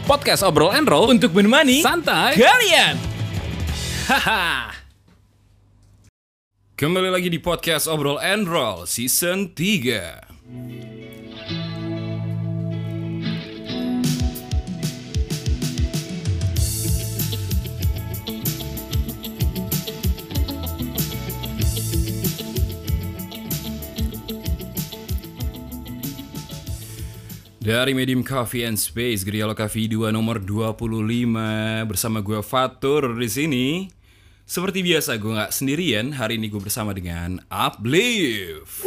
Podcast Obrol and Roll untuk menemani santai kalian. Haha. Kembali lagi di Podcast Obrol and Roll Season 3. Dari Medium Coffee and Space, Grialo Coffee 2 nomor 25 bersama gue Fatur di sini. Seperti biasa gue nggak sendirian, hari ini gue bersama dengan Uplift.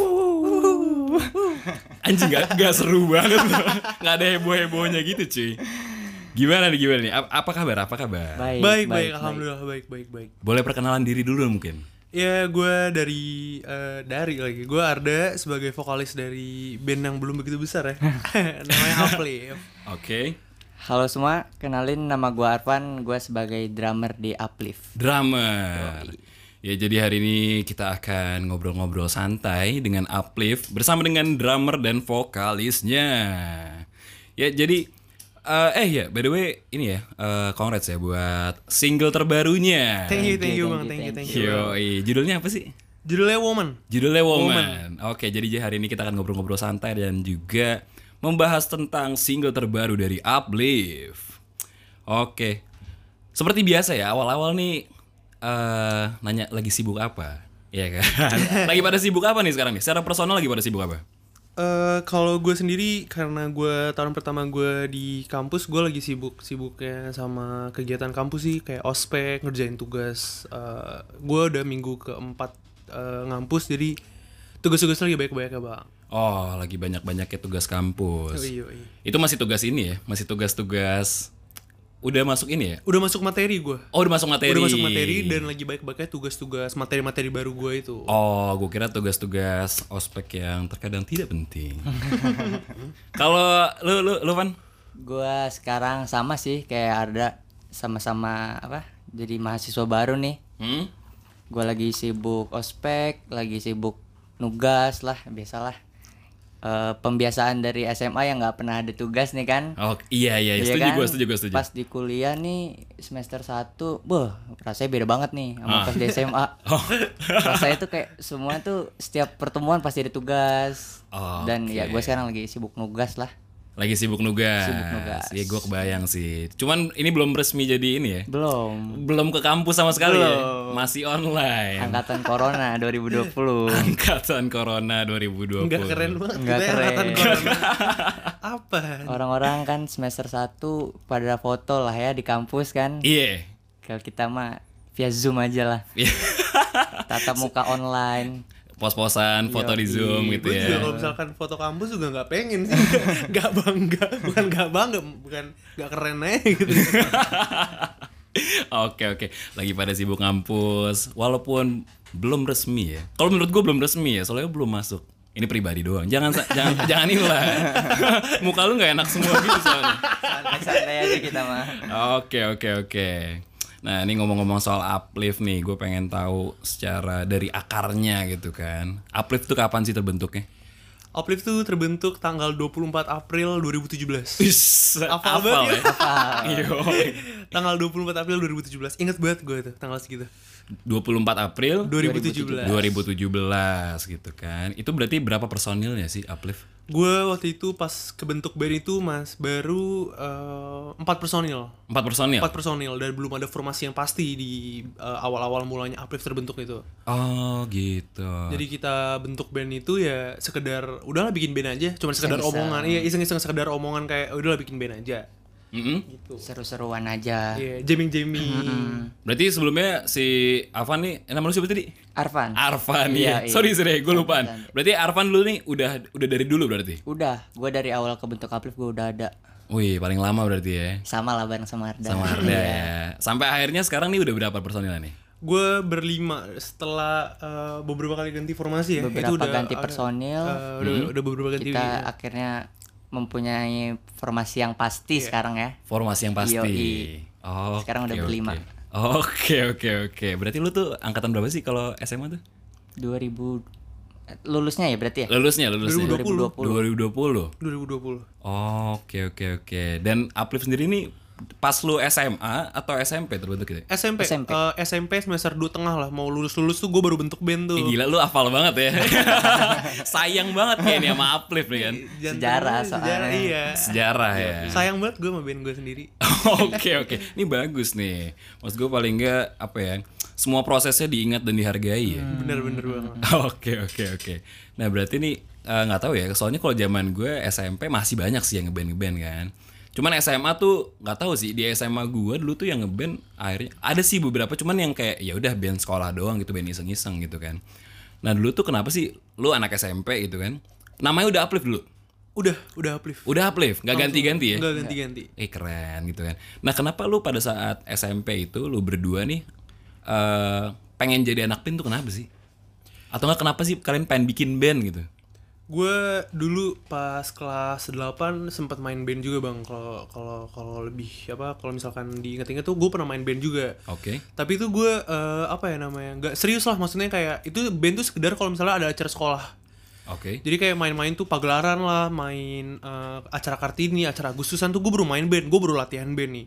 Anjing nggak seru banget, nggak ada heboh-hebohnya gitu cuy. Gimana nih? Apa kabar? Baik, alhamdulillah baik. Boleh perkenalan diri dulu mungkin? Ya, gue dari gue Arda sebagai vokalis dari band yang belum begitu besar ya. Namanya Uplift. Oke. Halo semua, kenalin nama gue Arvan, gue sebagai drummer di Uplift. Drummer. Ya, jadi hari ini kita akan ngobrol-ngobrol santai dengan Uplift bersama dengan drummer dan vokalisnya. Ya, jadi ya, by the way ini ya, congrats ya buat single terbarunya. Thank you bang, thank you. Yoi, judulnya apa sih? Judulnya Woman. Oke, jadi hari ini kita akan ngobrol-ngobrol santai dan juga membahas tentang single terbaru dari Uplift. Oke, seperti biasa ya, awal-awal nih nanya lagi sibuk apa, ya kan? Lagi pada sibuk apa nih sekarang nih? Secara personal lagi pada sibuk apa? Kalau gue sendiri, karena gue tahun pertama gue di kampus, gue lagi sibuknya sama kegiatan kampus sih, kayak ospek, ngerjain tugas. Gue udah minggu keempat ngampus, jadi tugas-tugas lagi banyak-banyak ya bang. Oh, lagi banyak-banyaknya tugas kampus. Iya. Itu masih tugas ini ya? Masih tugas-tugas. Udah masuk ini ya? Udah masuk materi gue. Oh, udah masuk materi Dan lagi baik-baiknya tugas-tugas materi-materi baru gue itu. Oh, gue kira tugas-tugas ospek yang terkadang tidak penting. Kalau lu Van? Gue sekarang sama sih kayak Arda, sama-sama jadi mahasiswa baru nih. Gue lagi sibuk ospek, lagi sibuk nugas lah, biasalah. Pembiasaan dari SMA yang nggak pernah ada tugas nih kan. Oh iya, setuju kan? gue setuju. Pas di kuliah nih semester 1, rasanya beda banget nih sama pas di SMA. Rasanya tuh kayak semua tuh setiap pertemuan pasti ada tugas. Dan ya gue sekarang lagi sibuk nugas lah. Lagi sibuk nugas. Ya gue kebayang sih. Cuman ini belum resmi jadi ini ya. Belum ke kampus sama sekali ya. Masih online. Angkatan Corona 2020. Angkatan Corona 2020. Enggak keren banget. Enggak keren. Angkatan Corona. Apa? Orang-orang kan semester 1 pada foto lah ya di kampus kan. Iya. Kalau kita mah via Zoom aja lah. Tatap muka online. Pos-posan foto di Zoom gitu Gue ya. juga kalau misalkan foto kampus juga nggak pengen sih. Nggak bangga, bukan nggak keren aja gitu. Oke. Lagi pada sibuk ngampus, walaupun belum resmi ya. Kalau menurut gue belum resmi ya, soalnya belum masuk. Ini pribadi doang. Jangan inilah. Muka lu nggak enak semua gitu soalnya. Santai-santai aja kita mah. Oke. Nah, ini ngomong-ngomong soal Uplift nih, gue pengen tahu secara dari akarnya gitu kan. Uplift tuh kapan sih terbentuknya? Uplift tuh terbentuk tanggal 24 April 2017. Hafal banget ya? Tanggal 24 April 2017. Ingat banget gue tuh tanggal segitu. 24 April 2017 gitu kan. Itu berarti berapa personilnya sih Uplift? Gue waktu itu pas kebentuk band itu baru 4 personil. 4 personil dan belum ada formasi yang pasti di awal-awal mulanya Uplift terbentuk itu. Oh gitu. Jadi kita bentuk band itu ya sekedar udahlah bikin band aja, cuma sekedar omongan. Iya, iseng-iseng sekedar omongan kayak udahlah bikin band aja. Gitu. Seru-seruan aja. Iya, jamming. Berarti sebelumnya si Arvan nih, nama lu siapa tadi? Arvan, ya. Iya. Sorry, gue lupaan. Berarti Arvan dulu nih udah dari dulu berarti? Udah, gue dari awal kebentuk Uplift gue udah ada. Wih, paling lama berarti ya. Sama lah bareng sama Arda. Ya. Sampai akhirnya sekarang nih udah berapa personilnya nih? Gue berlima setelah beberapa kali ganti formasi ya. Beberapa itu udah ganti personil. Udah beberapa ganti. Kita akhirnya mempunyai formasi yang pasti sekarang ya. Formasi yang pasti. Sekarang udah berlima. Oke. Berarti lu tuh angkatan berapa sih kalau SMA tuh? 2000 lulusnya ya berarti ya? Lulusnya 2020. 2020. 2020. Oke. Dan Uplift sendiri nih pas lu SMA atau SMP terbentuk gitu? SMP. SMP. SMP semester 2 tengah lah. Mau lulus tuh gue baru bentuk band tuh. Gila lu hafal banget ya. Sayang banget kayaknya sama Uplift nih kan. Sejarah soalnya. Iya. Sejarah ya. Sayang banget gue sama band gue sendiri. Oke. Ini bagus nih. Maksud gue paling enggak apa ya? Semua prosesnya diingat dan dihargai ya. Bener-bener banget. Oke. Nah berarti nih nggak tahu ya. Soalnya kalau zaman gue SMP masih banyak sih yang ngeband kan. Cuman SMA tuh nggak tahu sih, di SMA gue dulu tuh yang ngeband akhirnya ada sih beberapa, cuman yang kayak ya udah band sekolah doang gitu, band iseng-iseng gitu kan. Nah dulu tuh kenapa sih lu anak SMP gitu kan? Namanya udah Uplift dulu. Udah Uplift. Udah Uplift, nggak ganti-ganti ya? Nggak ganti-ganti. Keren gitu kan. Nah kenapa lu pada saat SMP itu lu berdua nih pengen jadi anak band tuh kenapa sih? Atau nggak kenapa sih kalian pengen bikin band gitu? Gue dulu pas kelas 8 sempat main band juga bang. Kalau lebih apa, kalau misalkan diinget-inget tuh gue pernah main band juga. Oke. Tapi itu gue apa ya namanya, nggak serius lah, maksudnya kayak itu band tuh sekedar kalau misalnya ada acara sekolah. Oke. Jadi kayak main-main tuh pagelaran lah, main acara Kartini, acara Agustusan tuh gue baru main band, gue baru latihan band nih.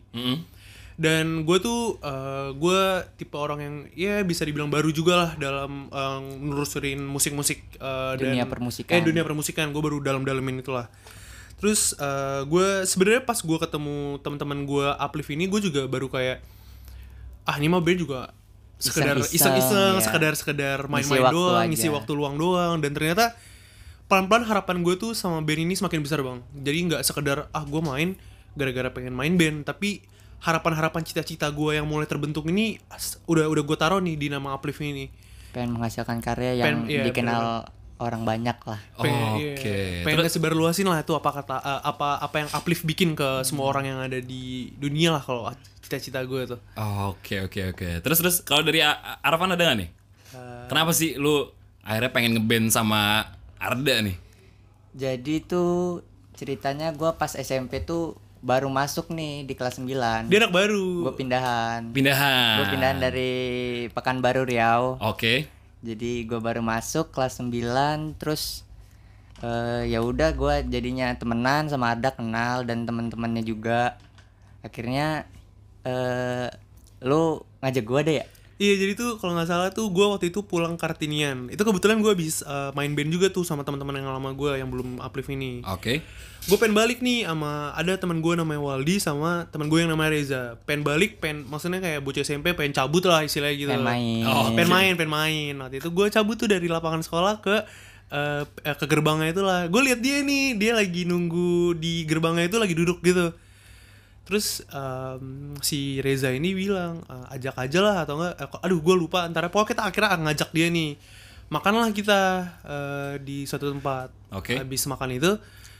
Dan gue tuh gue tipe orang yang ya bisa dibilang baru juga lah dalam nelusurin musik-musik Dunia dan permusikan. dunia permusikan. Gue baru dalam-dalamin itulah. Terus gue sebenarnya pas gue ketemu teman-teman gue Uplift ini, gue juga baru kayak ini mah band juga sekedar iseng-iseng, ya. sekedar main-main doang, ngisi waktu luang doang. Dan ternyata pelan-pelan harapan gue tuh sama band ini semakin besar bang. Jadi nggak sekedar gue main gara-gara pengen main band, tapi harapan-harapan cita-cita gue yang mulai terbentuk ini udah gue taruh nih di nama Uplift ini. Pengen menghasilkan karya yang dikenal orang banyak lah. Pengen sebar luasin lah itu apa yang Uplift bikin ke semua orang yang ada di dunia lah, kalau cita-cita gue tuh. Oke. Terus kalau dari Arfan ada nggak nih? Kenapa sih lu akhirnya pengen ngeband sama Arda nih? Jadi tuh ceritanya gue pas SMP tuh baru masuk nih di kelas 9. Dia anak baru. Gue pindahan. Pindahan. Gue pindahan dari Pekanbaru Riau. Oke. Jadi gue baru masuk kelas 9, terus ya udah gue jadinya temenan sama Arda, kenal dan teman-temannya juga. Akhirnya lu ngajak gue deh ya. Iya, jadi tuh kalau nggak salah tuh gue waktu itu pulang Kartinian. Itu kebetulan gue habis main band juga tuh sama teman-teman yang lama gue yang belum Uplift ini. Oke. Gue pengen balik nih sama ada teman gue namanya Waldi sama teman gue yang namanya Reza. Pengen balik, maksudnya kayak bocah SMP pengen cabut lah istilahnya gitu. Pengen main. Pengen main. Waktu itu gue cabut tuh dari lapangan sekolah ke gerbangnya itulah. Gue lihat dia nih, dia lagi nunggu di gerbangnya itu, lagi duduk gitu. Terus si Reza ini bilang ajak aja lah atau enggak, aduh gue lupa, antara pokoknya kita akhirnya ngajak dia nih, makanlah kita di suatu tempat. Habis makan itu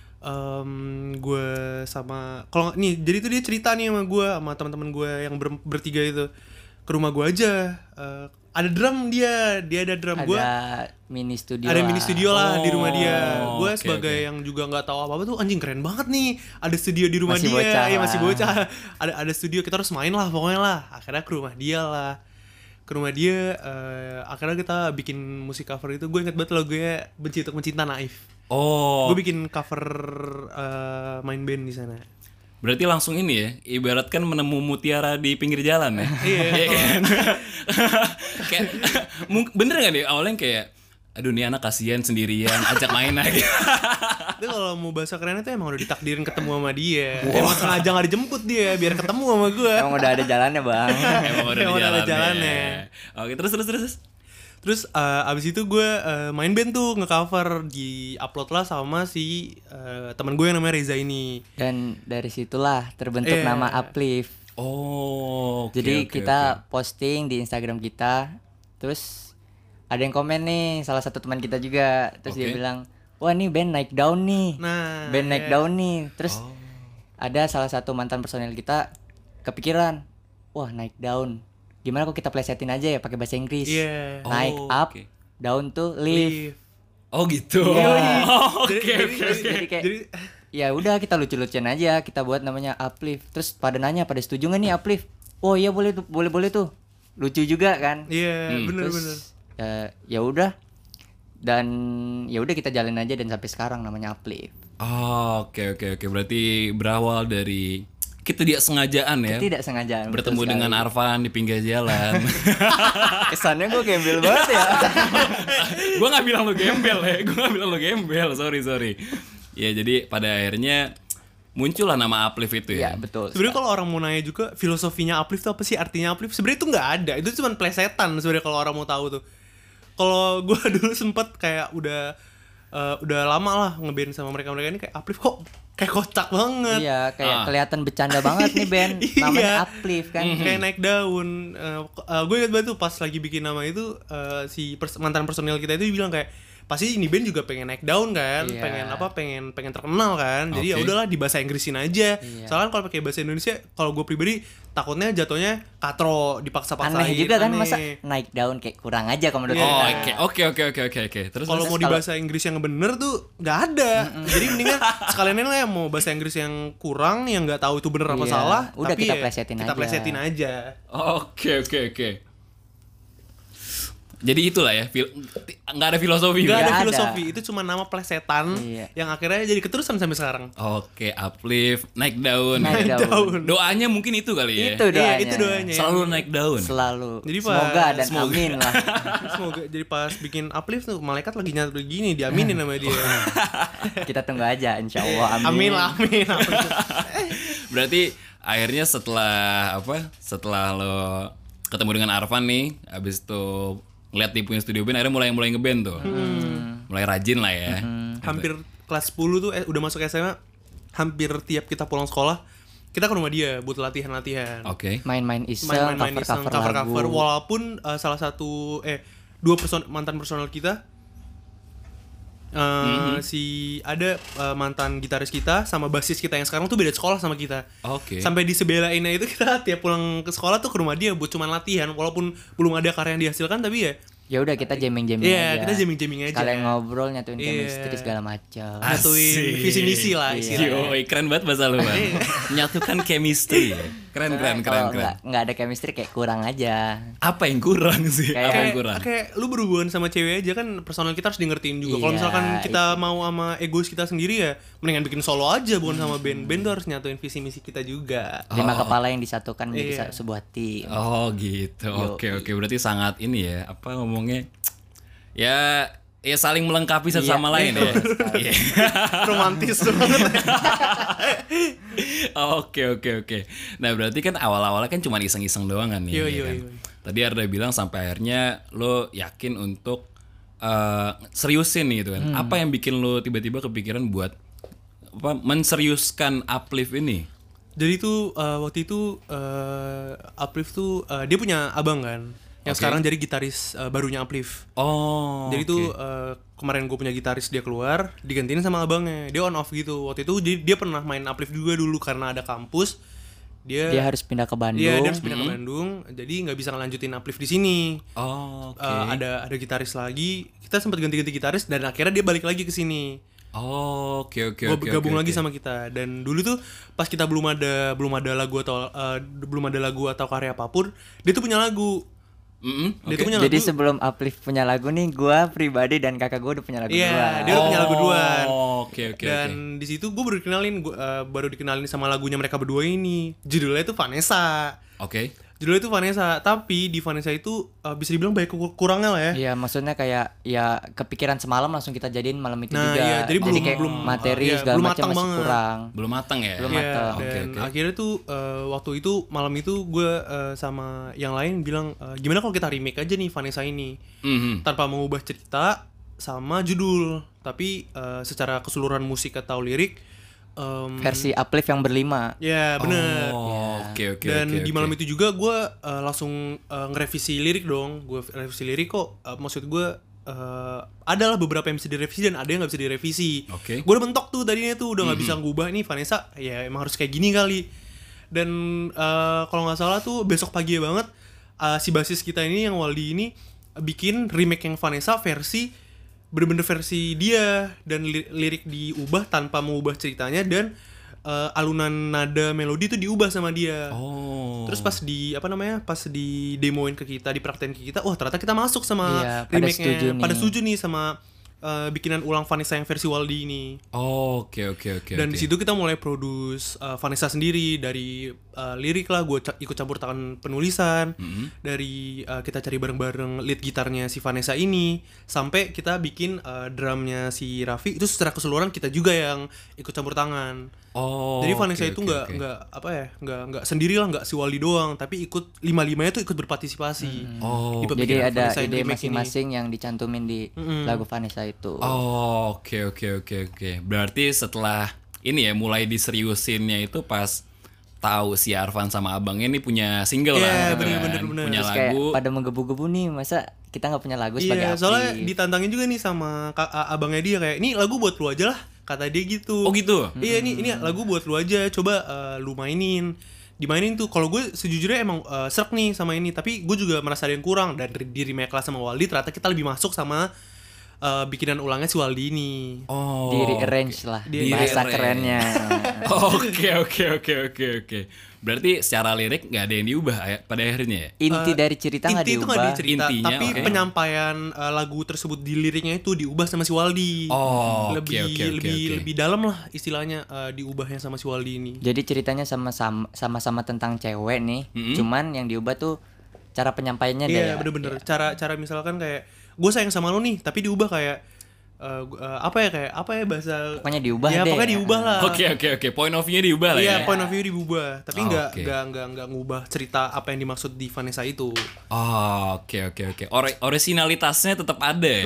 gue sama kalau nih, jadi tuh dia cerita nih sama gue sama teman-teman gue yang bertiga itu ke rumah gue aja. Ada drum, dia ada drum. Gue ada mini studio lah di rumah dia. Gue sebagai yang juga nggak tahu apa-apa tuh, anjing keren banget nih ada studio di rumah masih dia. Masih bocah. Ada studio, kita harus main lah pokoknya lah. Akhirnya ke rumah dia akhirnya kita bikin musik cover itu. Gue inget banget lagunya Benci Untuk Mencinta Naif. Gue bikin cover main band di sana. Berarti langsung ini ya, ibaratkan menemu mutiara di pinggir jalan ya. Iya kan? Kayak bener gak nih awalnya kayak aduh nih anak kasihan sendirian, ajak main aja. Itu kalau mau bahasa kerennya tuh emang udah ditakdirin ketemu sama dia. Emang sengaja gak dijemput dia biar ketemu sama gue. Emang udah ada jalannya bang. Emang udah ada jalannya. Oke, terus abis itu gue main band tuh, nge-cover, di-upload lah sama si teman gue yang namanya Reza ini. Dan dari situlah terbentuk nama Uplift. Jadi kita posting di Instagram kita, terus ada yang komen nih, salah satu teman kita juga. Terus dia bilang, wah nih band naik daun nih. Naik daun nih. Terus ada salah satu mantan personil kita kepikiran, wah naik daun, gimana kok kita plesetin aja ya pakai bahasa Inggris. Naik up, down tuh live. Oh gitu. Jadi kayak ya udah kita lucu-lucuan aja, kita buat namanya Uplift. Terus pada nanya, pada setuju nggak nih Uplift? Oh iya boleh tuh, boleh tuh. Lucu juga kan? Bener. Ya udah, Dan ya udah kita jalin aja dan sampai sekarang namanya Uplift. Oh, oke. Berarti berawal dari ketidaksengajaan ya. Ketidaksengajaan. Bertemu dengan Arfan di pinggir jalan. Kesannya gue gembel banget ya. Gue nggak bilang lo gembel. Sorry. Ya jadi pada akhirnya muncullah nama Uplift itu ya. Iya betul. Sebenarnya kalau orang mau nanya juga filosofinya Uplift itu apa sih, artinya Uplift, sebenarnya itu nggak ada, itu cuma plesetan sebenarnya kalau orang mau tahu tuh. Kalau gue dulu sempet kayak udah lama lah ngeband sama mereka ini kayak Uplift kok kayak kocak banget. Iya kayak kelihatan bercanda banget nih band. Namanya Uplift kan. Kayak naik daun. Gue ingat banget tuh pas lagi bikin nama itu, mantan personil kita itu bilang kayak pasti ini band juga pengen naik daun kan, pengen terkenal kan. Jadi ya udahlah di bahasa Inggrisin aja. Soalnya kalau pakai bahasa Indonesia, kalau gue pribadi takutnya jatuhnya katro, dipaksa-paksain. Aneh juga kan, masa naik daun kayak kurang aja kalau menurut Oke. Terus kalau mau di bahasa Inggris yang bener tuh nggak ada. Jadi mendingan sekalian lah yang mau bahasa Inggris yang kurang, yang nggak tahu itu bener apa salah, udah tapi kita ya, plesetin aja. Oke. Jadi itulah ya, nggak ada filosofi. Nggak ada filosofi, itu cuma nama plesetan yang akhirnya jadi keterusan sampai sekarang. Oke, Uplift, naik daun. Doanya mungkin itu kali ya. Itu doanya. Selalu naik daun. Selalu. Jadi semoga dan amin lah. Semoga. Jadi pas bikin Uplift tuh malaikat lagi nyatu gini, diaminin sama dia. Kita tunggu aja, insya Allah. Amin. Amin. Berarti akhirnya setelah lo ketemu dengan Arfan nih, abis itu ngeliat dia punya studio band, akhirnya mulai ngeband tuh. Mulai rajin lah ya. Hampir kelas 10 tuh udah masuk SMA, hampir tiap kita pulang sekolah kita ke rumah dia buat latihan-latihan. Oke. Main-main iseng, cover-cover lagu. Walaupun salah satu dua mantan personal kita, ada mantan gitaris kita sama basis kita yang sekarang tuh beda sekolah sama kita. Oke. Sampai disebelainnya itu kita tiap pulang ke sekolah tuh ke rumah dia buat cuman latihan, walaupun belum ada karya yang dihasilkan, tapi ya udah kita jamming aja. Iya, kita jamming aja. Kalian ngobrol, nyatuin chemistry segala macam. Nyatuin visi misi lah istilahnya. Keren banget bahasa lu, Bang. Menyatukan chemistry. Keren. Nggak ada chemistry kayak kurang aja. Apa yang kurang sih? Kayak lu berhubungan sama cewek aja kan, personal kita harus di ngertiin juga. Kalau misalkan kita mau sama egois kita sendiri ya mendingan bikin solo aja, bukan sama band. Band tuh harus nyatuin visi misi kita juga. 5 kepala yang disatukan menjadi sebuah tim. Oh gitu. Oke. Berarti sangat ini ya, apa ngomongnya? Ya saling melengkapi satu sama lain ya. Romantis banget. Oke. Nah, berarti kan awal-awalnya kan cuma iseng-iseng doang kan nih. Kan? Tadi Arda bilang sampai akhirnya lo yakin untuk seriusin nih gitu kan. Apa yang bikin lo tiba-tiba kepikiran buat menseriuskan Uplift ini? Jadi tuh waktu itu Uplift tuh dia punya abang kan, yang sekarang jadi gitaris barunya Uplift. Jadi tuh kemarin gue punya gitaris, dia keluar, digantiin sama abangnya. Dia on off gitu. Waktu itu dia pernah main Uplift juga dulu karena ada kampus. Dia harus pindah ke Bandung. Iya, dia harus pindah ke Bandung. Jadi nggak bisa ngelanjutin Uplift di sini. Ada gitaris lagi. Kita sempat ganti-ganti gitaris dan akhirnya dia balik lagi ke sini. Oke. Gabung lagi sama kita. Dan dulu tuh pas kita belum ada lagu atau karya apapun, dia tuh punya lagu. Jadi sebelum Uplift punya lagu nih, gue pribadi dan kakak gue udah punya lagu duluan. Iya, dia udah punya lagu duluan. Oke. Dan di situ gue baru dikenalin sama lagunya mereka berdua ini. Judulnya itu Vanessa. Oke. Judulnya itu Vanessa, tapi di Vanessa itu bisa dibilang banyak kurangnya lah ya. Iya, maksudnya kayak ya kepikiran semalam langsung kita jadiin malam itu juga. Iya, jadi belum materi segala macam masih banget. Kurang. Belum matang ya. Dan akhirnya tuh waktu itu malam itu gue sama yang lain bilang gimana kalau kita remake aja nih Vanessa ini tanpa mengubah cerita sama judul, tapi secara keseluruhan musik atau lirik. Versi Uplift yang berlima. Ya bener. Oke. Dan di malam itu juga gue langsung ngerevisi lirik dong. Gue revisi lirik kok. Maksud gue adalah beberapa yang bisa direvisi dan ada yang nggak bisa direvisi. Gue udah mentok tuh tadinya tuh udah nggak bisa ngubah nih Vanessa. Ya emang harus kayak gini kali. Dan kalau nggak salah tuh besok pagi banget si basis kita ini yang Waldi ini bikin remake yang Vanessa versi bener-bener versi dia, dan lirik diubah tanpa mengubah ceritanya, dan alunan nada melodi tuh diubah sama dia. Oh. Terus pas di demoin ke kita, dipraktekin ke kita, wah ternyata kita masuk sama Iya, pada setuju remake-nya. nih. Pada setuju nih sama bikinan ulang Vanessa yang versi Waldi ini. Oke. Dan di situ kita mulai produce Vanessa sendiri dari lirik lah, gue ikut campur tangan penulisan, dari kita cari bareng-bareng lead gitarnya si Vanessa ini, sampai kita bikin drumnya si Raffi itu secara keseluruhan kita juga yang ikut campur tangan. Oh. Jadi Vanessa oke, itu oke, oke. nggak sendiri lah, nggak si Waldi doang, tapi ikut lima-limanya tuh ikut berpartisipasi. Oh. Di Jadi pembikinan ada Vanessa yang ide remake ini. masing-masing yang dicantumin di lagu Vanessa itu. Oh, oke. Berarti setelah ini ya mulai diseriusinnya itu pas tahu si Arvan sama abangnya ini punya single Iya, lah, gitu kan. bener. Punya Terus kayak lagu. pada menggebu-gebu nih, masa kita nggak punya lagu sebagai Iya, soalnya Apli? ditantangin juga nih sama abangnya dia kayak, "Ini lagu buat lu aja lah," kata dia gitu. Oh gitu. Iya, ini lagu buat lu aja, coba lu mainin. Dimainin tuh. Kalau gue sejujurnya emang srek nih sama ini, tapi gue juga merasa ada yang kurang, dan di remake lah sama Waldi ternyata kita lebih masuk sama bikinan ulangnya si Waldi ini. Oh. Di rearrange lah, Di bahasa rearrange. kerennya. Oke. Berarti secara lirik nggak ada yang diubah ya pada akhirnya ya? Inti dari cerita nggak Inti itu diubah. nggak dicerita, Intinya, tapi oke. penyampaian lagu tersebut di liriknya itu diubah sama si Waldi. Oh, oke, lebih oke. lebih dalam lah istilahnya diubahnya sama si Waldi ini. Jadi ceritanya sama-sama tentang cewek nih, cuman yang diubah tuh cara penyampaiannya deh. Iya, bener-bener. Cara misalkan kayak gue sayang sama lo nih, tapi diubah kayak apa ya bahasa. Pokoknya diubah ya, deh. pokoknya diubah lah. Oke. Point of view-nya diubah lah ya. Iya, point of view diubah, tapi Oh, nggak oke. ngubah cerita apa yang dimaksud di Vanessa itu. Oh, oke. Originalitasnya tetap ada ya.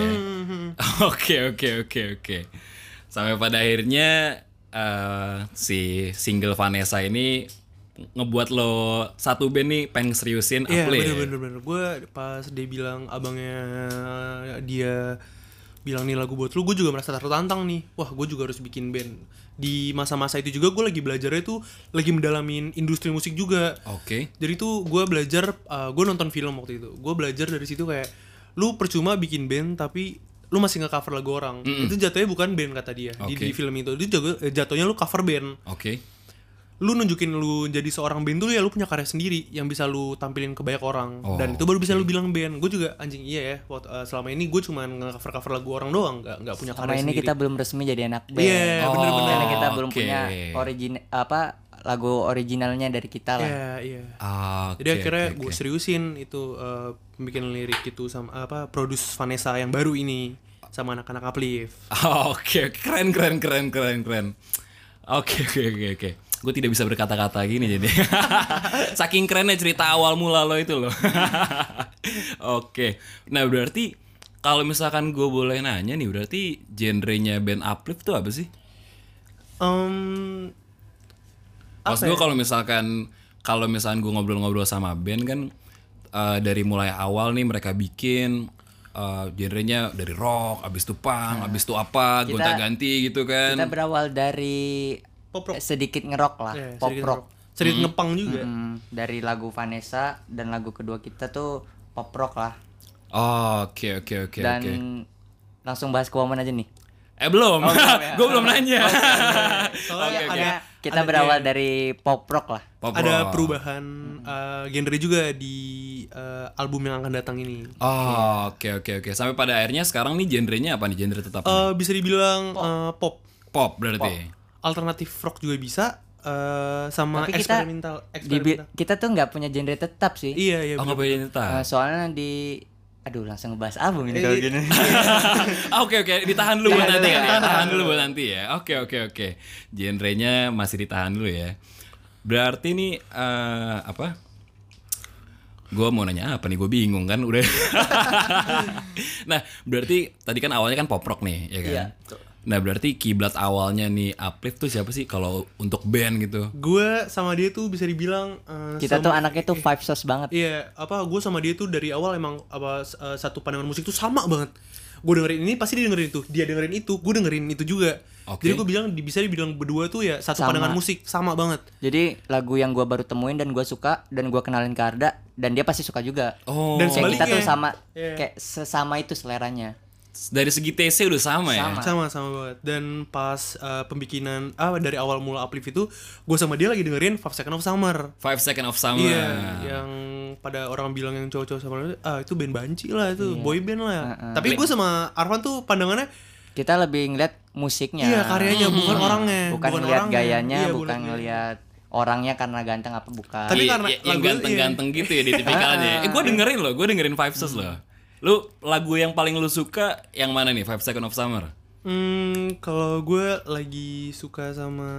Oke. Sampai pada akhirnya si single Vanessa ini ngebuat lo satu band nih pengen seriusin Iya, Apli. bener. Gue pas dia bilang, abangnya dia bilang nih lagu buat lu, gue juga merasa tertantang nih. Wah, gue juga harus bikin band. Di masa-masa itu juga gue lagi belajarnya tuh lagi mendalamin industri musik juga. Oke. Jadi tuh gue belajar, gue nonton film waktu itu. Gue belajar dari situ kayak, lu percuma bikin band tapi lu masih nge-cover lagu orang. Itu jatuhnya bukan band kata dia. Di Oke. film itu juga jatuhnya lu cover band. Oke. Lu nunjukin lu jadi seorang band dulu ya, lu punya karya sendiri yang bisa lu tampilin ke banyak orang. Oh, Dan itu baru bisa lu bilang band. Gue juga anjing iya ya, selama ini gue cuma nge-cover lagu orang doang, nggak punya Sama karya ini sendiri. kita belum resmi jadi anak band. Iya, bener-bener. Karena kita belum Oke. punya lagu originalnya dari kita lah. Iya. Oke, Jadi akhirnya oke. gue seriusin itu pembikinan lirik itu sama produce Vanessa yang baru ini sama anak-anak Uplift. Oke, keren. Oke. Gue tidak bisa berkata-kata gini jadi. Saking kerennya cerita awal mula lo itu loh. Oke. Nah, berarti kalau misalkan gue boleh nanya nih, berarti genrenya band Uplift tuh apa sih? Maksud gue kalau misalkan gue ngobrol-ngobrol sama band kan dari mulai awal nih mereka bikin genrenya dari rock, abis itu punk, abis itu apa, Kita- gonta-ganti gitu kan. Kita berawal dari Pop rock. sedikit ngerok lah, Iya, pop sedikit rock. sedikit ngepang juga. Dari lagu Vanessa dan lagu kedua kita tuh pop rock lah. Oke. Dan langsung bahas ke Woman aja nih. Belum. ya. Gue belum nanya. Soalnya Oke. Kita berawal dari pop rock lah. Pop ada rock. perubahan genre juga di album yang akan datang ini. Oke. Sampai pada akhirnya sekarang nih genrenya apa nih? Genre tetap Bisa dibilang pop, pop berarti. alternatif rock juga bisa, sama Tapi kita eksperimental. kita tuh nggak punya genre tetap sih. Iya. Oh, nggak punya genre tetap. Soalnya aduh langsung ngebahas album ini kalau gini. Oke, ditahan dulu buat nanti kan ya. Tahan dulu buat nanti ya. Oke. Genrenya masih ditahan dulu ya. Berarti nih apa? Gue mau nanya apa nih? Gue bingung kan udah. Nah, berarti tadi kan awalnya kan pop rock nih, ya kan? Iya, betul. Nah, berarti kiblat awalnya nih Uplift tuh siapa sih kalau untuk band gitu? Gue sama dia tuh bisa dibilang Kita tuh anaknya tuh vibe sos banget. Iya, gue sama dia tuh dari awal emang satu pandangan musik tuh sama banget. Gue dengerin ini pasti dia dengerin itu, dia dengerin itu, gue dengerin itu juga. Oke. Jadi gue bilang bisa dibilang berdua tuh ya satu Sama. pandangan musik sama banget. Jadi lagu yang gua baru temuin dan gua suka dan gua kenalin ke Arda dan dia pasti suka juga. Oh. Dan Kayak kita sebaliknya. tuh sama Iya. kayak sesama itu seleranya. dari segi TC udah sama ya. Sama banget. Dan pas pembikinan dari awal mula Uplift itu gue sama dia lagi dengerin 5 Second of Summer. 5 Second of Summer. Iya, yang pada orang bilang yang cowok-cowok sama itu band banci lah, itu boy band lah. Tapi gue sama Arfan tuh pandangannya Kita lebih ngeliat musiknya. iya, karyanya, bukan orangnya. Bukan ngeliat orangnya. gayanya, Iya, bukan ngeliat orangnya karena ganteng apa bukan. Tapi Iya, karena yang lagu- ganteng-ganteng gitu ya di tipikalnya. Gue dengerin Five Sus loh. Lu lagu yang paling lu suka yang mana nih? 5 Second of Summer. Kalau gue lagi suka sama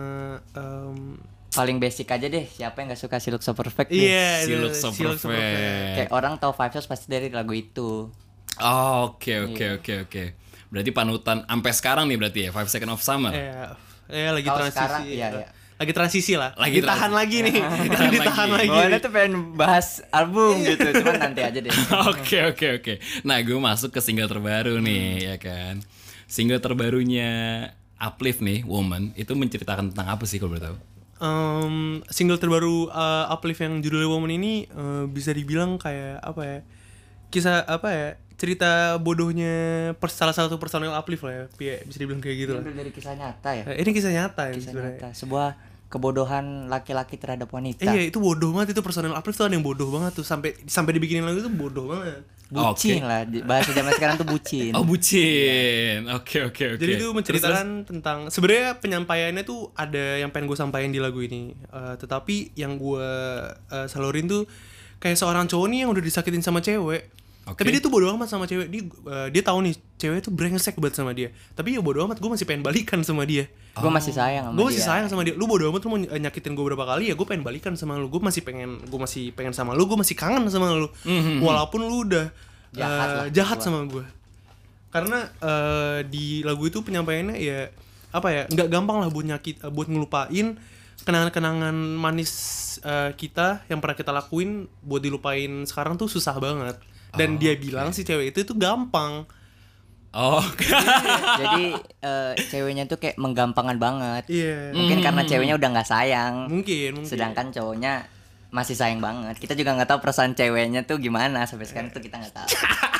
Paling basic aja deh, siapa yang gak suka She Looks So Perfect nih? iya, She itu, Looks So She Looks So Perfect. Kayak orang tahu Five Sos pasti dari lagu itu. Oh, oke. Berarti panutan sampai sekarang nih berarti ya 5 Second of Summer. lagi Kalau transisi. sekarang, iya. Lagi transisi lah. Lagi Ditahan lagi nih. Ditahan Ditahan lagi. lagi. Bawahnya tuh pengen bahas album gitu, cuman nanti aja deh. Oke. Nah, gue masuk ke single terbaru nih, ya kan. Single terbarunya Uplift nih, Woman, itu menceritakan tentang apa sih kalau boleh tahu? Single terbaru Uplift yang judulnya Woman ini bisa dibilang kayak apa ya? Kisah apa ya? Cerita bodohnya salah satu personel Uplift lah ya. Bisa dibilang kayak gitu lah. Itu dari kisah nyata ya. Ini kisah nyata ya Kisah sebenarnya. nyata, sebuah kebodohan laki-laki terhadap wanita. Iya, itu bodoh banget, itu personel Uplift tuh ada yang bodoh banget tuh, sampai dibikinin lagu itu bodoh banget. Bucin lah, bahasa zaman sekarang tuh bucin. Oh, bucin. Oke. Jadi itu menceritakan tentang sebenarnya penyampaiannya tuh ada yang pengen gue sampaikan di lagu ini. Tetapi yang gue salurin tuh kayak seorang cowok nih yang udah disakitin sama cewek. Oke. Tapi dia tuh bodo amat sama cewek. Dia tahu nih cewek tuh brengsek banget sama dia. Tapi ya bodo amat, gue masih pengen balikan sama dia. Gue masih sayang sama Gue masih dia. sayang sama dia. Lu bodo amat, lu mau nyakitin gue berapa kali ya gue pengen balikan sama lu. Gue masih pengen sama lu. Gue masih kangen sama lu. Walaupun lu udah jahat sama gue. Karena di lagu itu penyampaiannya ya apa ya, nggak gampang lah buat ngelupain kenangan-kenangan manis kita yang pernah kita lakuin. Buat dilupain sekarang tuh susah banget. Dan dia bilang si cewek itu gampang. Oh. Jadi ceweknya tuh kayak menggampangan banget. Iya. Mungkin karena ceweknya udah nggak sayang. Mungkin. Sedangkan cowoknya masih sayang banget. Kita juga nggak tahu perasaan ceweknya tuh gimana sampai sekarang tuh kita nggak tahu.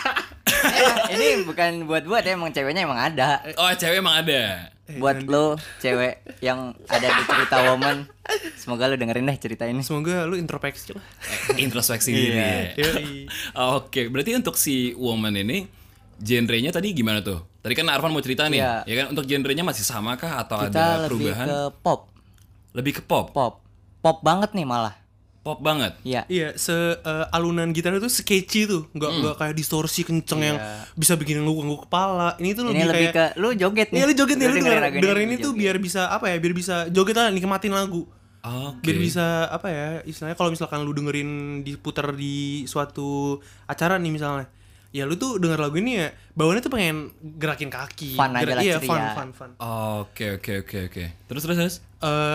Ini bukan buat emang ceweknya emang ada. Oh, cewek emang ada. Buat lo cewek yang ada di cerita Woman, semoga lo dengerin deh cerita ini. Semoga lu introspeksi lah. Introspeksi diri. Yoi. Oke, berarti untuk si Woman ini genrenya tadi gimana tuh? Tadi kan Arfan mau cerita nih, Iya. ya kan? Untuk genrenya masih sama kah atau Kita ada lebih perubahan? ke pop. Lebih ke pop. Pop banget nih malah. Pop banget. Iya. Iya, alunan gitar itu sketchy tuh, nggak kayak distorsi kenceng yang bisa bikin lu ganggu kepala. Ini tuh Ini lebih kayak ke lu joget nih. iya, lu joget nih, lu dengerin dengerin ini lu tuh joget. biar bisa apa ya, biar bisa joget lah, nikmatin lagu. Oke. Biar bisa apa ya, istilahnya kalau misalkan lu dengerin diputar di suatu acara nih misalnya, ya lu tuh denger lagu ini ya bawaannya tuh pengen gerakin kaki, Fun aja lah, iya, ceria. fun. Oke. Terus.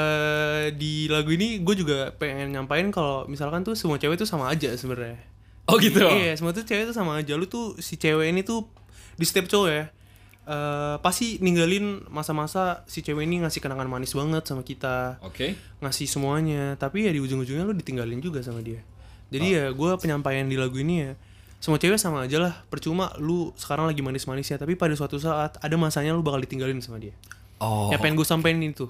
Di lagu ini gue juga pengen nyampain kalau misalkan tuh semua cewek tuh sama aja sebenarnya. Oh gitu. Iya, semua tuh cewek tuh sama aja. Lu tuh si cewek ini tuh di setiap cowok ya, pasti ninggalin masa-masa si cewek ini ngasih kenangan manis banget sama kita, Oke. ngasih semuanya. Tapi ya di ujung-ujungnya lu ditinggalin juga sama dia. Jadi ya gue penyampaian di lagu ini ya, semua cewek sama aja lah. Percuma lu sekarang lagi manis-manisnya, tapi pada suatu saat ada masanya lu bakal ditinggalin sama dia. Oh. Ya pengen gue sampein itu.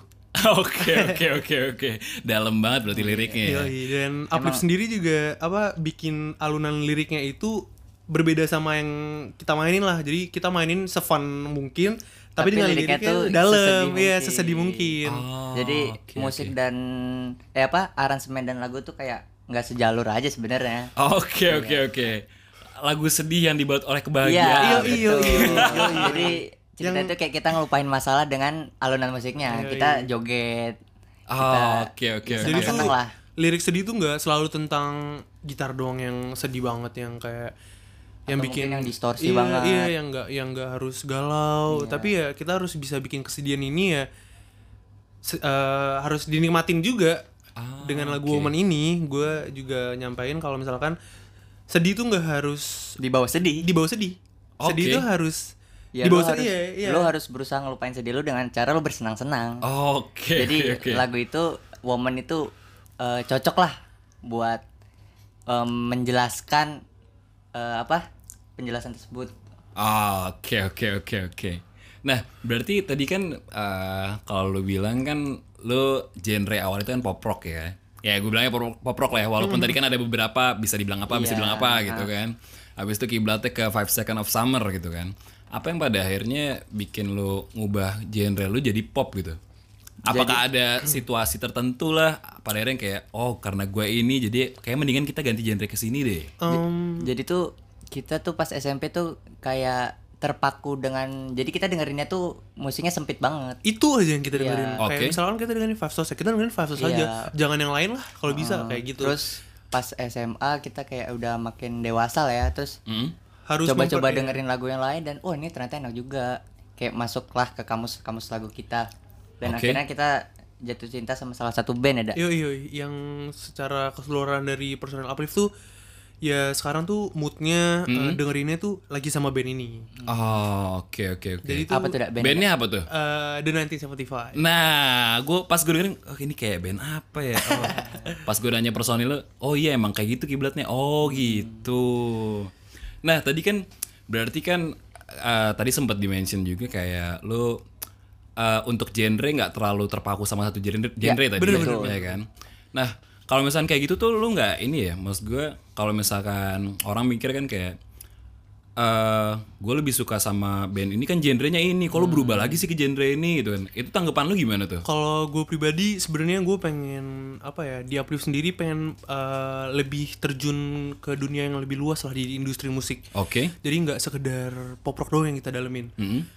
Oke. Dalam banget berarti liriknya ya. Yoi, dan Uplift sendiri juga bikin alunan liriknya itu berbeda sama yang kita mainin lah. Jadi kita mainin se-fun mungkin, tapi dengan liriknya liriknya tuh dalam, sesedih ya mungkin. sesedih mungkin. Jadi oke, musik oke. dan aransemen dan lagu tuh kayak nggak sejalur aja sebenarnya. Oke. Lagu sedih yang dibuat oleh kebahagiaan. Iya. Jadi cerita itu kayak kita ngelupain masalah dengan alunan musiknya. Kita joget. Oke. Jadi tuh seneng lah. lirik sedih tuh nggak selalu tentang gitar doang yang sedih banget, yang kayak yang Atau bikin mungkin yang distorsi iya, banget. Iya, yang nggak harus galau. Tapi ya kita harus bisa bikin kesedihan ini ya harus dinikmatin juga. Dengan lagu Woman ini gue juga nyampain kalau misalkan sedih tuh nggak harus Di bawah sedih. sedih. Sedih Oke. tuh harus Ya, di lu bawah harus, sedih ya. lu harus berusaha ngelupain sedih lu dengan cara lu bersenang-senang. Oke. Jadi lagu itu Woman itu cocok lah buat menjelaskan penjelasan tersebut. Oke. Nah, berarti tadi kan kalau lu bilang kan lu genre awal itu kan pop rock ya. Ya, gue bilangnya pop rock lah ya. Walaupun tadi kan ada beberapa bisa dibilang apa, bisa Iya. dibilang apa gitu kan. Habis itu kiblatnya ke 5 Seconds of Summer gitu kan. Apa yang pada akhirnya bikin lu ngubah genre lu jadi pop gitu? Apakah ada situasi tertentu lah pada akhirnya kayak karena gue ini jadi kayak mendingan kita ganti genre ke sini deh. Jadi tuh kita tuh pas SMP tuh kayak terpaku dengan, jadi kita dengerinnya tuh musiknya sempit banget. Itu aja yang kita dengerin. Oke. Kayak misalkan kita dengerin Five Sauce, kita dengerin Five Sauce Iya. aja. Jangan yang lain lah kalau bisa kayak gitu. Terus pas SMA kita kayak udah makin dewasa lah ya, terus Harus coba-coba dengerin lagu yang lain dan ini ternyata enak juga. Kayak masuklah ke kamus lagu kita. Dan Oke. akhirnya kita jatuh cinta sama salah satu band ada. Yoi, yang secara keseluruhan dari personal uplift tuh ya sekarang tuh moodnya dengerinnya tuh lagi sama band ini. Oke. Jadi tuh Apa tuh Dak, band? Bandnya apa tuh? The 1975. Nah, pas gue dengerin, ini kayak band apa ya? Pas gue nanya personil lo, iya emang kayak gitu kiblatnya. Gitu. Nah, tadi kan berarti kan tadi sempat dimention juga kayak lo untuk genre nggak terlalu terpaku sama satu genre tadi bener. ya kan. Nah, kalau misalkan kayak gitu tuh lo nggak ini ya, maksud gue kalau misalkan orang mikir kan kayak gue lebih suka sama band ini kan genrenya ini, kalau berubah lagi sih ke genre ini gitu kan. Itu tanggapan lu gimana tuh? Kalau gue pribadi sebenarnya gue pengen di uplift sendiri pengen lebih terjun ke dunia yang lebih luas lah di industri musik. Oke. Jadi nggak sekedar pop rock doang yang kita dalemin.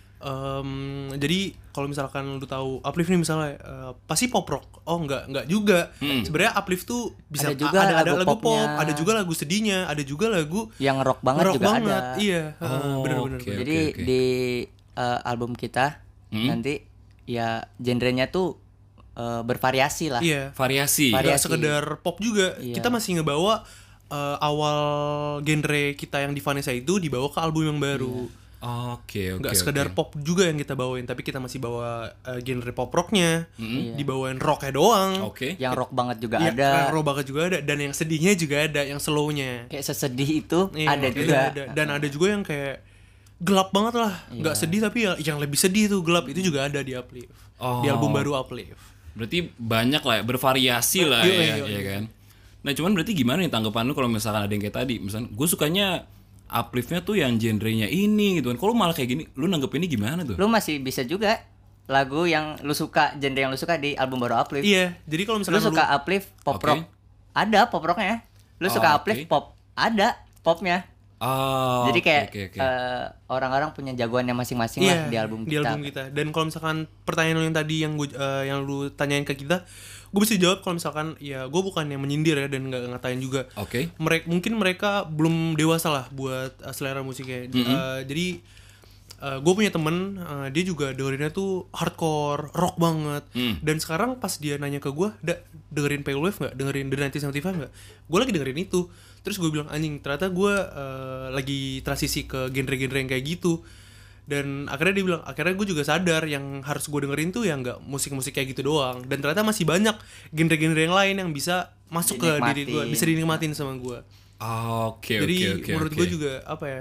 Jadi kalau misalkan lu tahu uplift nih misalnya pasti pop rock. Enggak juga. Sebenarnya uplift tuh bisa Ada juga ada lagu lagu pop, popnya. ada juga lagu sedihnya, ada juga lagu Yang rock banget juga ada. Iya, bener-bener. Oke. Jadi di album kita nanti ya genrenya tuh bervariasi lah. Iya. Variasi. Nggak Variasi. sekedar pop juga. Iya. Kita masih ngebawa awal genre kita yang di Vanessa itu dibawa ke album yang baru. Oke. Nggak sekedar pop juga yang kita bawain, tapi kita masih bawa genre pop rocknya, dibawain rocknya doang. Oke. Yang rock banget juga Iya, ada. rock banget juga ada, dan yang sedihnya juga ada, yang slownya. Kayak sesedih itu Iya, ada itu juga. ada. Dan ada juga yang kayak gelap banget lah, nggak sedih tapi yang lebih sedih tuh gelap itu juga ada di Uplift, di album baru Uplift. Berarti banyak lah, bervariasi lah Iya, ya kan. Nah, cuman berarti gimana nih tanggapan lu kalau misalkan ada yang kayak tadi, misalkan gue sukanya upliftnya tuh yang genrenya ini gitu kan. Kalau malah kayak gini, lu nanggepinnya gimana tuh? Lu masih bisa juga lagu yang lu suka, genre yang lu suka di album baru Uplift. Iya, jadi kalau Lu misalkan suka uplift pop Oke. rock, ada pop rocknya. Lu suka Oke. uplift pop, ada popnya. Jadi kayak oke. orang-orang punya jagoannya masing-masing lah di album kita. Dan kalau misalkan pertanyaan lu yang tadi yang lu tanyain ke kita, gue bisa jawab kalau misalkan ya gue bukan yang menyindir ya dan nggak ngatain juga. Oke. Mungkin mereka belum dewasa lah buat selera musiknya. Jadi gue punya temen, dia juga dengerinnya tuh hardcore, rock banget. Dan sekarang pas dia nanya ke gue, dengerin Pale Wave nggak? Dengerin The 1975 nggak? Gue lagi dengerin itu. Terus gue bilang, anjing ternyata gue lagi transisi ke genre-genre yang kayak gitu. Dan akhirnya dia bilang, akhirnya gue juga sadar yang harus gue dengerin tuh yang nggak musik-musik kayak gitu doang. Dan ternyata masih banyak genre-genre yang lain yang bisa masuk ke diri gue, bisa dinikmatin sama gue. Oke. Jadi menurut gue juga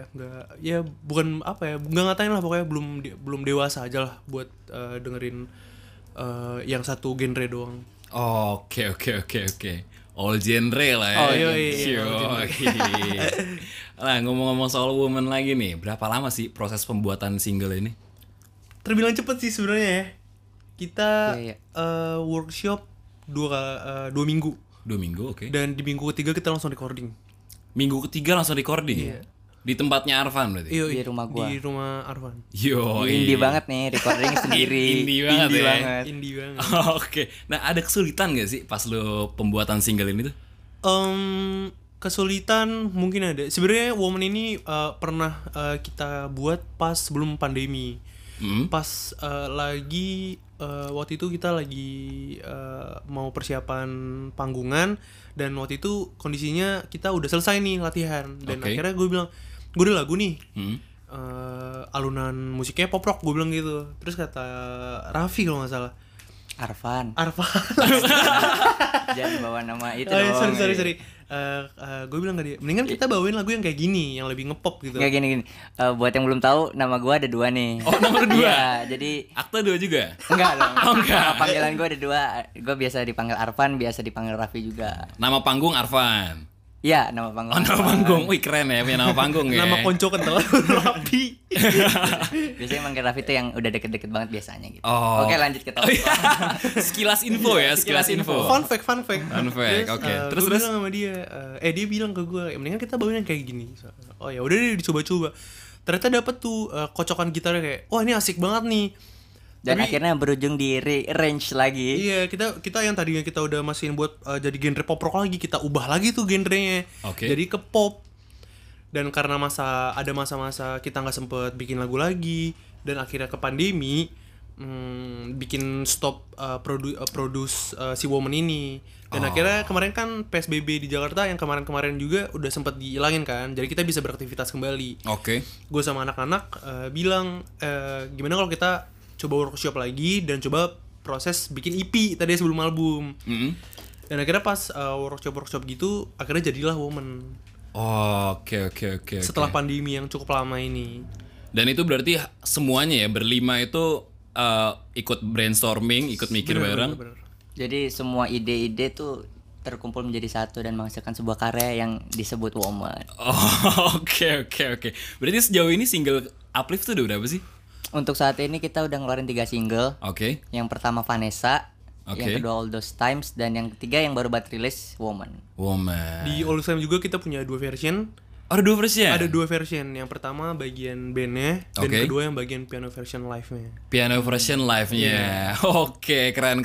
nggak ngatain lah, pokoknya belum dewasa aja lah buat dengerin yang satu genre doang. Oke. All genre lah ya. Oh, iya, Yoi. Nah, ngomong-ngomong soal Woman lagi nih, berapa lama sih proses pembuatan single ini? Terbilang cepet sih sebenarnya ya. Kita Iya. workshop 2 minggu. 2 minggu, oke. Dan di minggu ketiga kita langsung recording. Minggu ketiga langsung recording. Iya. Di tempatnya Arfan berarti. Iya, Di rumah gua. Di rumah Arfan. Yo. Indie banget nih, recording sendiri. Indie banget ya. Indie banget. Oke. Nah, ada kesulitan gak sih pas lu pembuatan single ini tuh? Kesulitan mungkin ada. Sebenarnya Woman ini pernah kita buat pas sebelum pandemi. Pas lagi waktu itu kita lagi mau persiapan panggungan, dan waktu itu kondisinya kita udah selesai nih latihan, dan Oke. akhirnya gue bilang, gue udah lagu nih, alunan musiknya pop rock, gue bilang gitu. Terus kata Raffi kalau nggak salah, Arfan. Arfan jangan bawa nama itu Oh, dong. sorry. Gue bilang ke dia, mendingan kita bawain lagu yang kayak gini, yang lebih ngepop gitu. Nggak gini. Buat yang belum tahu, nama gue ada 2 nih. Oh, nomor 2. Iya, jadi Akta 2 juga. enggak dong. Oh, enggak. Nama panggilan gue ada 2. Gue biasa dipanggil Arfan, biasa dipanggil Raffi juga. Nama panggung Arfan. Iya, nama panggung. Oh, nama panggung. Wih, keren ya punya nama panggung ya. Nama konco kental Rapi. Biasanya manggil Raffi tuh yang udah deket-deket banget biasanya gitu. Oh. Oke, lanjut ke Oh, topik. iya. Sekilas info ya, sekilas info. Fun fact. Fun fact, oke. Terus Terus? bilang sama dia, dia bilang ke gue, mendingan kita bawain yang kayak gini. Oh ya udah deh, dicoba-coba. Ternyata dapet tuh kocokan gitarnya kayak, wah ini asik banget nih. Dan Tapi- akhirnya berujung di rearrange lagi. Iya, kita yang tadinya kita udah masihin buat jadi genre pop rock lagi, kita ubah lagi tuh genrenya. Oke. Jadi ke pop. Dan karena ada masa-masa kita nggak sempet bikin lagu lagi, dan akhirnya ke pandemi, bikin stop produce si Woman ini. Dan akhirnya kemarin kan PSBB di Jakarta yang kemarin-kemarin juga udah sempet dihilangin kan. Jadi kita bisa beraktivitas kembali. Oke. Gue sama anak-anak bilang gimana kalau kita coba workshop lagi dan coba proses bikin EP tadi sebelum album. Dan akhirnya pas workshop gitu akhirnya jadilah Woman Oke. setelah pandemi yang cukup lama ini. Dan itu berarti semuanya ya berlima itu ikut brainstorming, ikut mikir bareng. Bener. Jadi semua ide-ide tuh terkumpul menjadi satu dan menghasilkan sebuah karya yang disebut Woman. Oh, oke. Berarti sejauh ini single Uplift tuh udah berapa sih? Untuk saat ini kita udah ngeluarin 3 single. Oke. Yang pertama Vanessa, Oke. yang kedua All Those Times, dan yang ketiga yang baru buat rilis Woman. Woman. Di All Time juga kita punya 2 version. Oh, ada 2 versi ya? Ada 2 version. Yang pertama bagian bandnya dan Oke. kedua yang bagian piano version live-nya. Piano version live-nya. Oke, keren.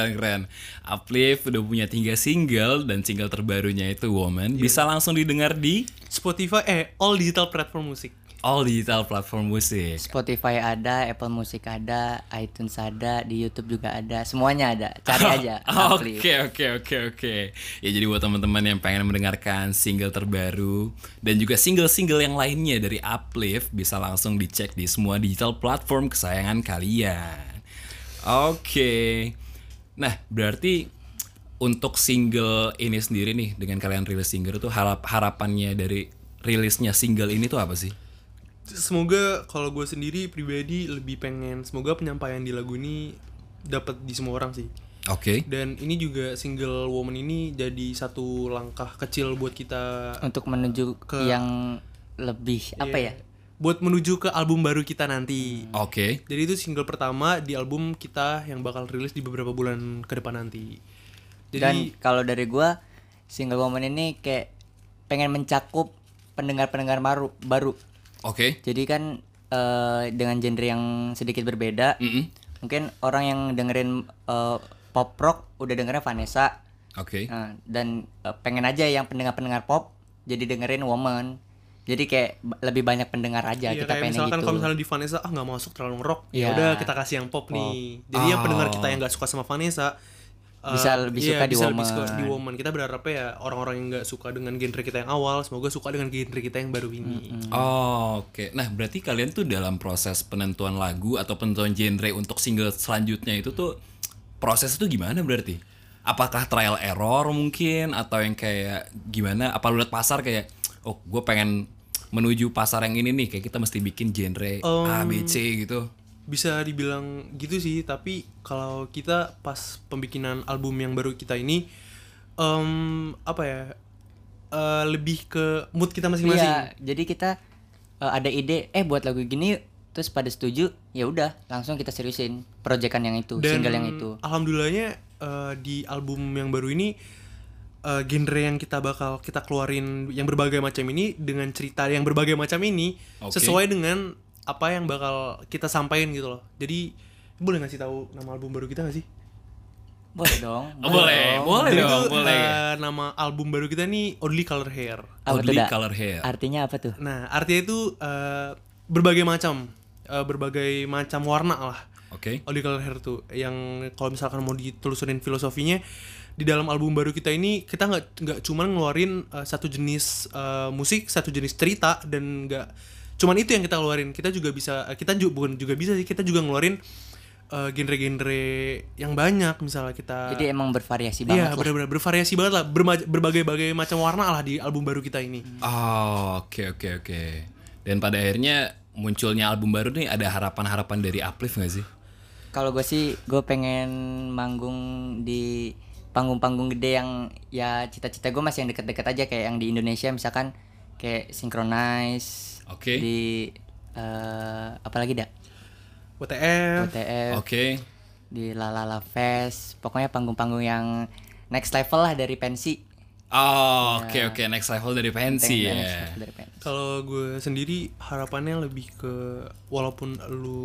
Uplift udah punya 3 single dan single terbarunya itu Woman. Bisa langsung didengar di Spotify all digital platform musik. all digital platform musik. Spotify ada, Apple Music ada, iTunes ada, di YouTube juga ada, semuanya ada. Cari aja. Uplift. Oke. Ya jadi buat teman-teman yang pengen mendengarkan single terbaru dan juga single-single yang lainnya dari Uplift bisa langsung dicek di semua digital platform kesayangan kalian. Oke. Nah, berarti untuk single ini sendiri nih dengan kalian rilis single itu harapannya dari rilisnya single ini tuh apa sih? Semoga kalau gue sendiri pribadi lebih pengen semoga penyampaian di lagu ini dapat di semua orang sih. Oke. Dan ini juga single Woman ini jadi satu langkah kecil buat kita Untuk menuju yang lebih apa ya? buat menuju ke album baru kita nanti. Oke. Jadi itu single pertama di album kita yang bakal rilis di beberapa bulan ke depan nanti. Dan Jadi kalau dari gua single Woman ini kayak pengen mencakup pendengar-pendengar baru. Oke. Jadi kan dengan genre yang sedikit berbeda, mungkin orang yang dengerin pop rock udah dengernya Vanessa, Oke. dan pengen aja yang pendengar-pendengar pop jadi dengerin Woman. Jadi kayak lebih banyak pendengar aja iya, kita kayak pengen misalkan gitu. kalau misalnya di Vanessa nggak masuk terlalu rock, ya Iya. udah kita kasih yang pop nih. Jadi yang pendengar kita yang nggak suka sama Vanessa Bisa lebih suka di bisa lebih Woman. suka di Woman. Kita berharapnya ya orang-orang yang nggak suka dengan genre kita yang awal semoga suka dengan genre kita yang baru ini. Oke. Nah, berarti kalian tuh dalam proses penentuan lagu atau penentuan genre untuk single selanjutnya itu tuh proses itu gimana berarti? Apakah trial error mungkin atau yang kayak gimana? Apa lu lihat pasar kayak oh, gue pengen menuju pasar yang ini nih, kayak kita mesti bikin genre A, B, C gitu. Bisa dibilang gitu sih, tapi kalau kita pas pembikinan album yang baru kita ini apa ya? Lebih ke mood kita masing-masing. Iya, jadi kita ada ide buat lagu gini terus pada setuju, ya udah langsung kita seriusin proyekan yang itu, Dan single yang itu. alhamdulillahnya di album yang baru ini genre yang kita bakal kita keluarin yang berbagai macam ini dengan cerita yang berbagai macam ini Oke. sesuai dengan apa yang bakal kita sampaikan gitu loh. Jadi boleh ngasih tahu nama album baru kita nggak sih? Boleh dong. Oh, boleh Jadi dong, itu, boleh. nama album baru kita nih Only Color Hair. Apa tuh, Oddly Da? Color Hair. Artinya apa tuh? Nah artinya itu berbagai macam warna lah. Oke. Only Color Hair tuh yang kalau misalkan mau ditelusurin filosofinya di dalam album baru kita ini kita nggak cuman ngeluarin satu jenis musik, satu jenis cerita, dan nggak cuman itu yang kita keluarin. Kita juga bisa kita juga ngeluarin genre-genre yang banyak, misalnya kita Jadi emang bervariasi iya banget lah. benar-benar bervariasi banget lah, berbagai-bagai macam warna lah di album baru kita ini. Oh, oke. Dan pada akhirnya munculnya album baru nih, ada harapan-harapan dari Uplift gak sih? Kalau gue sih, gue pengen manggung di panggung-panggung gede yang ya cita-cita gue masih yang deket-deket aja, kayak yang di Indonesia misalkan kayak Synchronize. Oke. Di apalagi dah? WTF. WTF. Oke. Di Lalala Fest. Pokoknya panggung-panggung yang next level lah dari pensi. Oh, oke. Next level dari pensi Next ya. level dari pensi. Kalau gue sendiri harapannya lebih ke walaupun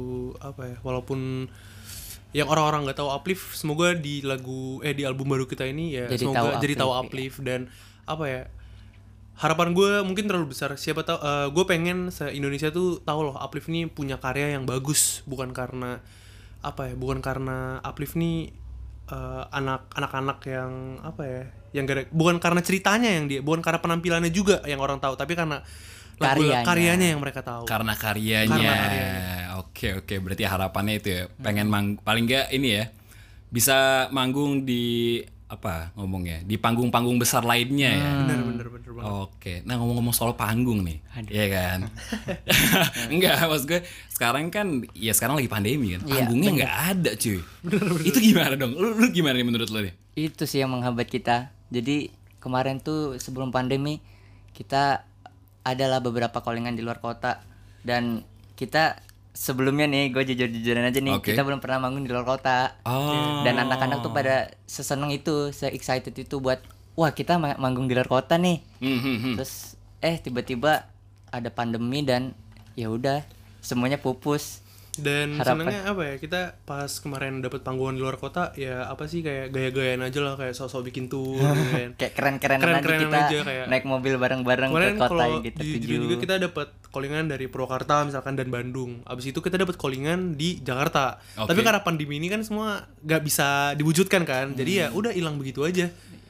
yang orang-orang nggak tahu Uplift, semoga di di album baru kita ini ya Jadi semoga tahu jadi tahu Uplift, Uplift. Dan harapan gue mungkin terlalu besar, siapa tahu gue pengen se-Indonesia tuh tahu loh Uplift ini punya karya yang bagus, bukan karena Uplift ini anak-anak yang bukan karena ceritanya bukan karena penampilannya juga yang orang tahu, tapi karena karyanya yang mereka tahu. Karena karyanya. Oke. Berarti harapannya itu ya, pengen paling enggak ini ya, bisa manggung di di panggung-panggung besar lainnya ya. Bener banget. Oke. Nah, ngomong-ngomong soal panggung nih. Iya kan? Enggak, maksud gue sekarang kan ya sekarang lagi pandemi kan. Panggungnya enggak ada, cuy. Itu gimana dong? Lu gimana nih menurut lu nih? Itu sih yang menghambat kita. Jadi kemarin tuh sebelum pandemi kita adalah beberapa callingan di luar kota, dan kita sebelumnya nih, gue jujur-jujuran aja nih, kita belum pernah manggung di luar kota. Dan anak-anak tuh pada seseneng itu, se-excited itu buat wah kita manggung di luar kota nih. Terus tiba-tiba ada pandemi dan ya udah semuanya pupus. Dan senangnya kita pas kemarin dapat panggungan di luar kota ya kayak gaya-gayaan aja lah, kayak sok-sok bikin tour kan. Kayak keren-keren aja kita aja, kayak naik mobil bareng-bareng ke kota yang kita tuju. Juga kita dapat callingan dari Purwakarta misalkan dan Bandung. Abis itu kita dapat callingan di Jakarta. Tapi karena pandemi ini kan semua nggak bisa diwujudkan kan, jadi ya udah hilang begitu aja.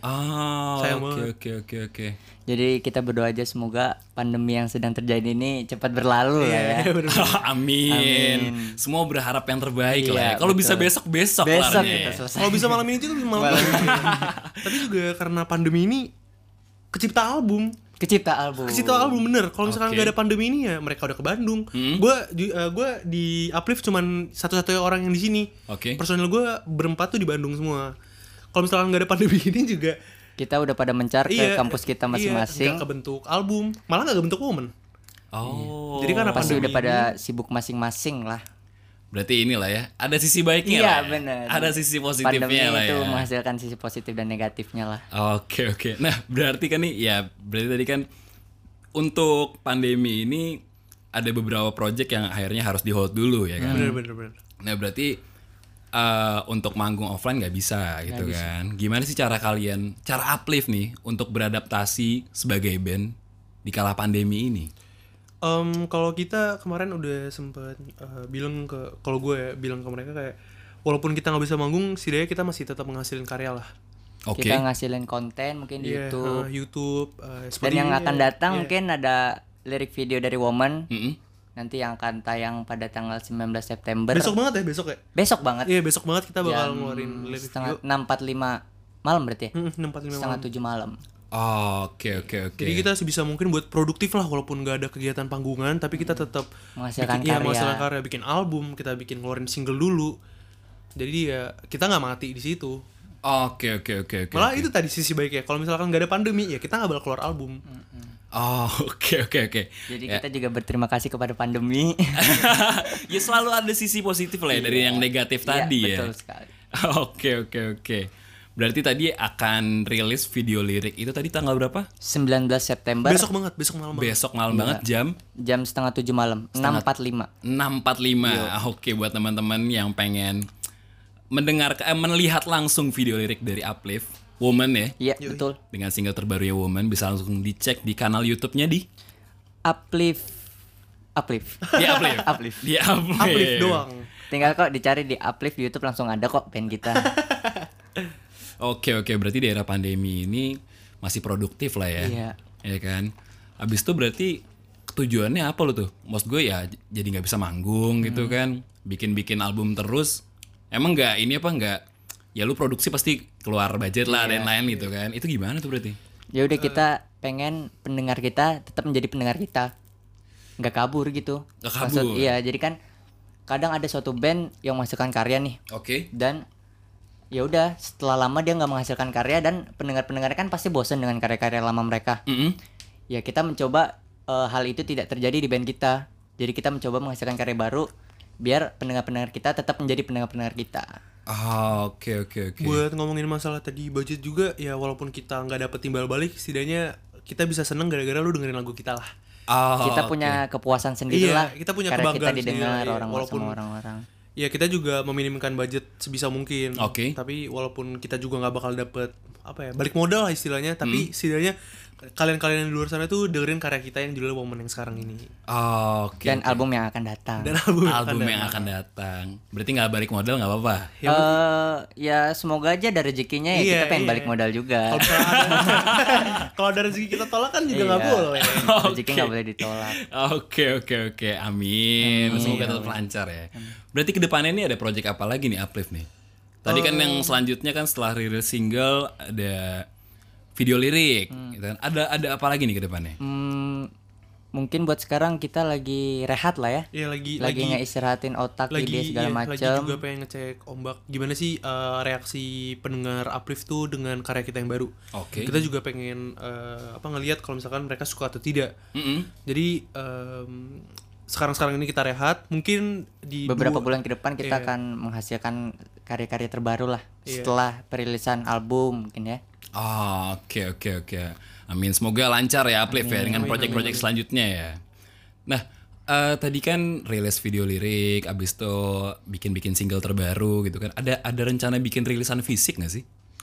Oke. Jadi kita berdoa aja semoga pandemi yang sedang terjadi ini cepat berlalu lah ya. Amin. Semua berharap yang terbaik lah ya. Kalau bisa besok kita nih. selesai. Kalau bisa malam ini juga malam ini. Tapi juga karena pandemi ini kecipta album bener. Kalau misalkan nggak ada pandemi ini ya mereka udah ke Bandung. Gue di Uplift cuman satu-satunya orang yang di sini. Personil gue berempat tuh di Bandung semua. Kalau misalkan nggak ada pandemi ini juga kita udah pada mencar ke kampus kita masing-masing. Nggak kebentuk album, malah nggak kebentuk Woman. Jadi karena pasti pandemi udah pada sibuk masing-masing lah. Berarti inilah ya, ada sisi baiknya lah. Iya benar. Ada sisi positifnya pandemi lah ya. Itu menghasilkan sisi positif dan negatifnya lah. Oke. Nah berarti kan nih ya, berarti tadi kan untuk pandemi ini ada beberapa project yang akhirnya harus di hold dulu ya kan. Bener. Nah berarti untuk manggung offline nggak bisa gitu kan. Gimana sih cara Uplift nih untuk beradaptasi sebagai band di kala pandemi ini? Kalau kita kemarin udah sempet bilang bilang ke mereka kayak walaupun kita nggak bisa manggung, setidaknya kita masih tetap menghasilkan karya lah. Kita ngasilin konten mungkin di YouTube, dan yang akan datang mungkin ada lirik video dari Woman. Nanti yang akan tayang pada tanggal 19 September. Besok banget ya? Besok banget. Iya, besok banget kita bakal ngeluarin lirik video. 6.45 malam berarti ya? 6.45 malam. 7 malam. Oke. Jadi kita sebisa mungkin buat produktif lah, walaupun gak ada kegiatan panggungan, tapi kita tetap menghasilkan karya, bikin album, kita ngeluarin single dulu. Jadi ya kita nggak mati di situ. Oke. Malah itu tadi sisi baiknya. Kalau misalkan nggak ada pandemi ya kita nggak bakal keluar album. Oke. Jadi kita juga berterima kasih kepada pandemi. Ya selalu ada sisi positif lah ya dari yang negatif tadi ya. Betul sekali. Oke. Berarti tadi akan rilis video lirik itu tadi tanggal berapa? 19 September. Besok malam. Besok malam banget jam 6.30 malam. 6.45. 6.45. Oke, buat teman-teman yang pengen melihat langsung video lirik dari Uplift Woman ya. Iya, betul. Dengan single terbarunya Woman bisa langsung dicek di kanal YouTube-nya di Uplift. Di Uplift doang. Tinggal kok dicari di Uplift di YouTube langsung ada kok band kita. Oke, berarti di era pandemi ini masih produktif lah ya. Iya. Ya kan. Habis itu berarti tujuannya apa lo tuh? Maksud gue ya jadi nggak bisa manggung gitu kan. Bikin album terus. Emang nggak ini apa nggak? Ya lu produksi pasti keluar budget lah dan lain gitu kan. Itu gimana tuh berarti? Ya udah kita pengen pendengar kita tetap menjadi pendengar kita, nggak kabur gitu. Nggak kabur. Iya, jadi kan kadang ada suatu band yang menghasilkan karya nih, Oke. dan ya udah setelah lama dia nggak menghasilkan karya dan pendengar-pendengar kan pasti bosan dengan karya-karya lama mereka. Mm-mm. Ya kita mencoba hal itu tidak terjadi di band kita. Jadi kita mencoba menghasilkan karya baru biar pendengar-pendengar kita tetap menjadi pendengar-pendengar kita. Oke. Buat ngomongin masalah tadi budget juga, ya walaupun kita nggak dapet timbal balik, setidaknya kita bisa seneng gara-gara lu dengerin lagu kita lah. Kita punya kepuasan sendiri Iya, lah. kita punya karena kebanggaan kita didengar sendiri, orang walaupun- sama orang-orang. Ya kita juga meminimkan budget sebisa mungkin. Oke. Tapi walaupun kita juga nggak bakal dapet balik modal lah istilahnya, tapi setidaknya kalian-kalian yang di luar sana tuh dengerin karya kita yang judulnya Woman yang sekarang ini. Oke. Dan album yang akan datang. Dan album Yang akan datang. Berarti nggak balik modal nggak apa-apa. Ya semoga aja ada rezekinya ya, Iya, kita pengen iya. balik modal juga. Kalau ada rezeki kita tolak kan juga nggak Iya. boleh. Rezeki nggak boleh ditolak. Oke. Amin. Semoga tetap lancar ya. Berarti kedepannya ini ada project apa lagi nih Uplift nih? Tadi kan yang selanjutnya kan setelah rilis single ada video lirik, gitu kan. Ada apa lagi nih kedepannya? Mungkin buat sekarang kita lagi rehat lah ya. Ya lagi Ngeistirahatin otak, ide segala lagi macam. juga pengen ngecek ombak gimana sih reaksi pendengar Uplift tuh dengan karya kita yang baru. Oke. Kita juga pengen ngelihat kalau misalkan mereka suka atau tidak. Mm-mm. Jadi sekarang ini kita rehat, mungkin di Beberapa dua- bulan ke depan kita Iya. akan menghasilkan karya-karya terbaru lah Iya. setelah perilisan album mungkin ya. Oke. Amin. Semoga lancar ya Uplift ya dengan project-project selanjutnya ya. Nah, tadi kan rilis video lirik, abis itu bikin single terbaru gitu kan. Ada rencana bikin rilisan fisik nggak sih?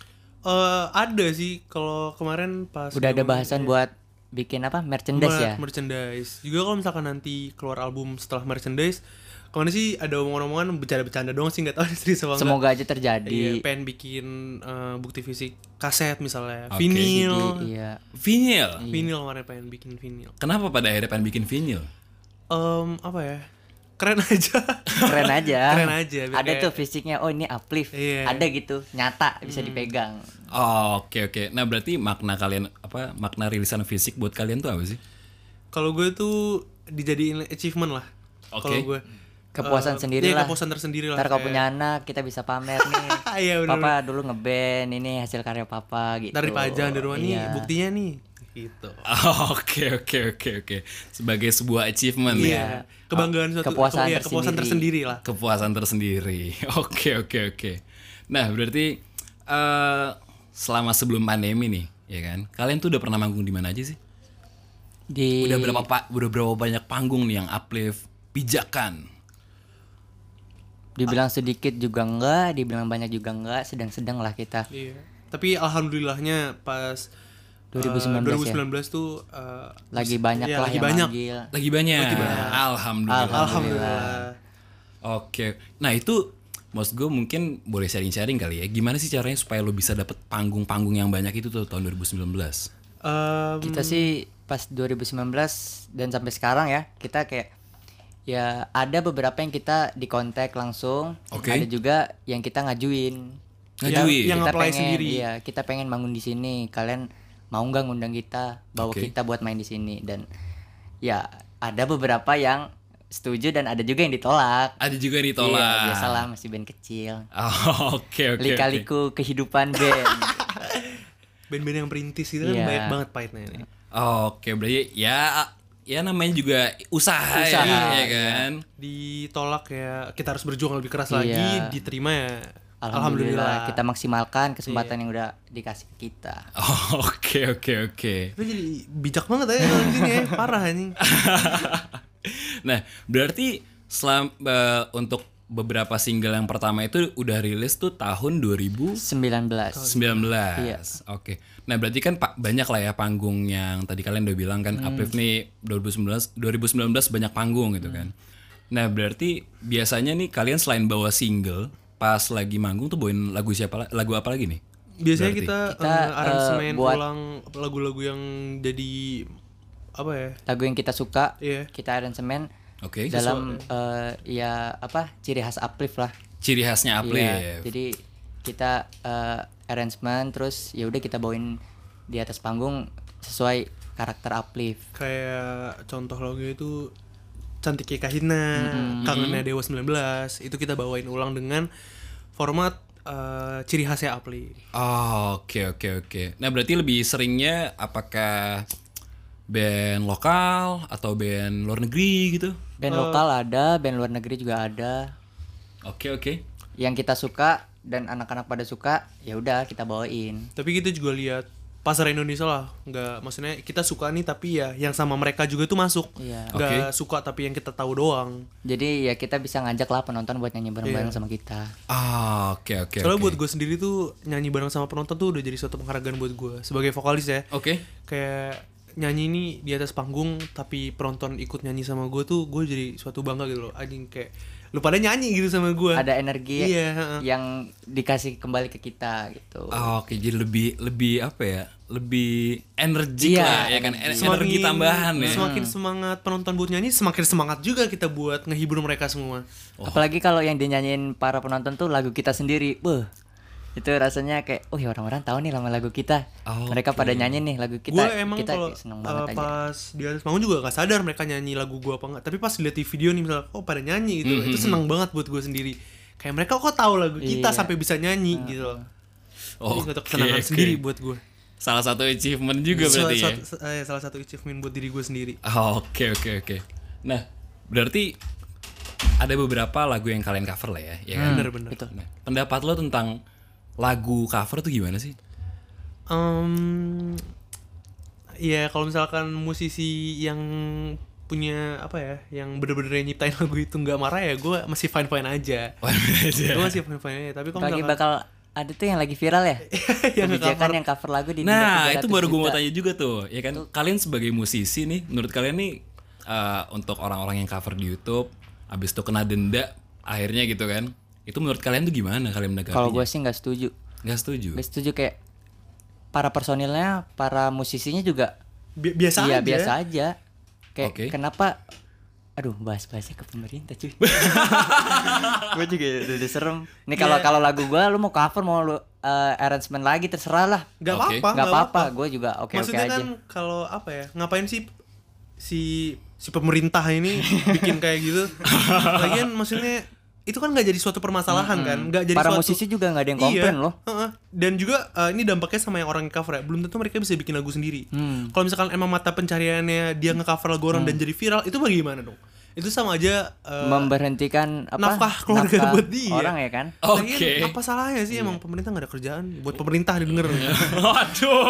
ada sih kalau kemarin pas Udah ada bahasan buat bikin apa? Merchandise ya. merchandise. Juga kalau misalkan nanti keluar album setelah merchandise, kemana sih ada omongan-omongan bercanda-bercanda doang sih, nggak tahu serius apa enggak. Semoga aja terjadi. Iya, pengen bikin bukti fisik kaset misalnya, Oke. vinyl. Iya. Vinyl. Vinyl kemarin pengen bikin vinyl. Kenapa pada akhirnya pengen bikin vinyl? Apa ya? Keren aja. Keren aja. Keren aja, biar Ada kayak- tuh fisiknya. Oh ini Uplift. Iya. Ada gitu. Nyata bisa dipegang. Oke. Nah, berarti makna rilisan fisik buat kalian tuh apa sih? Kalau gue tuh dijadiin achievement lah. Oke. Kalau gue Kepuasan sendiri iya, lah. kepuasan tersendiri lah. Ntar kalau kayak- punya anak kita bisa pamer nih. Iya, bener. Papa dulu ngeband, ini hasil karya papa gitu. Dari pajang di rumah nih, Iya. buktinya nih. Gitu. Oke. Sebagai sebuah achievement ya. Iya. Kebanggaan suatu Kepuasan kepuasan tersendiri. tersendiri lah. Kepuasan tersendiri. Oke. Nah, berarti selama sebelum pandemi nih, ya kan? Kalian tuh udah pernah manggung di mana aja sih? Di Udah berapa banyak panggung nih yang Uplift pijakan? dibilang sedikit juga enggak, dibilang banyak juga enggak, sedang-sedang lah kita. Iya. Tapi alhamdulillahnya pas 2019 2019 tuh Lagi banyak iya, lah lagi yang banyak. manggil. Lagi banyak. Alhamdulillah. Alhamdulillah. Oke. Nah, itu maksud gue mungkin boleh sharing-sharing kali ya. Gimana sih caranya supaya lo bisa dapet panggung-panggung yang banyak itu tuh tahun 2019? Kita sih pas 2019 dan sampai sekarang ya, kita kayak ya ada beberapa yang kita dikontak langsung, Oke. ada juga yang kita ngajuin. Ngajuin? Yang Kita apply pengen, sendiri. Iya, kita pengen bangun di sini. Kalian mau nggak ngundang kita, bawa Oke. kita buat main di sini, dan ya ada beberapa yang setuju dan ada juga yang ditolak. Ada juga yang ditolak. Iya, biasalah masih band kecil. Oke. Lika-liku kehidupan band. band-band yang perintis itu kan Iya. banyak banget pahitnya ini. Oke, berarti ya namanya juga usaha Usaha, ya kan? Ditolak ya kita harus berjuang lebih keras Iya. lagi, diterima ya Alhamdulillah kita maksimalkan kesempatan yang udah dikasih ke kita. Oke. Itu jadi bijak banget ya kalau di sini ya, parah anjing. Nah, berarti untuk beberapa single yang pertama itu udah rilis tuh tahun 2019. 19. Iya. Oke. Nah, berarti kan banyak lah ya panggung yang tadi kalian udah bilang kan Uplift nih 2019 banyak panggung gitu kan. Nah, berarti biasanya nih kalian selain bawa single pas lagi manggung tuh bawain lagu apa lagi nih? Biasanya Berarti. kita aransemen buat- ulang lagu-lagu yang jadi apa ya? Lagu yang kita suka, Iya. kita aransemen Oke. dalam ya apa ciri khas Uplift lah. ciri khasnya Iya, Uplift. jadi kita arrangement terus ya udah kita bawain di atas panggung sesuai karakter Uplift. Kayak contoh logo itu Cantiknya Kahina, Kangennya Dewa 19, itu kita bawain ulang dengan format ciri khasnya Uplift. Oh, oke. Nah, berarti lebih seringnya apakah band lokal atau band luar negeri gitu? Band lokal ada, band luar negeri juga ada. Oke. Yang kita suka dan anak-anak pada suka, ya udah kita bawain. Tapi kita juga lihat pasar Indonesia lah, nggak maksudnya kita suka nih tapi ya yang sama mereka juga tuh masuk, Iya. nggak suka tapi yang kita tahu doang. Jadi ya kita bisa ngajak lah penonton buat nyanyi bareng-bareng sama kita. Ah, oke. Soalnya buat gue sendiri tuh nyanyi bareng sama penonton tuh udah jadi suatu penghargaan buat gue sebagai vokalis ya. Oke. Kayak nyanyi ini di atas panggung tapi penonton ikut nyanyi sama gue tuh gue jadi suatu bangga gitu loh. Anjing kayak lu pada nyanyi gitu sama gue. Ada energi Iya. yang dikasih kembali ke kita gitu. Ah, oke, jadi lebih apa ya? Lebih energik Iya, lah ya kan. Energi tambahan ya. Semakin semangat penonton buat nyanyi, semakin semangat juga kita buat ngehibur mereka semua. Apalagi kalau yang dinyanyiin para penonton tuh lagu kita sendiri. Beuh. Itu rasanya kayak, oh ya orang-orang tahu nih sama lagu kita. Mereka pada nyanyi nih lagu kita. Gue emang kita kalau seneng banget aja. pas di atas panggung juga gak sadar mereka nyanyi lagu gue apa enggak. Tapi pas lihat di video nih misalnya, oh pada nyanyi gitu, itu seneng banget buat gue sendiri. Kayak mereka kok tahu lagu kita sampai bisa nyanyi gitu loh. Jadi suatu kesenangan sendiri buat gue. Salah satu achievement juga berarti ya. Salah satu achievement buat diri gue sendiri. Oke. Nah, berarti ada beberapa lagu yang kalian cover lah ya kan? Bener-bener. Nah, pendapat lo tentang lagu cover tuh gimana sih? Ya kalau misalkan musisi yang punya apa ya, yang bener-bener nyiptain lagu itu nggak marah ya, gue masih fine aja. Gue masih fine aja. Tapi kalau Lagi misalkan bakal ada tuh yang lagi viral ya. yang Kebijakan yang cover lagu di Nah, itu 300 baru gue mau juta. tanya juga tuh, ya kan? Kalian sebagai musisi nih, menurut kalian nih untuk orang-orang yang cover di YouTube, abis itu kena denda, akhirnya gitu kan? Itu menurut kalian tuh gimana kalian menanggapinya? Kalau gue sih nggak setuju. Nggak setuju. Nggak setuju kayak para personilnya, para musisinya juga biasa iya aja. biasa aja. Kayak Oke. kenapa? Aduh, bahas-bahasnya ke pemerintah cuy. Gue juga udah serem. Nih kalau lagu gue, lu mau cover mau lu arrangement lagi terserah lah. Nggak Oke. apa-apa. Nggak apa-apa, gue juga oke Maksudnya aja. kan kalau apa ya, ngapain sih si pemerintah ini bikin kayak gitu? Lagian maksudnya itu kan nggak jadi suatu permasalahan kan, nggak jadi Para suatu musisi juga nggak ada yang komplain loh. Dan juga ini dampaknya sama yang orang yang cover ya, belum tentu mereka bisa bikin lagu sendiri. Kalau misalkan emang mata pencariannya dia nge-cover lagu orang dan jadi viral, itu bagaimana dong? Itu sama aja Memberhentikan apa? nafkah keluarga buat dia. Orang ya kan? Oke. Lagian, apa salahnya sih emang pemerintah nggak ada kerjaan buat pemerintah didengar. Waduh.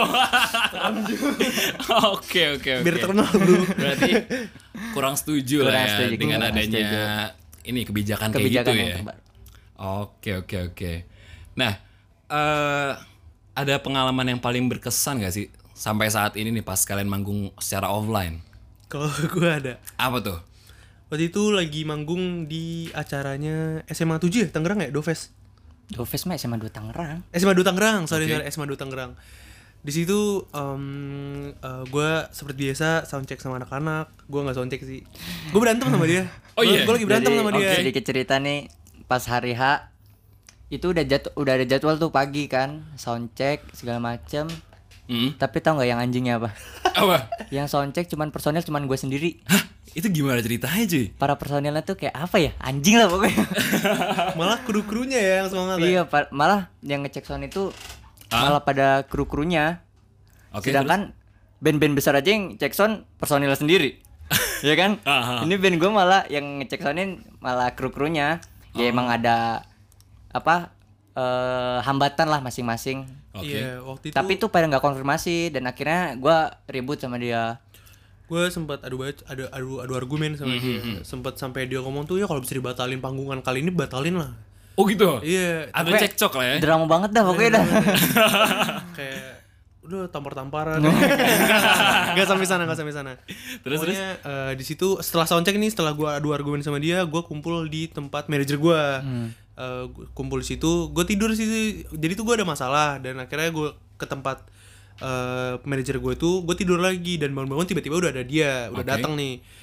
Oke. Biar terkenal dulu. Berarti kurang setuju lah Kurang ya setuju, dengan kurang adanya setuju. ini kebijakan kayak Kebijakan gitu yang ya. terbaru. Oke. Nah, ada pengalaman yang paling berkesan gak sih sampai saat ini nih pas kalian manggung secara offline? Kalau gue ada. Apa tuh? Waktu itu lagi manggung di acaranya SMA 7 ya, Tangerang ya, Dofes. Dofes mah SMA 2 Tangerang. SMA 2 Tangerang, sorry Oke. SMA 2 Tangerang. Di situ gue seperti biasa soundcheck sama anak-anak. Gue nggak soundcheck sih. Gue berantem sama dia. Oh iya? Gue lagi berantem sama dia. Sedikit cerita nih, pas hari H itu udah ada jadwal tuh pagi kan, soundcheck segala macem. Tapi tau nggak yang anjingnya apa? Apa? Yang soundcheck personil cuman gue sendiri. Hah? Itu gimana ceritanya cuy? Para personilnya tuh kayak apa ya? Anjing lah pokoknya. Malah kru-krunya ya yang semangat. Iya, malah yang ngecek sound itu malah pada kru-krunya. Oke, Sedangkan band-band besar aja yang cek sound personilnya sendiri. Iya kan? Ini band gue malah yang ngecek soundin malah kru-krunya. Ya emang ada apa hambatan lah masing-masing. Oke. Iya, waktu itu Tapi itu pada nggak konfirmasi dan akhirnya gue ribut sama dia. gue sempat adu argumen sama dia. Sempat sampai dia ngomong tuh ya kalau bisa dibatalin panggungan kali ini batalin lah. Oh gitu? Iya, Ada Pokoknya cekcok lah ya? Drama banget dah pokoknya dah. kayak udah tampar-tamparan. Gak sampai sana. Terus? Pokoknya di situ setelah soundcheck nih, setelah gue adu argumen sama dia, gue kumpul di tempat manajer gue. Kumpul di situ, gue tidur sih. Jadi tuh gue ada masalah dan akhirnya gue ke tempat manajer gue tuh, gue tidur lagi dan bangun-bangun tiba-tiba udah ada dia, udah Oke. datang nih.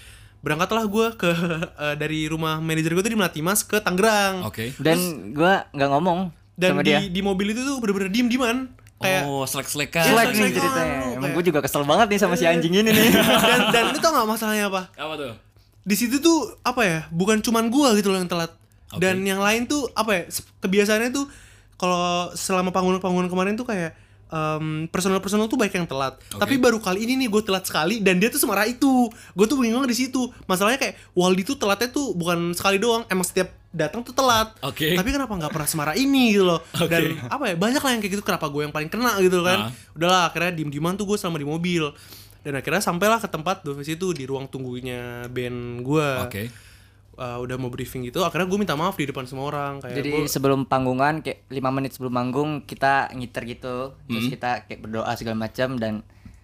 berangkatlah gue ke dari rumah manajer gue tuh di Melati Mas ke Tangerang. Oke. Dan gua nggak ngomong Dan sama dia. di mobil itu tuh bener-bener diem-dieman. Kayak Oh, selek-selekan. Iya, Selek nih selek-selekan, ceritanya. lu Emang kayak- gue juga kesel banget nih sama si anjing ini nih. dan lu tau gak masalahnya apa? Apa tuh? Di situ tuh apa ya? Bukan cuman gua gitu loh yang telat. Oke. Dan yang lain tuh apa ya? Kebiasaannya tuh kalau selama panggung-panggung kemarin tuh kayak personal tuh banyak yang telat. Oke. Tapi baru kali ini nih gue telat sekali dan dia tuh semarah itu. Gue tuh bingung di situ. Masalahnya kayak Waldi tuh telatnya tuh bukan sekali doang, emang setiap datang tuh telat. Oke. Tapi kenapa nggak pernah semarah ini gitu loh. Oke. Dan apa ya? Banyak lah yang kayak gitu, kenapa gue yang paling kena gitu kan. Udahlah akhirnya diem-dieman tuh gue selama di mobil. Dan akhirnya sampailah ke tempat Doves itu di ruang tunggunya band gue. Oke. Udah mau briefing gitu, akhirnya gue minta maaf di depan semua orang kayak Jadi gua- sebelum panggungan kayak 5 menit sebelum manggung kita ngiter gitu. Terus kita kayak berdoa segala macam dan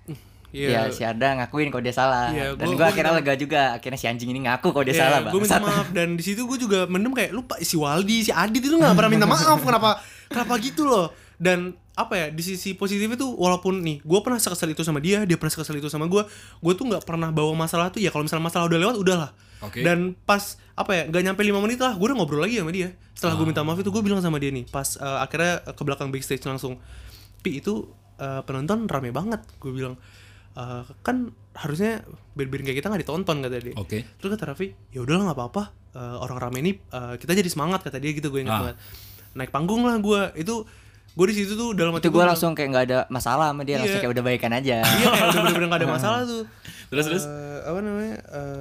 Iya. ya si Arda ngakuin kalau dia salah. Iya, Dan gua gue akhirnya lega juga. Akhirnya si anjing ini ngaku kalau dia Iya, salah, Bang. gue minta maaf dan di situ gue juga mendem kayak lupa si Waldi, si Adit itu nggak pernah minta maaf, kenapa gitu loh. Dan apa ya, di sisi positifnya tuh walaupun nih gue pernah sekesel itu sama dia pernah sekesel itu sama gue tuh nggak pernah bawa masalah tuh ya kalau misalnya masalah udah lewat udahlah. Oke. Dan pas apa ya, nggak nyampe 5 menit lah gue udah ngobrol lagi sama dia. Setelah gue minta maaf itu gue bilang sama dia nih pas akhirnya ke belakang backstage langsung, Pi itu penonton rame banget, gue bilang. Kan harusnya band-band kayak kita nggak ditonton kata dia. Oke. Terus kata Raffi, ya udahlah nggak apa-apa, orang rame ini kita jadi semangat kata dia gitu, gue ingat banget. Naik panggung lah gue di situ tuh dalam hati Itu gue langsung kayak nggak ada masalah sama dia, Iya. langsung kayak udah baikan aja. iya kayak udah bener-bener nggak ada masalah tuh. Terus? Apa namanya?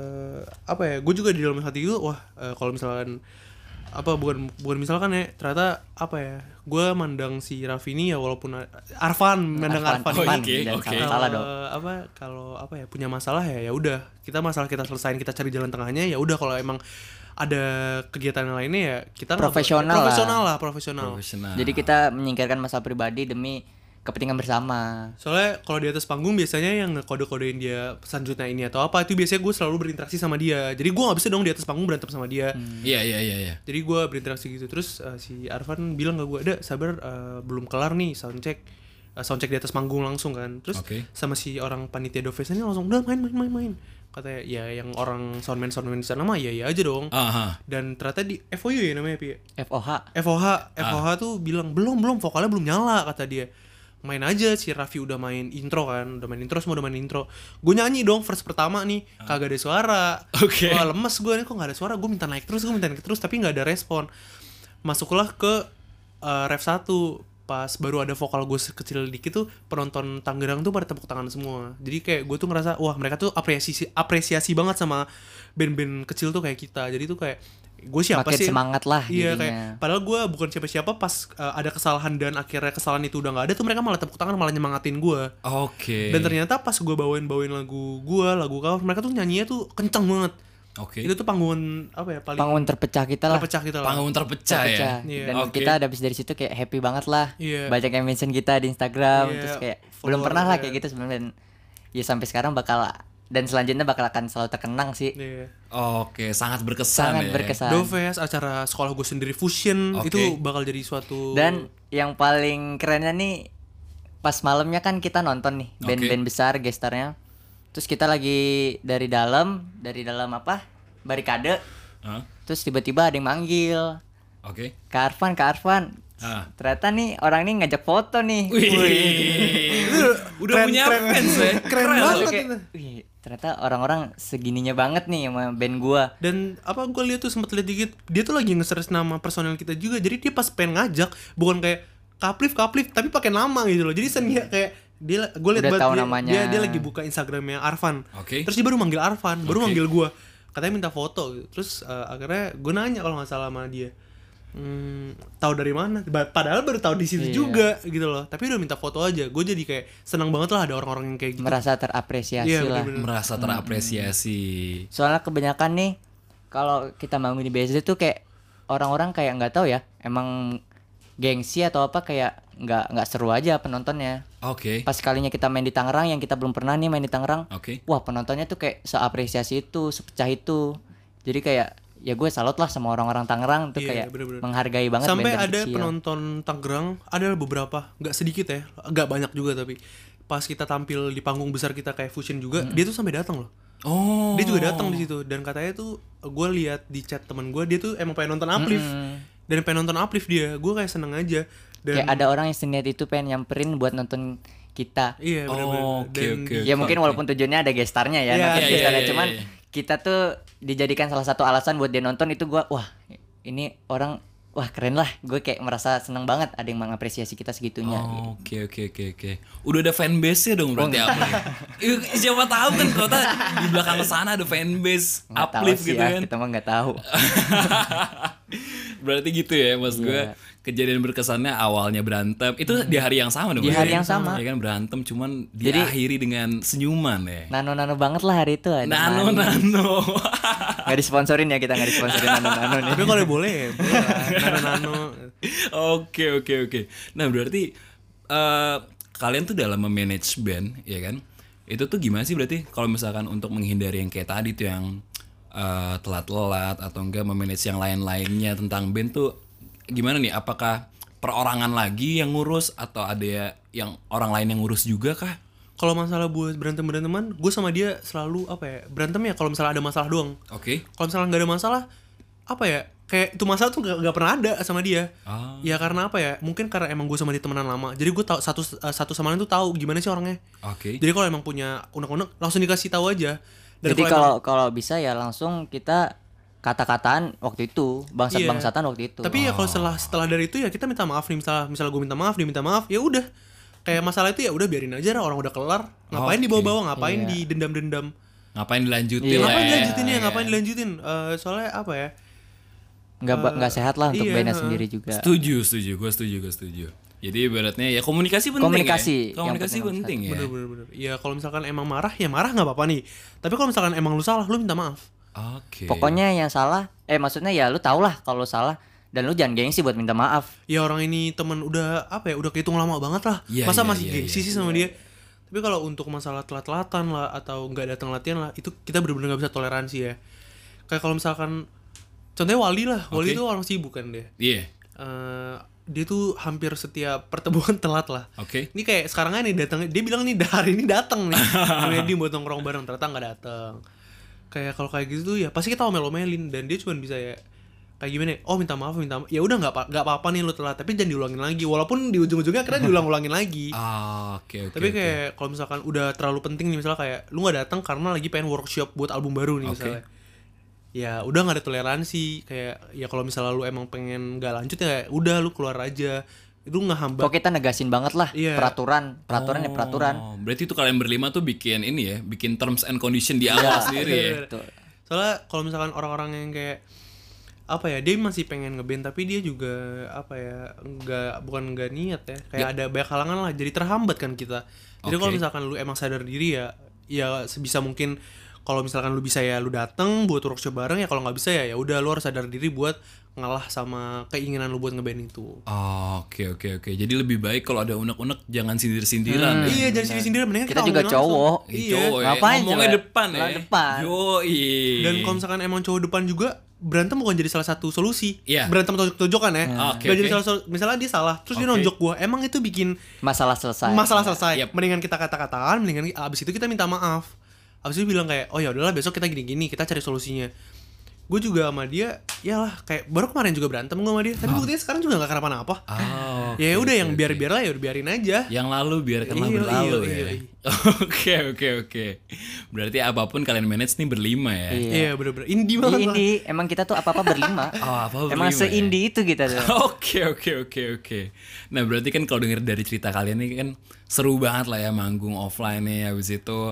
Apa ya? Gue juga di dalam hati itu, wah kalau misalkan apa bukan misalkan ya, ternyata apa ya? Gue mandang si Raffi ini ya walaupun Arfan mandang Arfan. Oh, Arfan, oke, dan oke. salah dong. Kalau apa ya, punya masalah ya udah, kita masalah kita selesain, kita cari jalan tengahnya, ya udah. Kalau emang ada kegiatan yang lainnya ya kita Profesional lah. profesional. Jadi kita menyingkirkan masalah pribadi demi kepentingan bersama. Soalnya kalau di atas panggung biasanya yang ngekode-kodein dia selanjutnya ini atau apa, itu biasanya gue selalu berinteraksi sama dia. Jadi gue nggak bisa dong di atas panggung berantem sama dia. Iya. Jadi gue berinteraksi gitu. Terus si Arfan bilang ke gue, ada sabar, belum kelar nih soundcheck di atas panggung langsung kan. Terus Oke. sama si orang panitia Doves ini langsung udah main. Katanya ya yang orang soundman di sana mah iya aja dong. Aha. Dan ternyata di FOU ya namanya Pi. FOH tuh bilang belum vokalnya belum nyala kata dia. Main aja, si Raffi udah main intro kan, semua udah main intro. Gue nyanyi dong verse pertama nih, kagak ada suara. Oke. Wah, lemes gue nih, kok nggak ada suara. Gue minta naik terus tapi nggak ada respon. Masuklah ke ref 1. Pas baru ada vokal gue kecil dikit tuh, penonton Tangerang tuh pada tepuk tangan semua. Jadi kayak gue tuh ngerasa wah mereka tuh apresiasi banget sama band-band kecil tuh kayak kita. Jadi tuh kayak gue siapa Makin sih? semangat lah Iya jadinya. kayak padahal gue bukan siapa-siapa, pas ada kesalahan dan akhirnya kesalahan itu udah nggak ada tuh, mereka malah tepuk tangan, malah nyemangatin gue. Oke. Dan ternyata pas gue bawain lagu cover, mereka tuh nyanyinya tuh kencang banget. Oke. Itu tuh panggungan apa ya, paling Panggung terpecah kita lah. terpecah kita lah. Panggung terpecah ya. Terpecah. Iya. Dan Oke. kita habis dari situ kayak happy banget lah. Iya. Banyak yang mention kita di Instagram. Iya, Terus kayak follower, belum pernah lah iya. kayak gitu sebenarnya. Dan ya sampai sekarang dan selanjutnya bakal akan selalu terkenang sih. Iya. Oke, sangat berkesan Sangat ya. berkesan. Doves, acara sekolah gue sendiri Fusion, Oke. itu bakal jadi suatu. Dan yang paling kerennya nih, pas malamnya kan kita nonton nih band-band besar gestarnya. Terus kita lagi dari dalam apa? Barikade. Hah? Terus tiba-tiba ada yang manggil. Oke. Kak Arfan. Ah. Ternyata nih orang ini ngajak foto nih. Udah punya fans ya. keren Langsung banget kayak, itu. wih, ternyata orang-orang segininya banget nih sama band gua. Dan apa, gue lihat tuh sempet lihat dikit, dia tuh lagi nge-search nama personel kita juga. Jadi dia pas pengen ngajak bukan kayak Kaplif tapi pakai nama gitu loh. Jadi seni kayak dia, gue lihat Udah tahu dia, namanya. dia lagi buka Instagramnya Arfan. Oke. Terus dia baru manggil Arfan, baru Oke. manggil gue, katanya minta foto gitu. Terus akhirnya gue nanya kalau nggak salah sama dia, tahu dari mana? Padahal baru tahu di situ Iya. juga gitu loh. Tapi udah minta foto aja. Gue jadi kayak senang banget lah ada orang-orang yang kayak gitu. Merasa terapresiasi Iya, lah. bener-bener. Merasa terapresiasi. Soalnya kebanyakan nih kalau kita bangun di BSD tuh kayak orang-orang kayak nggak tahu ya, emang gengsi atau apa, kayak nggak seru aja penontonnya. Oke. Pas kalinya kita main di Tangerang, yang kita belum pernah nih main di Tangerang, Oke. wah penontonnya tuh kayak seapresiasi itu, sepecah itu. Jadi kayak ya gue salut lah sama orang-orang Tangerang tuh, Iya, kayak bener-bener. menghargai banget Sampai band-band ada kecil. penonton Tangerang, ada beberapa, nggak sedikit ya, nggak banyak juga, tapi pas kita tampil di panggung besar kita kayak Fusion juga, dia tuh sampai datang loh. Oh. Dia juga datang di situ dan katanya tuh gue lihat di chat teman gue dia tuh emang pengen nonton Uplift. Dan pengen nonton Uplift dia. Gue kayak seneng aja. Dan Kayak ada orang yang seniat itu pengen nyamperin buat nonton kita. iya benar-benar. Oke, Dan oke. Ya mungkin walaupun tujuannya ada gestarnya ya, Iya, nonton iya, gestarnya, iya, cuman iya. kita tuh dijadikan salah satu alasan buat dia nonton itu. Gua wah ini orang wah keren lah, gue kayak merasa seneng banget ada yang mengapresiasi kita segitunya. Oh, oke. Udah ada fanbase-nya dong berarti apa ya? Siapa tahu kan ternyata di belakang sana ada fanbase Nggak tahu Uplift sih gitu ya, kan. kita mah nggak tahu. Berarti gitu ya mas gue. Iya. Kejadian berkesannya awalnya berantem itu di hari yang sama dong. Di Mas? hari yang sama. Ya kan berantem cuman Jadi- diakhiri dengan senyuman ya. Nano banget lah hari itu. Ada Nano. Nggak disponsorin ya, kita nggak disponsorin nano nih. tapi kalau boleh ya, boleh lah. Nano. Oke. Nah berarti kalian tuh dalam memanage band, ya kan? Itu tuh gimana sih berarti kalau misalkan untuk menghindari yang kayak tadi tuh yang telat-telat atau enggak memanage yang lain-lainnya tentang band tuh gimana nih? Apakah perorangan lagi yang ngurus atau ada yang orang lain yang ngurus juga kah? Kalau masalah buat beranteman, gue sama dia selalu apa ya, berantem ya kalau misalnya ada masalah doang. Oke. Kalau misalnya nggak ada masalah, apa ya, kayak itu masalah tuh nggak pernah ada sama dia. Ah. Ya karena apa ya, mungkin karena emang gue sama dia temenan lama, jadi gue tahu satu sama lain tuh tahu gimana sih orangnya. Oke. Jadi kalau emang punya unek-unek langsung dikasih tahu aja. Dan Jadi emang- kalau bisa ya langsung kita kata-kataan waktu itu, bangsat-bangsatan waktu itu. Tapi ya kalau setelah dari itu ya kita minta maaf nih, misalnya gue minta maaf, dia minta maaf, ya udah. Kayak masalah itu ya udah biarin aja lah, orang udah kelar. Ngapain Oke. dibawa-bawa, ngapain Iya. didendam-dendam. Ngapain dilanjutin Iya. lah Ngapain ya? dilanjutin ya, Iya. ngapain dilanjutin? Soalnya apa ya? nggak sehat lah untuk iya, bandnya heeh. sendiri juga. Setuju, gue setuju. Jadi ibaratnya ya komunikasi penting Komunikasi, ya. yang Komunikasi penting penting ya. Bener. Ya kalau misalkan emang marah, ya marah nggak apa-apa nih. Tapi kalau misalkan emang lu salah, lu minta maaf. Oke. Pokoknya yang salah, maksudnya ya lu tau lah kalau lu salah, dan lu jangan gengsi buat minta maaf. Ya orang ini temen udah apa ya, udah kehitung lama banget lah. Iya, Masa iya, masih iya, gengsi sih sama dia. Tapi kalau untuk masalah telat-telatan lah atau nggak datang latihan lah, itu kita bener-bener nggak bisa toleransi ya. Kayak kalau misalkan contohnya Wali lah, Wali Oke. itu orang sibuk kan dia. Iya. Dia tuh hampir setiap pertemuan telat lah. Oke. Ini kayak sekarang aja nih datang, dia bilang nih hari ini datang nih. Namanya dia buat nongkrong bareng, ternyata nggak datang. Kayak kalau kayak gitu tuh ya pasti kita omel-omelin dan dia cuma bisa ya kayak gimana ya, minta maaf, ya udah nggak apa-apa nih lu telat, tapi jangan diulangin lagi, walaupun di ujung-ujungnya akhirnya diulang-ulangin lagi. Oke. Tapi kayak kalau misalkan udah terlalu penting nih, misalnya kayak lu nggak datang karena lagi pengen workshop buat album baru nih misalnya, ya udah nggak ada toleransi. Kayak ya kalau misalnya lu emang pengen nggak lanjut ya udah lu keluar aja, itu nggak hambat. Kok kita negasin banget lah Iya. peraturan ya peraturan. Oh, berarti itu kalian berlima tuh bikin ini ya, bikin terms and condition di awal sendiri ya. Betul. Soalnya kalau misalkan orang-orang yang kayak apa ya, dia masih pengen ngeband tapi dia juga apa ya, bukan nggak niat ya, kayak ada banyak halangan lah, jadi terhambat kan kita. Jadi kalau Oke. misalkan lu emang sadar diri ya sebisa mungkin kalau misalkan lu bisa ya lu datang buat workshop bareng, ya kalau nggak bisa ya udah lu harus sadar diri buat ngalah sama keinginan lu buat ngeband itu. Oke. Jadi lebih baik kalau ada unek-unek jangan sindir-sindiran ya. Iya, jadi sendiri-sendiri, mendingan Kita kita juga omongin langsung. cowok. Iya. Cowok ya. Ngapain Ngomongnya coba? depan ya. Lah, depan. Yoi. Dan kalau misalkan emang cowok depan juga, berantem bukan jadi salah satu solusi. Iya. Berantem tojok-tojokan ya. Oke, Nggak jadi oke. salah misalnya dia salah, terus dia Oke. nonjok gua, emang itu bikin Masalah selesai. masalah selesai. Yep. Mendingan kita kata-kataan, mendingan abis itu kita minta maaf. Abis itu bilang kayak, oh ya udahlah besok kita gini-gini, kita cari solusinya. Gue juga sama dia, yalah kayak baru kemarin juga berantem gue sama dia, tapi buktinya sekarang juga nggak kenapa-napa. Ya udah yang biar-biar lah, ya udah biarin aja. Yang lalu biarkanlah Iya, berlalu iya, ya. iya. Oke. Berarti apapun kalian manage nih berlima ya. Iya bener-bener indie banget lah. Indie, emang kita tuh apa-apa berlima. apa-apa Emang berlima ya? se-indie itu kita tuh. Oke. Nah berarti kan kalau denger dari cerita kalian nih kan seru banget lah ya manggung offline nih, habis itu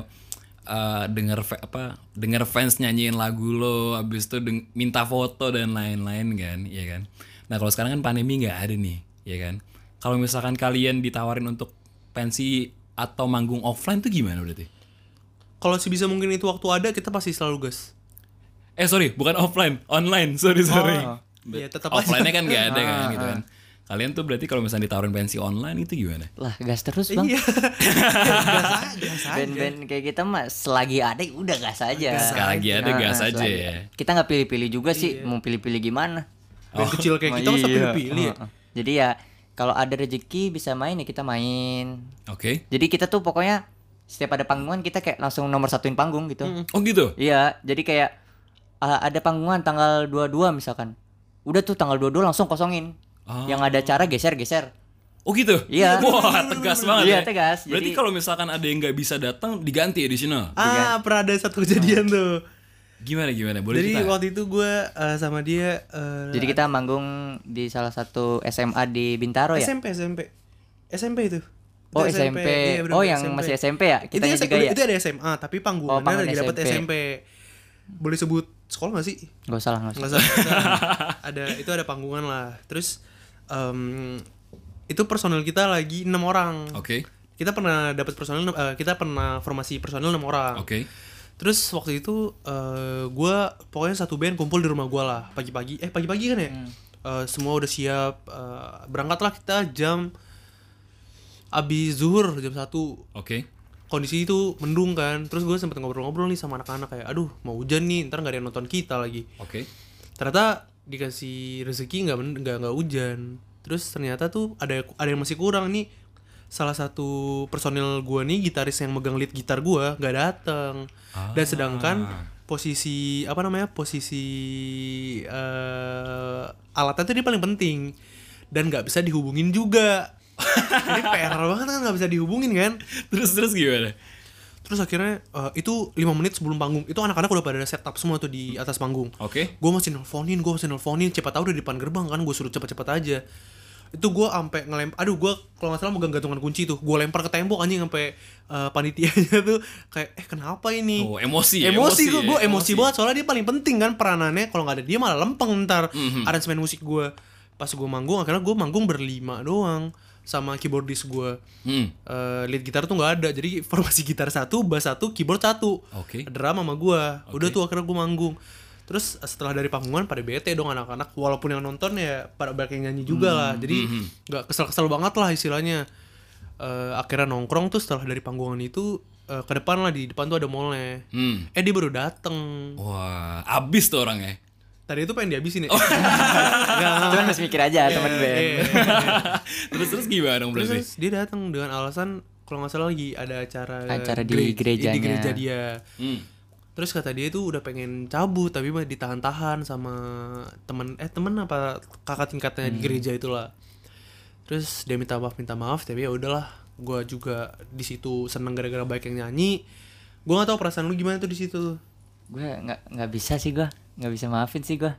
denger fans nyanyiin lagu lo, habis itu minta foto dan lain-lain kan, ya kan. Nah kalau sekarang kan pandemi nggak ada nih, ya kan. Kalau misalkan kalian ditawarin untuk pensi atau manggung offline tuh gimana berarti? Kalau sebisa mungkin itu waktu ada, kita pasti selalu gas. Sorry, bukan offline, online. Sorry. Ya, tetap aja. Offline-nya kan nggak ada kan gitu kan. Kalian tuh berarti kalau misalnya ditawarin pensi online itu gimana? Lah, gas terus, Bang. Iya. Gas aja. Band-band kayak kita mah selagi ada udah gas aja. Sekali lagi ada gas aja selagi ya. ada. Kita nggak pilih-pilih juga sih, mau pilih-pilih gimana. Band kecil kayak kita masa pilih-pilih ya. Jadi ya kalau ada rezeki bisa main ya kita main. Oke. Jadi kita tuh pokoknya setiap ada panggungan kita kayak langsung nomor satuin panggung gitu. Oh gitu. Iya, jadi kayak ada panggungan tanggal 22 misalkan. Udah tuh tanggal 22 langsung kosongin. Yang ada acara geser-geser. Oh gitu. Iya. Wah, tegas banget. Iya, ya. tegas. Berarti Jadi- kalau misalkan ada yang nggak bisa datang diganti additional. Pernah ada satu kejadian tuh. Gimana? Boleh Jadi cerita? waktu itu gue sama dia Jadi kita manggung di salah satu SMA di Bintaro ya. SMP itu. Oh Itu SMP. Iya, bener-bener Oh yang masih SMP ya? Itu, Kitanya juga ya. itu ada SMA, tapi panggungannya panggung lagi dapat SMP. SMP. Boleh sebut sekolah gak sih? Gak usah lah, gak Nggak usah. usah. Itu ada panggungan lah. Terus itu personel kita lagi 6 orang. Oke. Kita pernah dapat personel, kita pernah formasi personel 6 orang. Oke. Terus waktu itu gue pokoknya satu band kumpul di rumah gue lah pagi-pagi kan ya. Semua udah siap, berangkatlah kita jam abis zuhur jam 1. Oke. Kondisi itu mendung kan. Terus gue sempet ngobrol-ngobrol nih sama anak-anak kayak, aduh mau hujan nih, ntar gak ada yang nonton kita lagi. Oke. Ternyata dikasih rezeki nggak hujan. Terus ternyata tuh ada yang masih kurang nih. Salah satu personil gue nih, gitaris yang megang lead gitar gue nggak datang. Dan sedangkan posisi alatnya tuh dia paling penting dan nggak bisa dihubungin juga. Ini PR banget kan, nggak bisa dihubungin kan. Terus gimana? Terus akhirnya itu 5 menit sebelum panggung itu anak-anak udah pada setup semua tuh di atas panggung. Oke. Gue masih nelfonin, siapa tahu udah di depan gerbang kan, gue suruh cepet-cepet aja. Itu gue sampai gue kalau nggak salah megang gantungan kunci tuh, gue lempar ke tembok anjing sampai panitianya tuh kayak kenapa ini? Oh, emosi gue ya, emosi banget soalnya dia paling penting kan peranannya, kalau nggak ada dia malah lempeng ntar aransemen musik gue. Pas gue manggung, akhirnya gue manggung berlima doang sama keyboardis gue. Lead gitar tuh nggak ada, jadi formasi gitar 1, bass 1, keyboard 1, Oke. drum sama gue. Udah tuh akhirnya gue manggung. Terus setelah dari panggungan pada bete dong anak-anak, walaupun yang nonton ya pada banyak yang nyanyi juga lah, jadi nggak kesel-kesel banget lah istilahnya. Akhirnya nongkrong tuh setelah dari panggungan itu ke depan lah, di depan tuh ada mallnya. Dia baru dateng. Wah, abis tuh orangnya. Tadi itu pengen dihabisin ya. Cuman masih mikir aja teman band. Terus gimana dong berarti? Terus dia datang dengan alasan kalau nggak salah lagi ada acara di gerejanya. di gereja dia. Terus kata dia tuh udah pengen cabut tapi masih ditahan-tahan sama temen apa kakak tingkatnya di gereja itulah. Terus dia minta maaf tapi ya udahlah, gue juga di situ seneng gara-gara banyak yang nyanyi. Gue nggak tahu perasaan lu gimana tuh di situ. Gue nggak bisa sih, gue nggak bisa maafin sih gue.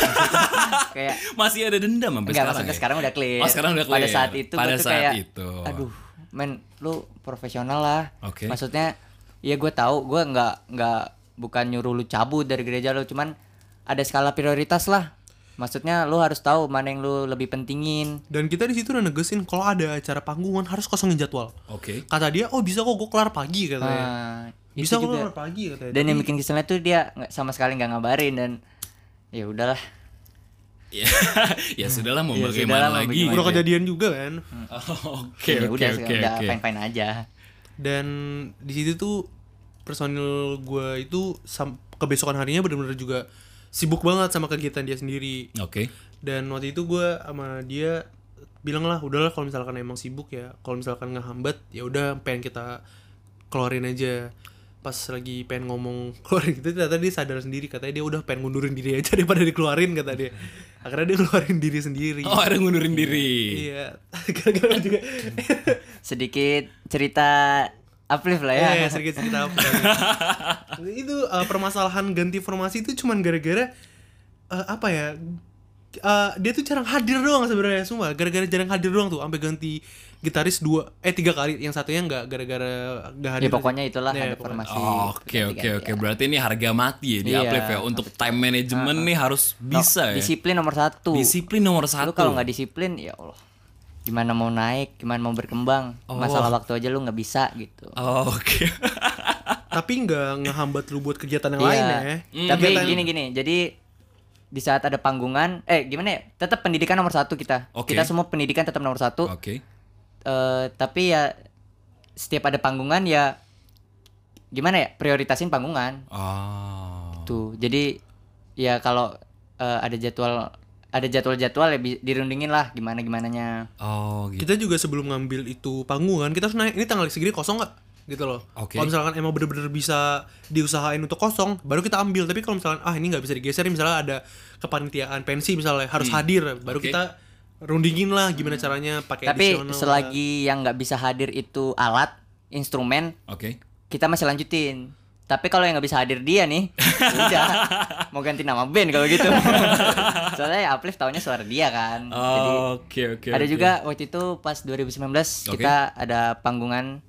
Kayak Masih ada dendam sampai enggak, sekarang. maksudnya ya? sekarang udah clear. Oh, sekarang udah clear. Pada saat itu Pada gua tuh saat kayak itu. aduh, men lu profesional lah. Oke. Maksudnya ya gue tahu gue nggak bukan nyuruh lu cabut dari gereja lu, cuman ada skala prioritas lah. Maksudnya lu harus tahu mana yang lu lebih pentingin. Dan kita di situ udah negesin kalau ada acara panggungan harus kosongin jadwal. Oke. Kata dia, oh bisa kok gue kelar pagi katanya. Itu Bisa kok juga. kelar pagi katanya. Dan yang Tapi- bikin keselnya tuh dia sama sekali nggak ngabarin, dan ya udahlah. Ya, ya sudahlah mau Ya bagaimana sudahlah, mau lagi. bagaimana. udah kejadian juga kan. Oke. Ya udah fine fine aja. Dan di situ tuh personil gue itu kebesokan harinya benar-benar juga sibuk banget sama kegiatan dia sendiri. Oke. Dan waktu itu gue sama dia bilang lah, udahlah kalau misalkan emang sibuk ya, kalau misalkan ngehambat ya udah pengen kita keluarin aja. Pas lagi pengen ngomong keluarin gitu, ternyata dia sadar sendiri, katanya dia udah pengen ngundurin diri aja daripada dikeluarin, kata dia. Akhirnya dia keluarin diri sendiri. Oh, ada ngundurin diri. Iya, gara-gara juga. Sedikit cerita uplift lah ya. Sedikit cerita apa. Itu permasalahan ganti formasi itu cuman gara-gara apa ya? Dia tuh jarang hadir doang sebenarnya, semua gara-gara jarang hadir doang tuh, sampai ganti gitaris 3 kali, yang satunya nggak gara-gara nggak hadir. Ya pokoknya itulah Ya, ada pokoknya. formasi. Oke. Berarti ini harga mati ya di Iya, Uplift ya. Untuk time management nih harus bisa ya. Disiplin nomor 1. Disiplin nomor 1. Lu kalau nggak disiplin, ya Allah, gimana mau naik, gimana mau berkembang. Masalah waktu aja lu nggak bisa gitu. Oke. Tapi nggak ngehambat lu buat kegiatan yang Iya. lain ya. Tapi gini, jadi di saat ada panggungan, gimana ya? Tetap pendidikan nomor 1 kita. Oke. Kita semua pendidikan tetap nomor 1. Oke. Tapi ya setiap ada panggungan ya gimana ya? Prioritasin panggungan. Oh. Tuh. Jadi ya kalau ada jadwal ya dirundingin lah gimananya. Oh, gitu. Kita juga sebelum ngambil itu panggungan, kita harus nanya, ini tanggal segini kosong nggak? gitu loh. Oke. Kalau misalkan emang bener-bener bisa diusahain untuk kosong, baru kita ambil. Tapi kalau misalkan ini nggak bisa digeser, misalnya ada kepanitiaan pensi misalnya harus hadir, baru Oke. kita rundingin lah gimana caranya pakai Tapi additional. selagi yang nggak bisa hadir itu alat, instrumen, Oke. kita masih lanjutin. Tapi kalau yang nggak bisa hadir dia nih, udah mau ganti nama band kalau gitu. Soalnya Uplift taunya suara dia kan. Jadi Oke. ada juga waktu itu pas 2019 Oke. kita ada panggungan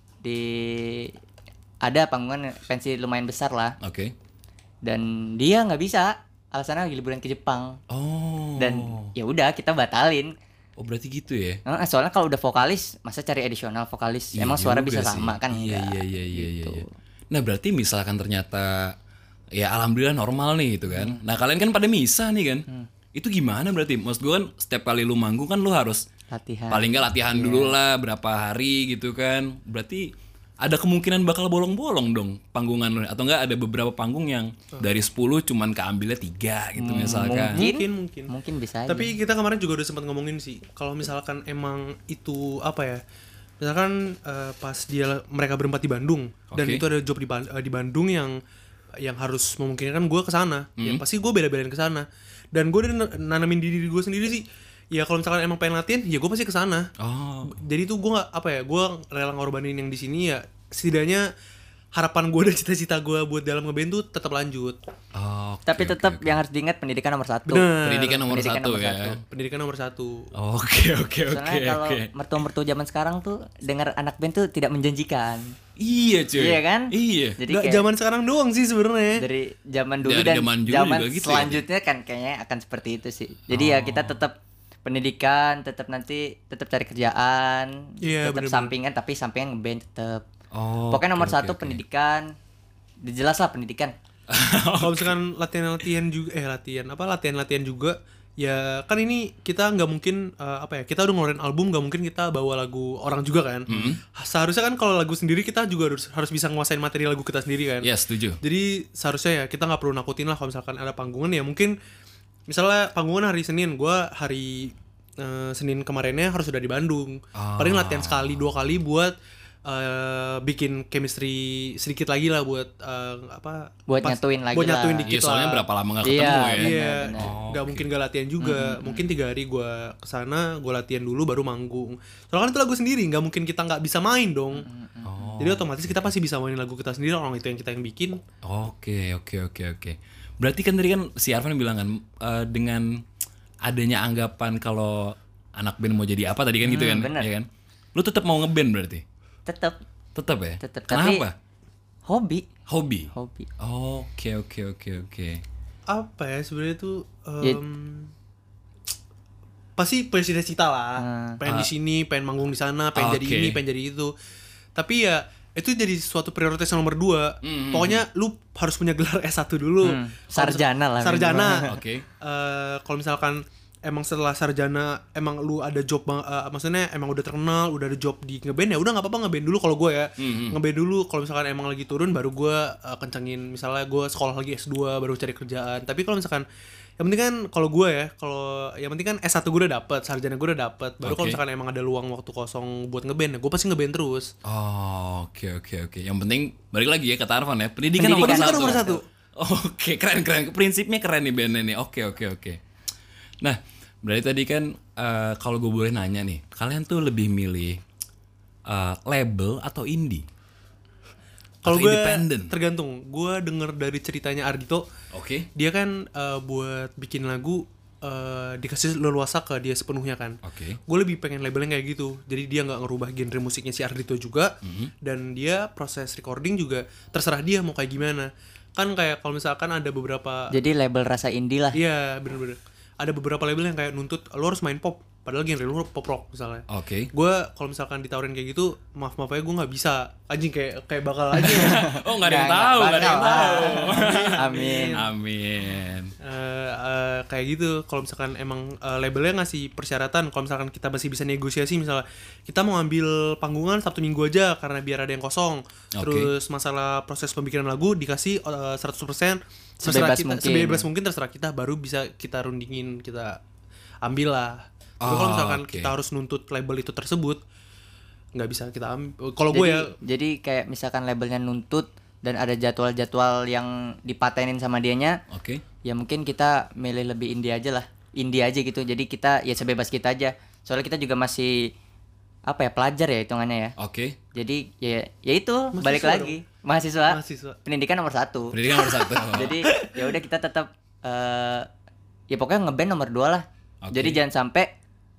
panggungan pensi lumayan besar lah, Oke. dan dia nggak bisa, alasannya lagi liburan ke Jepang. Oh. Dan ya udah kita batalin. Oh berarti gitu ya? Soalnya kalau udah vokalis, masa cari additional vokalis? Iya Emang suara juga bisa sih. sama kan? Iya, Enggak. iya. Gitu. Nah berarti misalkan ternyata ya alhamdulillah normal nih gitu kan. Nah kalian kan pada misah nih kan. Itu gimana berarti? Maksud gue kan setiap kali lu manggung kan lu harus Latihan. paling nggak latihan dulu lah berapa hari gitu kan. Berarti ada kemungkinan bakal bolong-bolong dong panggungan lu. Atau enggak ada beberapa panggung yang dari 10 cuman keambilnya 3 gitu misalkan. Mungkin. Mungkin bisa aja. Tapi kita kemarin juga udah sempat ngomongin sih, kalau misalkan emang itu apa ya, misalkan pas mereka berempat di Bandung dan Oke. itu ada job di Bandung yang harus memungkinkan gue ke sana, ya pasti gue bela-belain ke sana. Dan gue udah nanamin di diri gue sendiri sih, ya kalau misalkan emang pengen latihan, ya gue pasti ke sana. Oh. Jadi tuh gue nggak apa ya, gue rela ngorbanin yang di sini ya, setidaknya harapan gue dan cita-cita gue buat dalam ngeband tuh tetap lanjut. Oh, Tapi tetap yang harus diingat pendidikan nomor 1. Bener. pendidikan nomor Pendidikan satu nomor ya. satu. Pendidikan nomor 1. Oke. Soalnya kalau mertua-mertua zaman sekarang tuh dengar anak band tuh tidak menjanjikan. Iya cuy. Iya kan? Iya. Jadi Nggak kayak zaman sekarang doang sih sebenarnya. dari zaman dulu Dari dan zaman dulu zaman juga gitu ya? selanjutnya kan kayaknya akan seperti itu sih. Jadi ya kita tetap pendidikan, tetap cari kerjaan, Iya, tetap bener-bener. sampingan tapi sampingan ngeband tetap. Oh. Pokoknya nomor oke, satu oke. pendidikan. Jelas lah pendidikan. Kalau misalkan latihan juga latihan juga, ya kan ini kita nggak mungkin kita udah ngeluarin album, nggak mungkin kita bawa lagu orang juga kan. Seharusnya kan kalau lagu sendiri kita juga harus bisa nguasain materi lagu kita sendiri kan. Ya setuju. Jadi seharusnya ya kita nggak perlu nakutin lah kalau misalkan ada panggungan, ya mungkin misalnya panggungan hari Senin, gue hari Senin kemarinnya harus sudah di Bandung. Paling latihan sekali 2 kali buat bikin chemistry sedikit lagi lah buat Buat nyatuin lagi buat lah. nyatuin Iya dikit soalnya lah. berapa lama gak Iya, ketemu ya. Iya, benar. nggak mungkin gak latihan juga. Mungkin 3 hari gue kesana, gue latihan dulu baru manggung. Soalnya kan itu lagu sendiri, nggak mungkin kita nggak bisa main dong. Jadi otomatis kita pasti bisa mainin lagu kita sendiri, orang itu yang kita yang bikin. Oke. Berarti kan tadi kan si Arvan bilang kan dengan adanya anggapan kalau anak band mau jadi apa tadi kan gitu kan, bener. ya kan? Lu tetap mau ngeband berarti? Tetap Ya? Tetep, Kenapa? hobi. Hobi. Hobi. Oke. Apa ya sebenarnya tuh Ya. pasti punya cita-cita lah, pengen di sini, pengen manggung di sana, pengen jadi Oke. ini, pengen jadi itu. Tapi ya itu jadi suatu prioritas yang nomor 2. Pokoknya lu harus punya gelar S1 dulu. Sarjana lah Sarjana. Oke. Kalau misalkan emang setelah sarjana emang lu ada job, maksudnya emang udah terkenal, udah ada job di ngeband, ya udah nggak apa-apa ngeband dulu kalau gue ya. Ngeband dulu, kalau misalkan emang lagi turun baru gue kencengin, misalnya gue sekolah lagi S2 baru cari kerjaan. Tapi kalau misalkan yang penting kan kalau gue ya, kalau yang penting kan S1 gue udah dapet, sarjana gue udah dapet, baru kalau Oke. misalkan emang ada luang waktu kosong buat ngeband, ya gue pasti ngeband terus. Oke. Yang penting balik lagi ya kata Arvan ya, pendidikan nomor Pendidikan satu. nomor 1. Oke, keren. Prinsipnya keren nih bandnya nih. Oke. Nah, berarti tadi kan kalau gue boleh nanya nih, kalian tuh lebih milih label atau indie? Kalau Atau gue independen? tergantung, gue denger dari ceritanya Ardito, Oke. dia kan buat bikin lagu dikasih leluasa ke dia sepenuhnya kan. Oke. Gue lebih pengen labelnya kayak gitu, jadi dia nggak ngerubah genre musiknya si Ardito juga, dan dia proses recording juga terserah dia mau kayak gimana. Kan kayak kalau misalkan ada beberapa, Jadi label rasa indie lah. iya bener-bener ada beberapa label yang kayak nuntut lo harus main pop, padahal genre lu pop rock misalnya. Oke. Gue kalau misalkan ditawarin kayak gitu, maaf aja gue nggak bisa, anjing kayak bakal aja. Oh, nggak ada yang tahu, nggak ada yang tahu. Amin. Amin. Kayak gitu. Kalau misalkan emang labelnya ngasih persyaratan, kalau misalkan kita masih bisa negosiasi, misalnya kita mau ambil panggungan Sabtu Minggu aja karena biar ada yang kosong. Terus masalah proses pembikinan lagu dikasih 100% Sebebas mungkin. sebebas mungkin terserah kita, baru bisa kita rundingin, kita ambil lah. Tapi kalau misalkan oke. kita harus nuntut label itu tersebut, nggak bisa kita ambil. Kalau gue ya Jadi kayak misalkan labelnya nuntut dan ada jadwal-jadwal yang dipatenin sama dianya, Oke. ya mungkin kita milih lebih indie aja lah. Indie aja gitu. Jadi kita ya sebebas kita aja. Soalnya kita juga masih apa ya, pelajar ya hitungannya ya. Oke. Jadi ya itu Mahasiswa balik lagi. Mahasiswa. Pendidikan nomor 1. Pendidikan nomor 1. Jadi ya udah kita tetap ya pokoknya ngeband nomor 2 lah. Oke. Jadi jangan sampai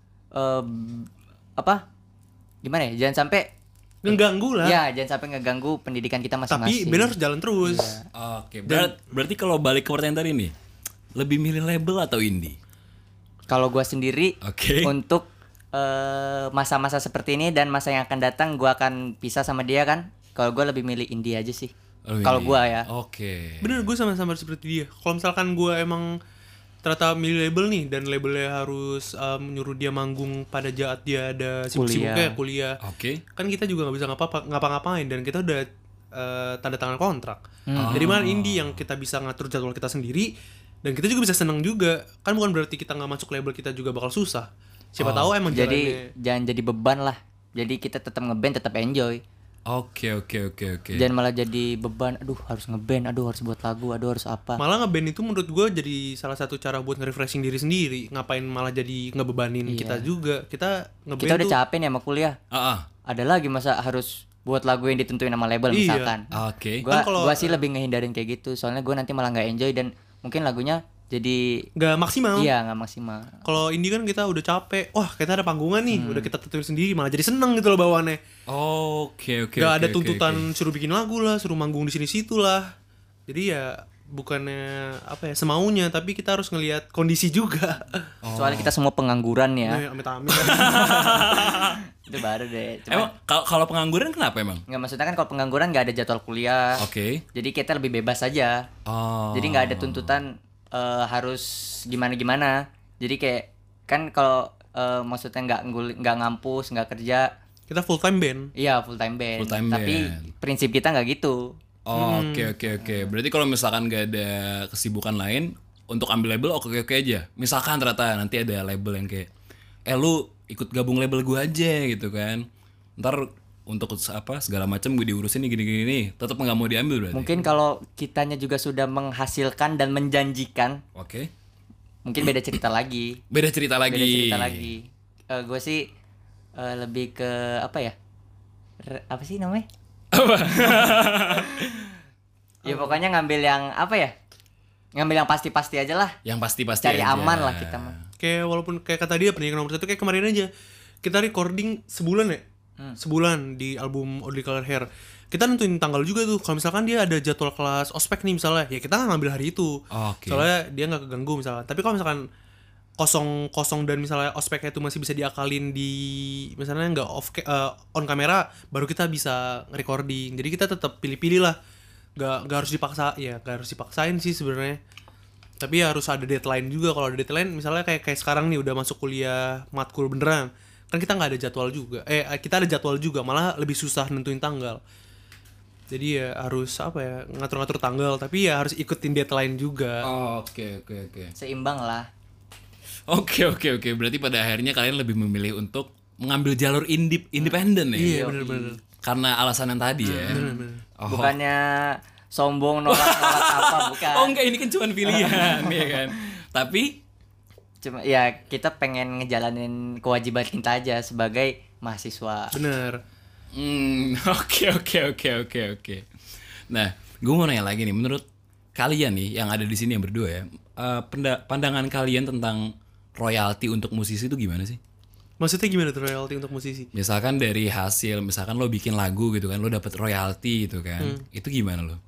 apa? Gimana ya? Jangan sampai ngeganggu lah. ya, jangan sampai ngeganggu pendidikan kita masing-masing. Tapi benar harus jalan terus. Oke. Berarti kalau balik ke pertanyaan tadi nih, lebih milih label atau indie? Kalau gua sendiri Oke. untuk masa-masa seperti ini dan masa yang akan datang gua akan pisah sama dia kan. Kalau gua lebih milih indie aja sih. Oh, Kalau indie. gua ya. Oh, Oke. Bener, gue sama-sama seperti dia. Kalau misalkan gue emang ternyata milih label nih dan labelnya harus menyuruh dia manggung pada saat dia ada sibuk-sibuknya kuliah. Oke. Kan kita juga nggak bisa ngapa-ngapain dan kita udah tanda tangan kontrak. Jadi mana indie yang kita bisa ngatur jadwal kita sendiri dan kita juga bisa seneng juga. Kan bukan berarti kita nggak masuk label kita juga bakal susah. Siapa tahu emang Jadi jangan jadi beban lah. Jadi kita tetap ngeband, tetap enjoy. Oke. Jangan malah jadi beban. Aduh harus ngeband, aduh harus buat lagu, aduh harus apa. malah ngeband itu menurut gue jadi salah satu cara buat nge-refreshing diri sendiri. Ngapain malah jadi ngebebanin kita juga. Kita ngeband Kita udah tuh capek nih sama kuliah. Ada lagi masa harus buat lagu yang ditentuin sama label Iya. misalkan. Oke. Gua sih lebih ngehindarin kayak gitu. Soalnya gue nanti malah nggak enjoy dan mungkin lagunya jadi nggak maksimal. iya nggak maksimal. Kalau indie kan kita udah capek, wah kita ada panggungan nih, udah kita tentuin sendiri, malah jadi seneng gitu loh bawaannya. Oke. Gak ada tuntutan suruh bikin lagu lah, suruh manggung di sini-situ lah. Jadi ya bukannya apa ya semaunya, tapi kita harus ngelihat kondisi juga. Soalnya kita semua pengangguran ya. Amit-amit. Itu baru deh. Emang kalau pengangguran kenapa emang? Nggak, maksudnya kan kalau pengangguran nggak ada jadwal kuliah. Oke. Jadi kita lebih bebas aja. Oh. Jadi nggak ada tuntutan harus gimana. Jadi kayak kan kalau maksudnya nggak ngampus, nggak kerja, Kita full time band. iya full time band. Full time Tapi band. prinsip kita nggak gitu. Oke. Berarti kalau misalkan gak ada kesibukan lain untuk ambil label oke aja. Misalkan ternyata nanti ada label yang kayak lu ikut gabung label gue aja gitu kan. Ntar untuk apa segala macam gue diurusin nih gini-gini nih, tetap nggak mau diambil berarti. Mungkin kalau kitanya juga sudah menghasilkan dan menjanjikan, Oke. mungkin beda cerita lagi. Beda cerita lagi. Gue sih lebih ke apa ya? Apa sih namanya? Ya pokoknya ngambil yang apa ya? Ngambil yang pasti-pasti aja lah. Yang pasti-pasti Cari aja. aman lah kita mah. Kayak walaupun kayak kata dia pendidikan nomor 1 kayak kemarin aja. Kita recording sebulan ya. Sebulan di album Oddly Colored Hair. Kita nentuin tanggal juga tuh. Kalau misalkan dia ada jadwal kelas ospek nih misalnya, ya kita nggak ngambil hari itu. Oke. Soalnya dia nggak keganggu misalkan. Tapi kalau misalkan kosong dan misalnya ospeknya itu masih bisa diakalin di misalnya nggak on kamera, baru kita bisa recording. Jadi kita tetap pilih-pilih lah. Nggak harus dipaksa, ya nggak harus dipaksain sih sebenarnya. Tapi harus ada deadline juga. Kalau ada deadline misalnya kayak sekarang nih udah masuk kuliah matkul beneran, kan kita nggak ada jadwal juga. Kita ada jadwal juga, malah lebih susah nentuin tanggal. Jadi ya harus apa ya, ngatur-ngatur tanggal, tapi ya harus ikutin deadline juga. Oke. Seimbang lah. Oke. Berarti pada akhirnya kalian lebih memilih untuk mengambil jalur independen ya. Iya bener-bener. Karena alasan yang tadi ya. Bukannya sombong nolak apa, bukan. Oh enggak, ini kan cuma pilihan ya kan. Tapi Cuma ya kita pengen ngejalanin kewajiban kita aja sebagai mahasiswa. Bener. Oke. Nah, gue mau nanya lagi nih, menurut kalian nih yang ada di sini yang berdua ya, pandangan kalian tentang royalti untuk musisi itu gimana sih? Maksudnya gimana tuh royalti untuk musisi? Misalkan dari hasil, misalkan lo bikin lagu gitu kan, lo dapet royalti gitu kan, itu gimana lo?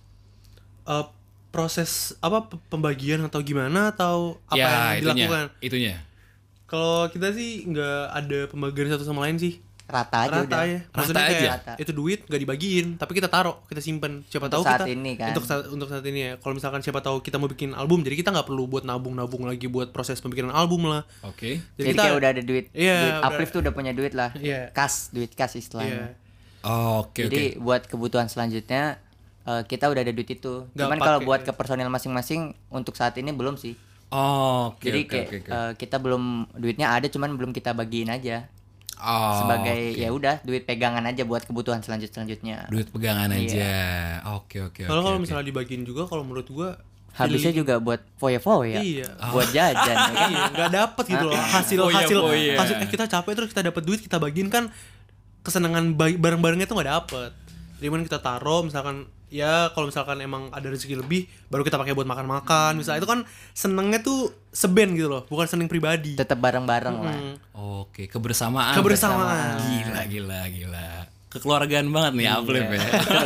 Proses apa pembagian atau gimana atau apa yang dilakukan? Itunya. Kalau kita sih nggak ada pembagian satu sama lain sih. Rata aja udah. Ya. Maksudnya Rata kayak aja. itu duit nggak dibagiin, tapi kita taruh, kita simpen. Siapa Untuk tahu saat kita ini kan. untuk saat ini ya. Kalau misalkan siapa tahu kita mau bikin album, jadi kita nggak perlu buat nabung lagi buat proses pembikinan album lah. Oke. Jadi kayak udah ada duit. Iya, duit udah. Uplift tuh udah punya duit lah. Iya. Duit kas istilahnya. Iya. Oke. Jadi buat kebutuhan selanjutnya kita udah ada duit itu. Nggak Cuman kalau pakai, buat ya. ke personil masing-masing untuk saat ini belum sih. Oke. Jadi kayak kita belum duitnya ada, cuman belum kita bagiin aja. Oh, sebagai ya udah duit pegangan aja buat kebutuhan selanjutnya. duit pegangan aja. Oke. Kalau misalnya dibagiin juga, kalau menurut gue Habisnya juga buat foya-foya. Iya. Buat jajan ya kan. iya, nggak dapet gitu loh hasil kita capek terus kita dapat duit kita bagiin kan, kesenangan bareng-barengnya tuh nggak dapet. Jadi mending kita taruh misalkan ya, kalau misalkan emang ada rezeki lebih baru kita pakai buat makan-makan misalnya, itu kan senengnya tuh seben gitu loh, bukan seneng pribadi. Tetap bareng-bareng lah. Oke, kebersamaan. Gila. Kekeluargaan banget nih Uplift ya.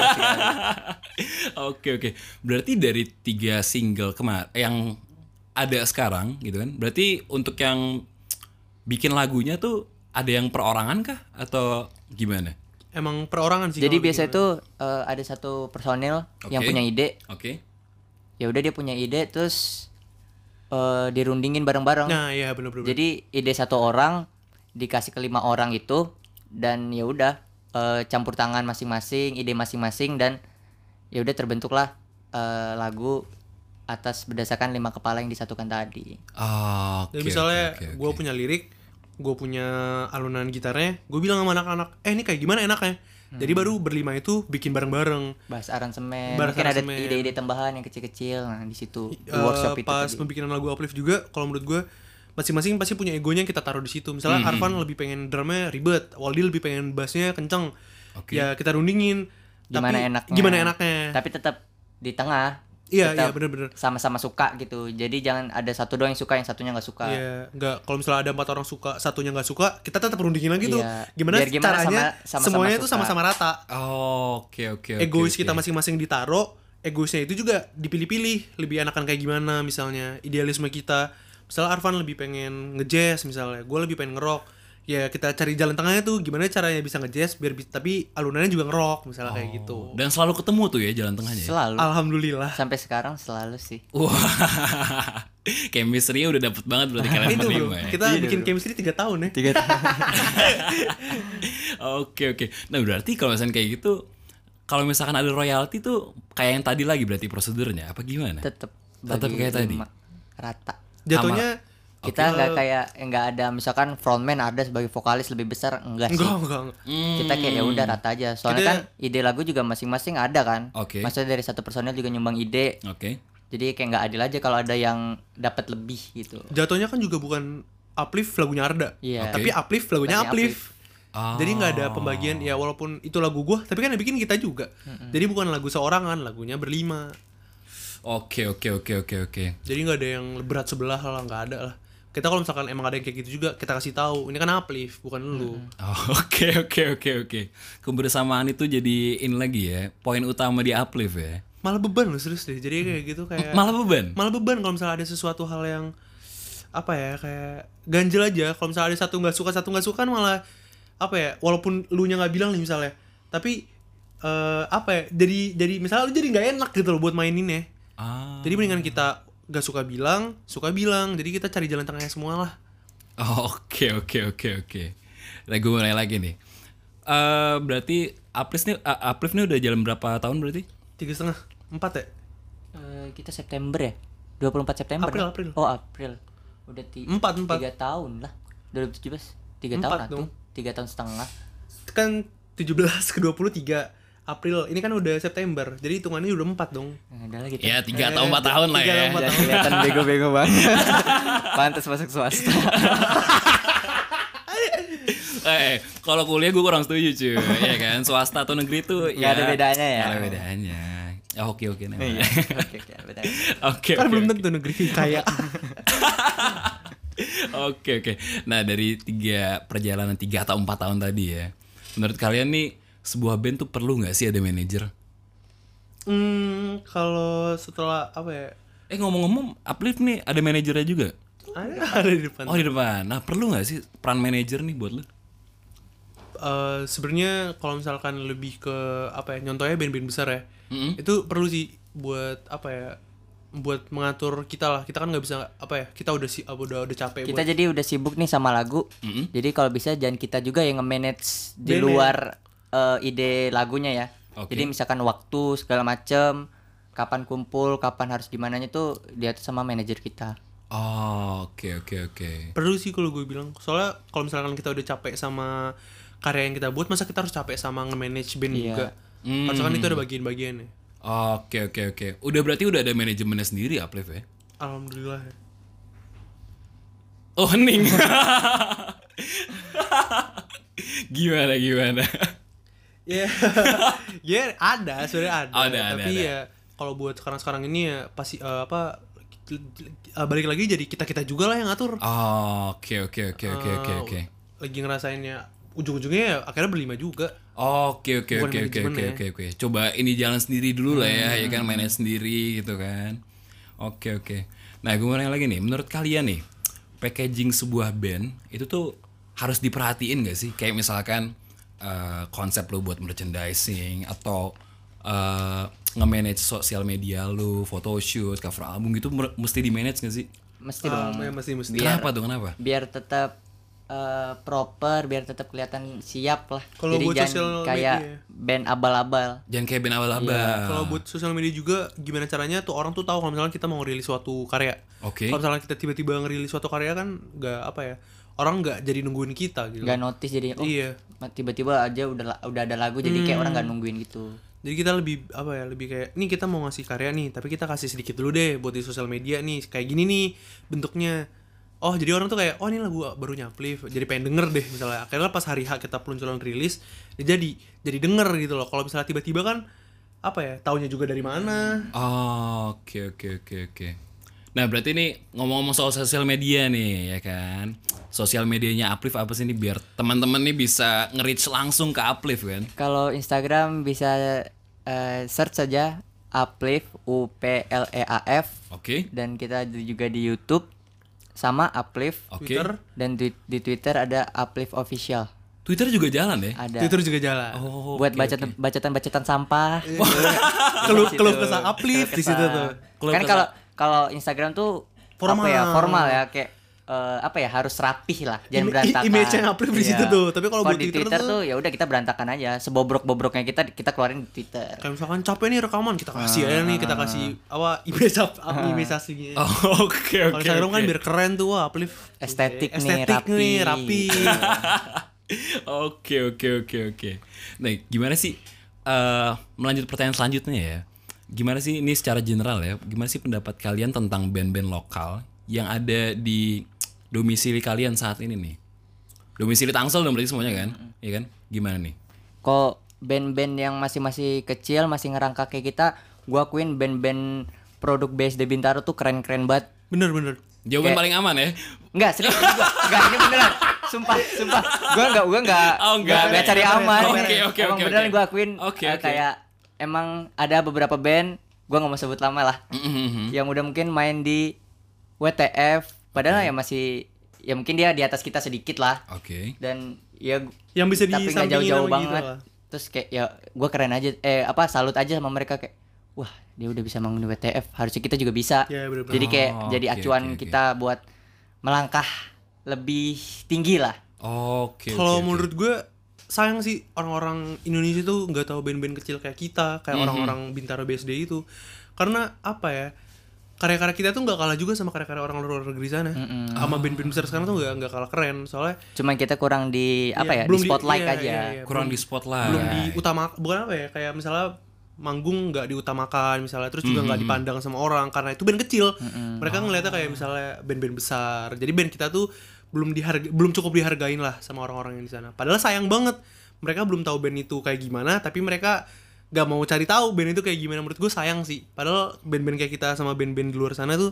Oke. Berarti dari 3 single yang ada sekarang gitu kan. Berarti untuk yang bikin lagunya tuh ada yang perorangan kah atau gimana? Emang perorangan sih. Jadi biasa itu ada satu personil yang punya ide. Oke. Ya udah dia punya ide terus dirundingin bareng-bareng. Nah, iya benar. Jadi ide satu orang dikasih ke 5 orang itu, dan ya udah campur tangan masing-masing, ide masing-masing, dan ya udah terbentuklah lagu atas berdasarkan 5 kepala yang disatukan tadi. Jadi misalnya gue punya lirik, gue punya alunan gitarnya, gue bilang sama anak-anak, ini kayak gimana enaknya? Jadi baru berlima itu bikin bareng-bareng. Bahas aransemen, mungkin ada ide-ide tambahan yang kecil-kecil. Nah di situ di workshop itu pas tadi. pembikinan lagu Uplift juga, kalau menurut gue masing-masing pasti punya egonya yang kita taruh di situ. Misalnya Arvan lebih pengen drumnya ribet, Waldi lebih pengen bassnya kenceng. Ya kita rundingin. Gimana enaknya. Tapi tetap di tengah. Iya tetap bener. Sama-sama suka gitu. Jadi jangan ada satu doang yang suka, yang satunya nggak suka. Iya, nggak. Kalau misalnya ada 4 orang suka, satunya nggak suka, kita tetap rundingin lagi tuh. Iya. Gimana caranya sama-sama semuanya suka. tuh sama-sama rata. Oke. Egois kita masing-masing ditaruh, egoisnya itu juga dipilih-pilih. Lebih enakan kayak gimana misalnya, idealisme kita. Misalnya Arvan lebih pengen nge-jazz misalnya, gue lebih pengen nge-rock. Ya kita cari jalan tengahnya tuh, gimana caranya bisa nge-jazz biar tapi alunannya juga nge-rock misalnya kayak gitu. Dan selalu ketemu tuh ya jalan tengahnya. Selalu. Alhamdulillah. Sampai sekarang selalu sih. Wah. Chemistry-nya udah dapet banget berarti kalian Itu bro, berdua ya. kita bikin chemistry 3 tahun ya. 3 tahun. Oke. Nah berarti kalau misalnya kayak gitu, kalau misalkan ada royalti tuh kayak yang tadi lagi berarti prosedurnya apa gimana? Tetap kayak tadi. Rata. Jatuhnya kita nggak ada misalkan frontman ada sebagai vokalis lebih besar, enggak sih. enggak. Kita kayak ya udah rata aja. Soalnya kan ide lagu juga masing-masing ada kan. Oke. Maksudnya dari satu personil juga nyumbang ide. Oke. Jadi kayak nggak adil aja kalau ada yang dapat lebih gitu. Jatuhnya kan juga bukan Uplift lagunya Arda, Iya. tapi Uplift lagunya Berarti Uplift. Jadi nggak ada pembagian ya, walaupun itu lagu gua, tapi kan yang bikin kita juga. Jadi bukan lagu seorangan, lagunya berlima. Oke. Jadi nggak ada yang berat sebelah lah, nggak ada lah. Kita kalau misalkan emang ada yang kayak gitu juga, kita kasih tahu ini kan Uplift bukan lu. Oke. Kebersamaan itu jadi ini lagi ya, poin utama di Uplift ya. Malah beban loh, serius deh. Jadi kayak gitu kayak Malah beban kalau misalnya ada sesuatu hal yang apa ya, kayak ganjel aja. Kalau misalnya ada satu nggak suka kan malah apa ya, walaupun lu nya nggak bilang nih misalnya, tapi apa ya, jadi misalnya lu jadi nggak enak gitu loh buat maininnya. Jadi mendingan kita gak suka bilang, jadi kita cari jalan tengahnya semua lah. Oke. Nah gue mulai lagi nih. Berarti Uplift nih udah jalan berapa tahun berarti? 3,5, 4 ya? Kita September ya? 24 September. April. Oh April. Udah 4 3 tahun lah. 2017 3 tahun dong. 3 tahun setengah. Kan 17 ke 23 April, ini kan udah September, jadi hitungannya udah 4 dong. Udah lah gitu. Ya 3 tahun 4 tahun lah ya. Kelihatan bego-bego banget. Pantes masuk swasta. Kalau kuliah gue kurang setuju cuy. Ya kan, swasta atau negeri tuh Nggak ada bedanya ya. Nggak ada bedanya. Oke. Oke, bedanya. Oke. Kan belum tentu negeri kaya. Oke. Nah dari 3 perjalanan 3 atau 4 tahun tadi ya, menurut kalian nih sebuah band tuh perlu nggak sih ada manajer? Kalau setelah apa ya? Ngomong-ngomong, Uplift nih ada manajernya juga? Ada di depan. Oh di depan. Nah perlu nggak sih peran manajer nih buat lu? Sebenarnya kalau misalkan lebih ke apa ya, nyontohnya band-band besar ya, itu perlu sih buat apa ya, buat mengatur kita lah. Kita kan nggak bisa apa ya, kita udah capek. Kita jadi udah sibuk nih sama lagu. Jadi kalau bisa jangan kita juga yang nge-manage di luar ide lagunya ya. Jadi misalkan waktu segala macem, kapan kumpul, kapan harus gimananya tuh diatur sama manajer kita. Oke oke oke. Perlu sih kalau gue bilang. Soalnya kalau misalkan kita udah capek sama karya yang kita buat, masa kita harus capek sama nge-manage band Iya. juga. Harusnya kan itu ada bagian-bagiannya. Oke oke oke. Udah ada manajemennya sendiri Uplift ya? Alhamdulillah. Oh hening. Gimana? Ya, ya ada, sebenarnya ada. Ada, Tapi ada. ya kalau buat sekarang ini ya pasti balik lagi jadi kita juga lah yang ngatur. Oke oke. Lagi ngerasainnya ujung-ujungnya ya akhirnya berlima juga. Oke. Bukan manajemen ya. Coba ini jalan sendiri dulu lah ya kan manage sendiri gitu kan. Oke. Nah, gue mau nanya lagi nih, menurut kalian nih, packaging sebuah band itu tuh harus diperhatiin gak sih? Kayak misalkan konsep lu buat merchandising atau nge-manage sosial media lu, photoshoot, cover album gitu mesti di-manage gak sih? Mesti dong. Ya, mesti. Kenapa tuh? Kenapa? Biar tetap proper, biar tetap kelihatan siap lah. Kalau Jadi buat jangan sosial kayak media. band abal-abal. Jangan kayak band abal-abal. Kalau buat sosial media juga gimana caranya tuh orang tuh tahu kalau misalnya kita mau ngerilis suatu karya. Oke. Kalau misalnya kita tiba-tiba ngerilis suatu karya kan nggak apa ya, orang nggak jadi nungguin kita gitu. Nggak notice jadi Iya. tiba-tiba aja udah ada lagu jadi kayak orang nggak nungguin gitu. Jadi kita lebih lebih kayak nih kita mau ngasih karya nih, tapi kita kasih sedikit dulu deh buat di sosial media nih, kayak gini nih bentuknya. Oh jadi orang tuh kayak, oh ini lagu barunya Uplift, jadi pengen denger deh misalnya. Akhirnya pas hari H kita peluncuran rilis, dia jadi denger gitu loh. Kalau misalnya tiba-tiba kan taunya juga dari mana. Oke. Nah, berarti nih ngomong-ngomong soal sosial media nih ya kan. Sosial medianya Uplift apa sih nih biar teman-teman nih bisa nge-reach langsung ke Uplift kan? Kalau Instagram bisa search saja Uplift UPLEAF. Oke. Dan kita juga di YouTube sama Uplift. Oke. Twitter, Dan di Twitter ada Uplift Official. Twitter juga jalan ya? Ada. Twitter juga jalan. Oh, Buat oke, oke. bacotan sampah. Keluh kesah Uplift di situ tuh. Kan kalau Instagram tuh formal ya kayak harus rapih lah, jangan berantakan. Image-nya Uplift di situ tuh. Tapi kalau buat di Twitter tuh ya udah kita berantakan aja, sebobrok-bobroknya kita keluarin di Twitter. Kayak misalkan capek nih rekaman, kita kasih aja nih, kita kasih image aslinya. Oke. Kalau Instagram kan biar keren tuh, Uplift Estetik nih, rapi. Oke. Nah, gimana sih melanjut pertanyaan selanjutnya ya? Gimana sih ini secara general ya? Gimana sih pendapat kalian tentang band-band lokal yang ada di domisili kalian saat ini nih? Domisili Tangsel dong berarti semuanya kan? Iya kan? Gimana nih? Kok band-band yang masih kecil, masih ngerangka kayak kita, gua akuin band-band produk BSD Bintaro tuh keren-keren banget. Bener. Jawaban paling aman ya? Enggak, serius ini gua. Enggak, ini beneran. Sumpah. Gua enggak cari aman. Oke. Emang beneran gua akuin Oke. kayak emang ada beberapa band, gua enggak mau sebut lama lah. Yang udah mungkin main di WTF, padahal ya masih ya mungkin dia di atas kita sedikit lah. Oke. Dan ya Yang bisa tapi nggak disampingin jauh-jauh gitu banget. lah. Terus kayak ya gue keren aja, salut aja sama mereka kayak, wah dia udah bisa manggung di WTF, harusnya kita juga bisa. Ya, bener-bener. Jadi kayak jadi oke, acuan oke. kita buat melangkah lebih tinggi lah. Oke. Kalau menurut gue sayang sih orang-orang Indonesia tuh nggak tahu band-band kecil kayak kita, kayak orang-orang Bintaro BSD itu. Karena karya-karya kita tuh nggak kalah juga sama karya-karya orang luar negeri sana. Sama band-band besar sekarang tuh nggak kalah keren. Soalnya Cuman kita kurang di di belum spotlight iya, aja. iya, kurang belum- di spotlight. belum bukan kayak misalnya manggung nggak diutamakan misalnya, terus juga nggak dipandang sama orang karena itu band kecil. Mereka ngeliatnya kayak misalnya band-band besar. Jadi band kita tuh belum cukup dihargain lah sama orang-orang yang di sana. Padahal sayang banget mereka belum tahu band itu kayak gimana, tapi mereka gak mau cari tahu band itu kayak gimana. Menurut gue sayang sih. Padahal band-band kayak kita sama band-band di luar sana tuh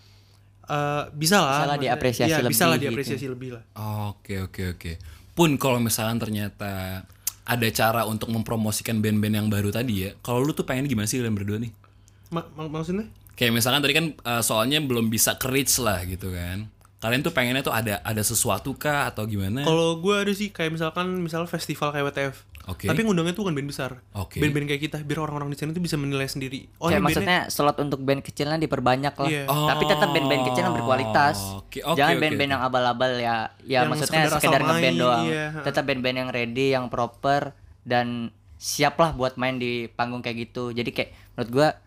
bisa lah maksudnya. diapresiasi Iya, lebih bisa lah gitu. diapresiasi lebih lah. Oke. Pun kalau misalnya ternyata ada cara untuk mempromosikan band-band yang baru tadi ya, kalau lu tuh pengen gimana sih kalian berdua nih? Maksudnya? Kayak misalkan tadi kan soalnya belum bisa ke-reach lah gitu kan. Kalian tuh pengennya tuh ada sesuatu kah atau gimana? Kalau gue ada sih kayak misalkan festival kayak WTF. Oke. Tapi ngundangnya tuh bukan band besar. Oke. Band-band kayak kita biar orang-orang di sana tuh bisa menilai sendiri. Oh, Kayak ini maksudnya slot untuk band kecilnya diperbanyak lah. Iya. Tapi tetap band-band kecil yang berkualitas. Oke, Jangan oke, band-band oke. yang abal-abal ya. Ya Yang maksudnya sekedar sekedar asal ngeband main, doang. iya. Tetap band-band yang ready, yang proper dan siap lah buat main di panggung kayak gitu. Jadi kayak menurut gua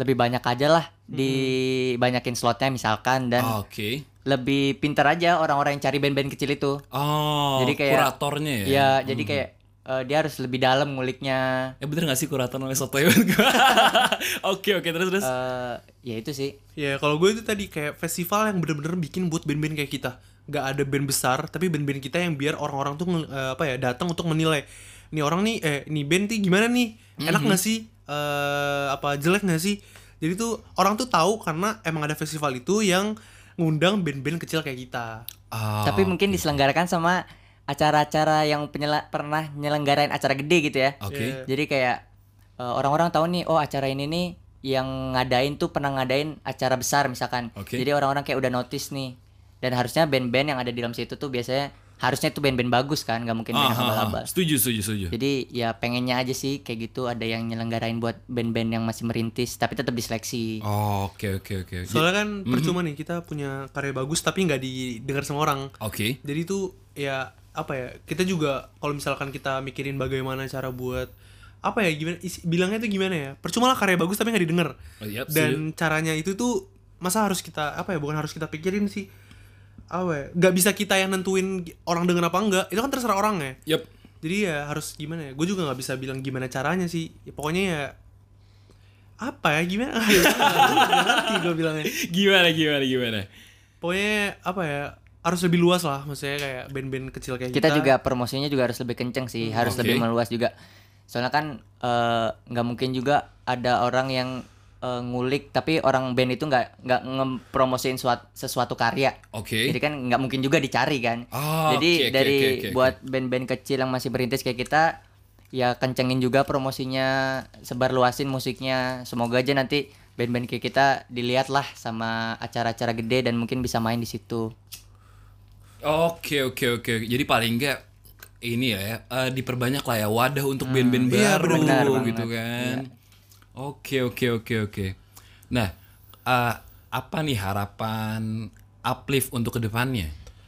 lebih banyak aja lah, dibanyakin slotnya misalkan, dan Oke. lebih pintar aja orang-orang yang cari band-band kecil itu. Oh, Jadi kayak kuratornya ya. Ya, jadi kayak dia harus lebih dalam nguliknya. Bener gak sih kurator namanya sotoy banget gua. Oke, terus. Ya itu sih. Ya kalau gue itu tadi kayak festival yang bener-bener bikin buat band-band kayak kita. Gak ada band besar, tapi band-band kita yang biar orang-orang tuh datang untuk menilai. Nih orang nih, nih band nih gimana nih? Enak gak sih? Jelek gak sih? Jadi tuh orang tuh tahu karena emang ada festival itu yang ngundang band-band kecil kayak kita. Tapi mungkin diselenggarakan sama acara-acara yang pernah nyelenggarain acara gede gitu ya. Oke. Jadi kayak orang-orang tahu nih, oh acara ini nih yang ngadain tuh pernah ngadain acara besar misalkan. Oke. Jadi orang-orang kayak udah notice nih. Dan harusnya band-band yang ada di dalam situ tuh biasanya harusnya tuh band-band bagus kan, nggak mungkin band abal-abal. Setuju. Jadi ya pengennya aja sih kayak gitu ada yang nyelenggarain buat band-band yang masih merintis tapi tetap diseleksi. Oke. Soalnya kan percuma nih kita punya karya bagus tapi nggak didengar sama orang. Oke. Jadi tuh ya kita juga kalau misalkan kita mikirin bagaimana cara buat bilangnya tuh gimana ya, percuma lah karya bagus tapi nggak didengar. Dan caranya itu tuh masa harus kita bukan harus kita pikirin sih, nggak bisa kita yang nentuin orang denger apa enggak, itu kan terserah orang ya. Jadi ya harus gimana ya, gue juga nggak bisa bilang gimana caranya sih ya, pokoknya ya gimana nggak ngerti gue bilangnya Gimana? Pokoknya harus lebih luas lah, maksudnya kayak band-band kecil kayak Kita juga promosinya juga harus lebih kenceng sih, harus lebih meluas juga. Soalnya kan nggak mungkin juga ada orang yang ngulik tapi orang band itu nggak ngepromosiin sesuatu karya. Jadi kan nggak mungkin juga dicari kan. Jadi buat band-band kecil yang masih berintis kayak kita, ya kencengin juga promosinya, sebar luasin musiknya. Semoga aja nanti band-band kayak kita dilihat lah sama acara-acara gede dan mungkin bisa main di situ. Oke. Jadi paling enggak ini ya diperbanyak lah ya wadah untuk band-band baru benar gitu kan. Oke. Nah, apa nih harapan Uplift untuk kedepannya?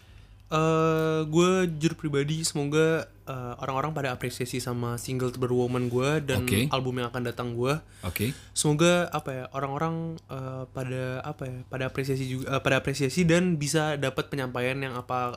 Gue jujur pribadi semoga orang-orang pada apresiasi sama single terbaru Woman gue dan album yang akan datang gue. Semoga orang-orang pada apresiasi dan bisa dapat penyampaian yang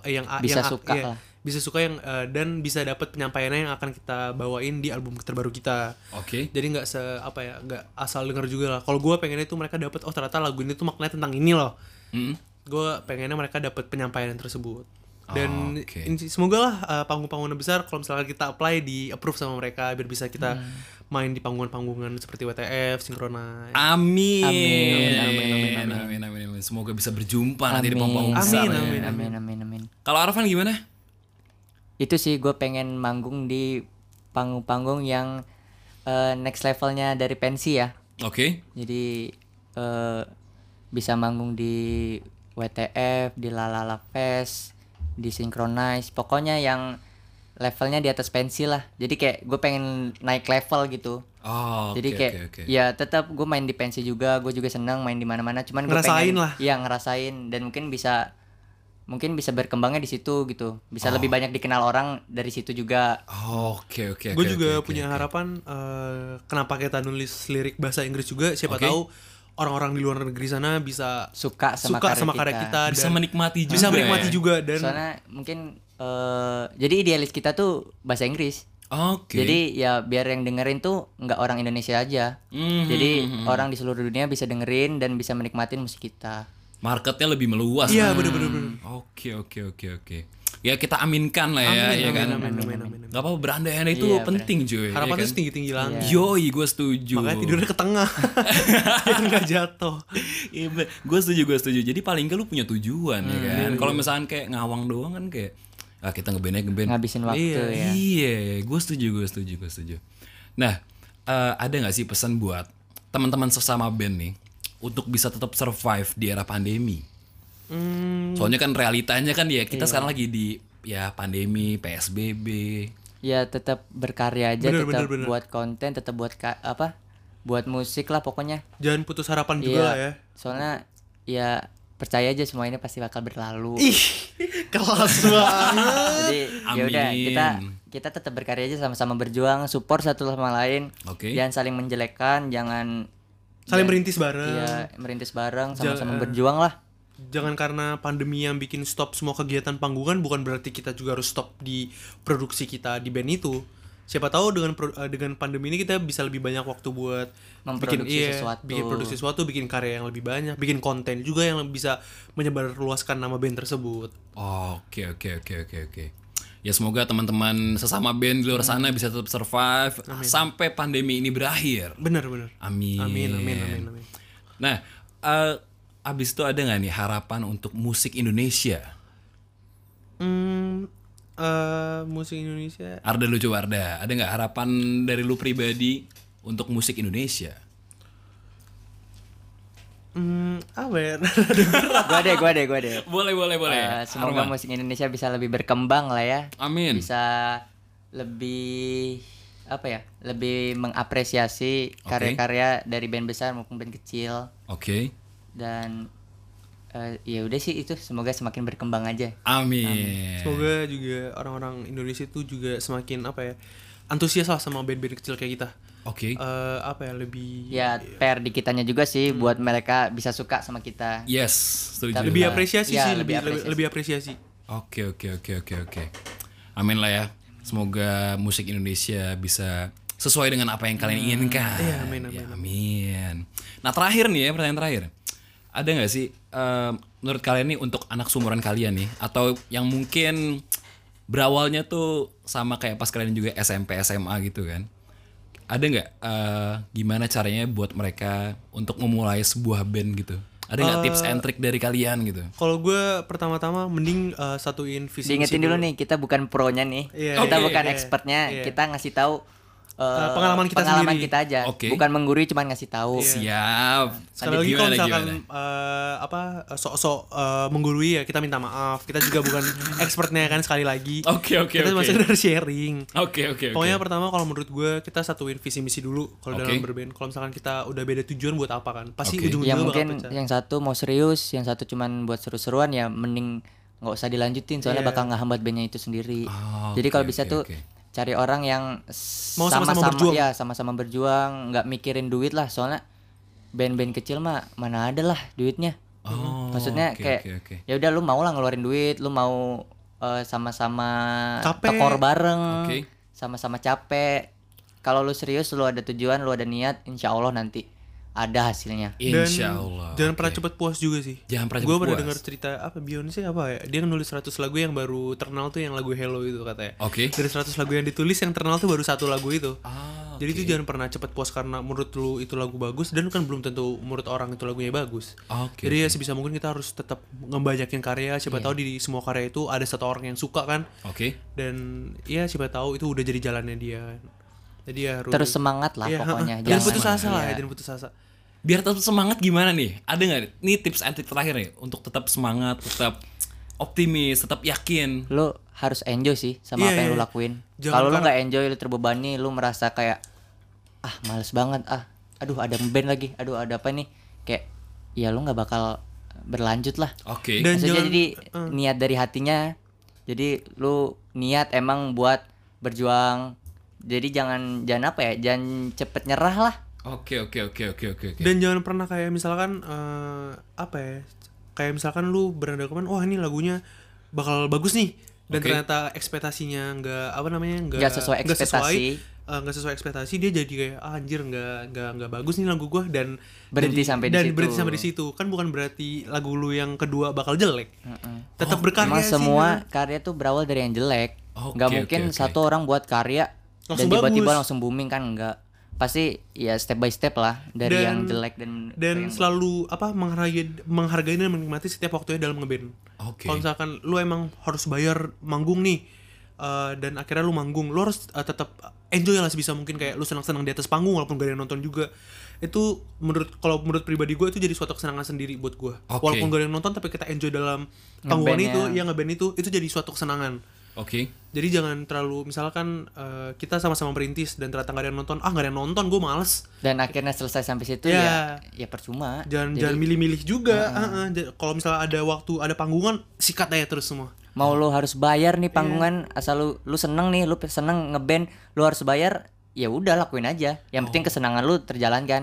bisa suka dan bisa dapat penyampaiannya yang akan kita bawain di album terbaru kita. Jadi nggak nggak asal denger juga lah. Kalau gue pengennya tuh mereka dapat ternyata lagu ini tuh maknanya tentang ini loh. Gue pengennya mereka dapat penyampaian tersebut. Dan semoga lah panggung-panggungan besar kalau misalnya kita apply di approve sama mereka biar bisa kita main di panggungan-panggungan seperti WTF, Synchronize. Amin. Semoga bisa berjumpa nanti di panggung besar. Amin. Kalau Arfan gimana? Itu sih gue pengen manggung di panggung-panggung yang next levelnya dari pensi ya. Jadi bisa manggung di WTF, di Lalala Fest, di Synchronize, pokoknya yang levelnya di atas pensi lah. Jadi kayak gue pengen naik level gitu. Jadi kayak ya tetap gue main di pensi juga, gue juga senang main di mana-mana. Cuman gue pengen ngerasain dan mungkin bisa berkembangnya di situ gitu. Bisa lebih banyak dikenal orang dari situ juga. Gue juga punya harapan kenapa kita nulis lirik bahasa Inggris juga, siapa tahu orang-orang di luar negeri sana bisa suka sama karya kita. Bisa menikmati juga dan soalnya mungkin jadi idealis kita tuh bahasa Inggris. Jadi ya biar yang dengerin tuh nggak orang Indonesia aja. Jadi orang di seluruh dunia bisa dengerin dan bisa menikmatin musik kita. Marketnya lebih meluas. Iya bener. Oke. Ya kita aminkan lah ya, kan. Amin. Gak apa-apa, berandai-andai itu penting cuy. Harapan ya tuh setinggi-tinggi langit. Yoi, gue setuju. Makanya tidurnya ke tengah biar nggak jatuh. Gue setuju. Jadi paling nggak lu punya tujuan ya kan. Kalau misalkan kayak ngawang doang kan kayak kita ngeband ngabisin waktu ya. Iya, gue setuju. Nah, ada nggak sih pesan buat teman-teman sesama band nih untuk bisa tetap survive di era pandemi? Soalnya kan realitanya kan ya kita sekarang lagi di pandemi, PSBB. Ya tetap berkarya aja, bener. Buat konten, tetap buat musik lah pokoknya. Jangan putus harapan juga lah ya. Soalnya ya percaya aja semua ini pasti bakal berlalu. Kelas banget. Jadi yaudah kita tetap berkarya aja, sama-sama berjuang, support satu sama lain. Jangan saling menjelekkan, jangan saling merintis bareng. Iya, merintis bareng, sama-sama berjuang lah. Jangan karena pandemi yang bikin stop semua kegiatan panggungan, bukan berarti kita juga harus stop di produksi kita di band itu. Siapa tahu dengan pandemi ini kita bisa lebih banyak waktu buat Memproduksi sesuatu. bikin produksi sesuatu, bikin karya yang lebih banyak, bikin konten juga yang bisa menyebarluaskan nama band tersebut. Oke. Ya semoga teman-teman sesama band di luar sana bisa tetap survive sampai pandemi ini berakhir. Benar. Amin. Amin. Nah, abis itu ada nggak nih harapan untuk musik Indonesia? Musik Indonesia. Arda, lu coba Arda, ada nggak harapan dari lu pribadi untuk musik Indonesia? Apa ya? Gua deh. Boleh. Semoga musik Indonesia bisa lebih berkembang lah ya. Amin. Bisa lebih lebih mengapresiasi karya-karya dari band besar maupun band kecil. Oke. Dan ya udah sih itu, semoga semakin berkembang aja. Amin. Semoga juga orang-orang Indonesia itu juga semakin antusias lah sama band-band kecil kayak kita. Oke. Lebih Ya PR di kitanya juga sih buat mereka bisa suka sama kita. Yes, setuju. lebih apresiasi Ya, sih, lebih lebih apresiasi. Oke. Amin lah ya. Semoga musik Indonesia bisa sesuai dengan apa yang kalian inginkan. Iya, amin. Ya, amin. Nah terakhir nih ya, pertanyaan terakhir. Ada nggak sih menurut kalian nih untuk anak seumuran kalian nih, atau yang mungkin berawalnya tuh sama kayak pas kalian juga SMP SMA gitu kan? Ada nggak gimana caranya buat mereka untuk memulai sebuah band gitu? Ada nggak tips and trick dari kalian gitu? Kalau gue pertama-tama mending satuin visi misi Diingetin dulu nih, kita bukan pro-nya nih. Iya, Kita iya, bukan iya. expertnya, Iya. kita ngasih tahu pengalaman kita sendiri. kita aja. Oke. Bukan menggurui, cuman ngasih tahu. Siap. Sekali lagi kalau misalkan gimana? sok-sok menggurui ya kita minta maaf. Kita juga bukan expertnya kan, sekali lagi. Oke. Kita masih dari sharing. Oke. Pokoknya pertama kalau menurut gue kita satuin visi misi dulu kalau Oke. dalam berband. Kalau misalkan kita udah beda tujuan buat apa kan, pasti Oke. ujung-ujungnya Ya bakal mungkin pecah. yang satu mau serius, yang satu cuman buat seru-seruan, ya mending nggak usah dilanjutin soalnya Iya. bakal ngehambat bandnya itu sendiri. Oh, Jadi kalau oke, bisa oke, tuh oke. cari orang yang Mau sama-sama berjuang. ya sama-sama berjuang, nggak mikirin duit lah, soalnya band-band kecil mah mana ada lah duitnya. Oh, Maksudnya oke, kayak oke. ya udah lu mau lah ngeluarin duit, lu mau sama-sama Capek. tekor bareng, Oke. sama-sama capek. Kalau lu serius, lu ada tujuan, lu ada niat, insya Allah nanti ada hasilnya. Dan Insya Allah. jangan Oke. pernah cepet puas juga sih. Jangan pernah Gue cepet pernah puas. dengar cerita Beyonce ya. Dia nulis 100 lagu yang baru terkenal tuh yang lagu Hello itu katanya. Oke. Dari 100 lagu yang ditulis yang terkenal tuh baru satu lagu itu. Ah, Jadi itu jangan pernah cepet puas karena menurut lu itu lagu bagus, dan kan belum tentu menurut orang itu lagunya bagus. Oke, Jadi ya sebisa mungkin kita harus tetap ngebanyakin karya. Siapa tahu di semua karya itu ada satu orang yang suka kan. Oke. Dan ya siapa tahu itu udah jadi jalannya dia. Jadi ya harus Terus semangat lah Iya, pokoknya. jangan putus Jangan- asa lah iya. ya, jangan putus asa. Biar tetap semangat gimana nih? Ada nggak nih tips and trick terakhir nih untuk tetap semangat, tetap optimis, tetap yakin? Lu harus enjoy sih sama Iya, apa yang iya. lu lakuin. Jangan Kalau lu karena- nggak enjoy, lu terbebani, lu merasa kayak males banget, aduh ada band lagi, aduh ada apa nih, kayak ya lu nggak bakal berlanjut lah. Oke. Dan Maksudnya jangan- jadi niat dari hatinya, jadi lu niat emang buat berjuang. Jadi jangan jangan cepet nyerah lah. Oke. Dan jangan pernah kayak misalkan kayak misalkan lu beranggapan wah ini lagunya bakal bagus nih, dan Oke. ternyata ekspektasinya Nggak sesuai ekspektasi. nggak sesuai ekspektasi, dia jadi kayak anjir nggak bagus nih lagu gua, dan Berhenti sampai di situ. berhenti sampai di situ. Kan bukan berarti lagu lu yang kedua bakal jelek. Tetap berkarya Emang sih, semua kan. karya tuh berawal dari yang jelek. Oke, Nggak oke, mungkin oke. satu orang buat karya Langsung dan tiba-tiba bagus. langsung booming kan, enggak. Pasti ya step by step lah dari yang jelek dan yang selalu menghargai dan menikmati setiap waktunya dalam ngeband. Oke. Kalau misalkan lu emang harus bayar manggung nih, dan akhirnya lu manggung, lu harus tetap enjoy lah sebisa mungkin, kayak lu senang-senang di atas panggung walaupun gak ada yang nonton juga. Itu kalau menurut pribadi gue itu jadi suatu kesenangan sendiri buat gue. Oke. Walaupun gak ada yang nonton tapi kita enjoy dalam panggungan itu, Ngebandnya. ya ngeband itu jadi suatu kesenangan. Oke. Jadi jangan terlalu misalkan kita sama-sama merintis dan ternyata gak ada yang nonton, gak ada yang nonton, gue males. dan akhirnya selesai sampai situ Ya. ya percuma. Jangan milih-milih juga. Kalau misalnya ada waktu, ada panggungan, sikat aja terus semua. Mau lu harus bayar nih Iya. panggungan, asal lu seneng nih, lu seneng ngeband, lu harus bayar, ya udah lakuin aja. Yang penting kesenangan lu terjalankan.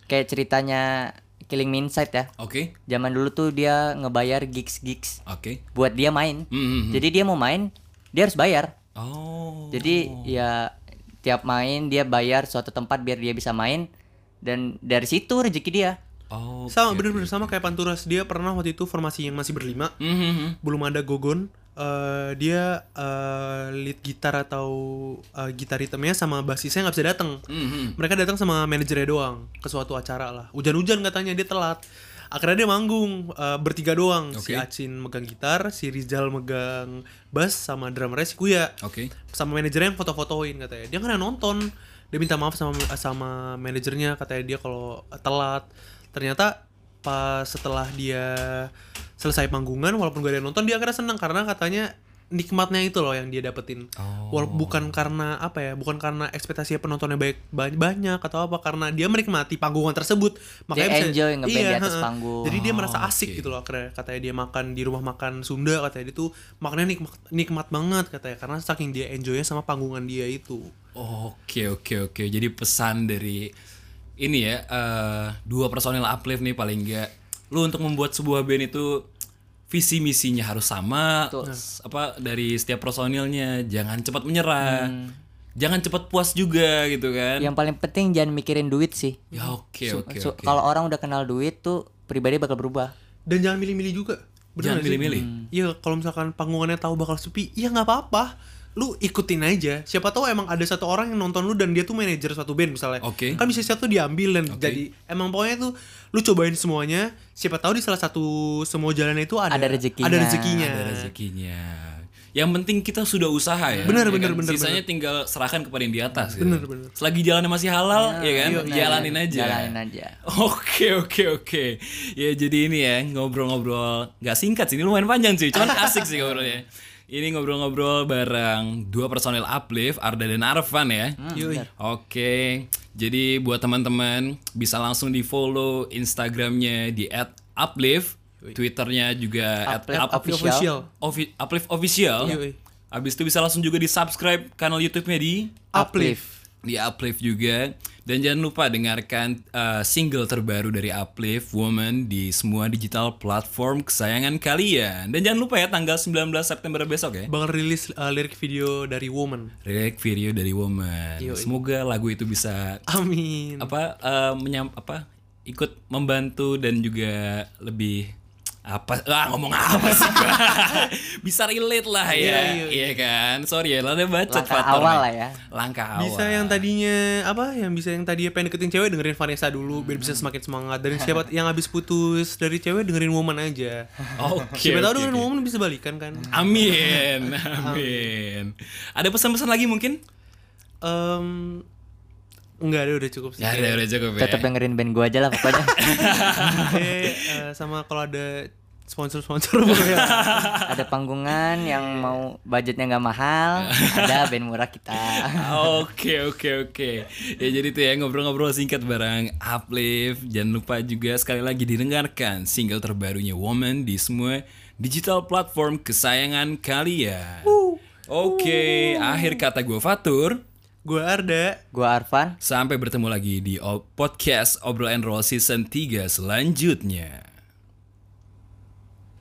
kayak ceritanya Killing Me Inside ya. Oke. Zaman dulu tuh dia ngebayar gigs Oke. buat dia main. Jadi dia mau main, dia harus bayar. Oh. Jadi ya tiap main dia bayar suatu tempat biar dia bisa main, dan dari situ rezeki dia. Oh. Sama bener-bener sama kayak Panturas, dia pernah waktu itu formasi yang masih berlima, belum ada Gogon. Dia lead gitar atau gitar ritmenya sama basisnya nggak bisa datang. Mereka datang sama manajernya doang ke suatu acara lah. Hujan-hujan katanya, dia telat. Akhirnya dia manggung bertiga doang. Si Acin megang gitar, si Rizal megang bass, sama drummernya si Kuya. Sama manajernya yang foto-fotoin katanya. Dia kan yang nonton. Dia minta maaf sama manajernya, katanya dia kalau telat. Ternyata pas setelah dia selesai panggungan, walaupun gak ada yang nonton, dia akhirnya senang karena katanya nikmatnya itu loh yang dia dapetin. Bukan karena apa ya, bukan karena ekspektasi penontonnya banyak atau apa, karena dia menikmati panggungan tersebut. Makanya dia enjoy ngeband di atas panggung. Jadi dia merasa asik gitu loh akhirnya. Katanya dia makan di rumah makan Sunda, katanya dia tuh makannya nikmat banget katanya, karena saking dia enjoynya sama panggungan dia itu. Oke. Jadi pesan dari ini ya, dua personil Uplift nih paling enggak, lu untuk membuat sebuah band itu visi misinya harus sama. Apa dari setiap personilnya, jangan cepat menyerah, jangan cepat puas juga gitu kan. Yang paling penting jangan mikirin duit sih. Ya oke. Kalau orang udah kenal duit tuh pribadi bakal berubah. Dan jangan milih-milih juga. Jangan milih-milih. Iya, kalau misalkan panggungannya tahu bakal sepi, ya nggak apa-apa. Lu ikutin aja. Siapa tahu emang ada satu orang yang nonton lu dan dia tuh manajer suatu band misalnya. Kan bisa satu diambil dan jadi emang pokoknya tuh lu cobain semuanya. Siapa tahu di salah satu semua jalan itu ada rezekinya. Ada rezekinya. Yang penting kita sudah usaha ya. Bener. Sisanya tinggal serahkan kepada yang di atas. Bener. Selagi jalannya masih halal, ya kan, jalanin aja. Oke. Ya jadi ini ya, ngobrol-ngobrol nggak singkat sih, ini lumayan panjang sih, cuman asik sih ngobrolnya. Ini ngobrol-ngobrol bareng dua personil Uplift, Arda dan Arfan ya. Oke. Jadi buat teman-teman bisa langsung di follow Instagramnya di @uplift, Twitternya juga Uplift Official. Abis itu bisa langsung juga di subscribe kanal YouTube-nya di Uplift juga. Dan jangan lupa dengarkan single terbaru dari Uplift, Woman, di semua digital platform kesayangan kalian. Dan jangan lupa ya, tanggal 19 September besok ya, bakal rilis lirik video dari Woman. Semoga lagu itu bisa amin ikut membantu dan juga lebih ngomong apa sih gua? Bisa relate lah ya. Iya kan? Sorry ya, ada bacot langkah awal lah ya. Langkah awal. Bisa yang tadinya pengen deketin cewek, dengerin Vanessa dulu biar bisa semakin semangat. Dan siapa yang habis putus dari cewek, dengerin Woman aja. Siapa tahu dengerin Woman bisa balikan kan. Amin. Ada pesan-pesan lagi mungkin? Enggak ada, udah cukup sih. Udah cukup ya. Tetap dengerin band gua aja lah pokoknya. Sama kalau ada sponsor ya. Ada panggungan yang mau budgetnya nggak mahal, ada band murah kita. Oke. Ya jadi tuh ya, ngobrol-ngobrol singkat bareng Uplift. Jangan lupa juga sekali lagi didengarkan single terbarunya Woman di semua digital platform kesayangan kalian. Oke, akhir kata gue Fatur. Gue Arda. Gue Arfan. Sampai bertemu lagi di podcast Obrol and Roll Season 3 selanjutnya.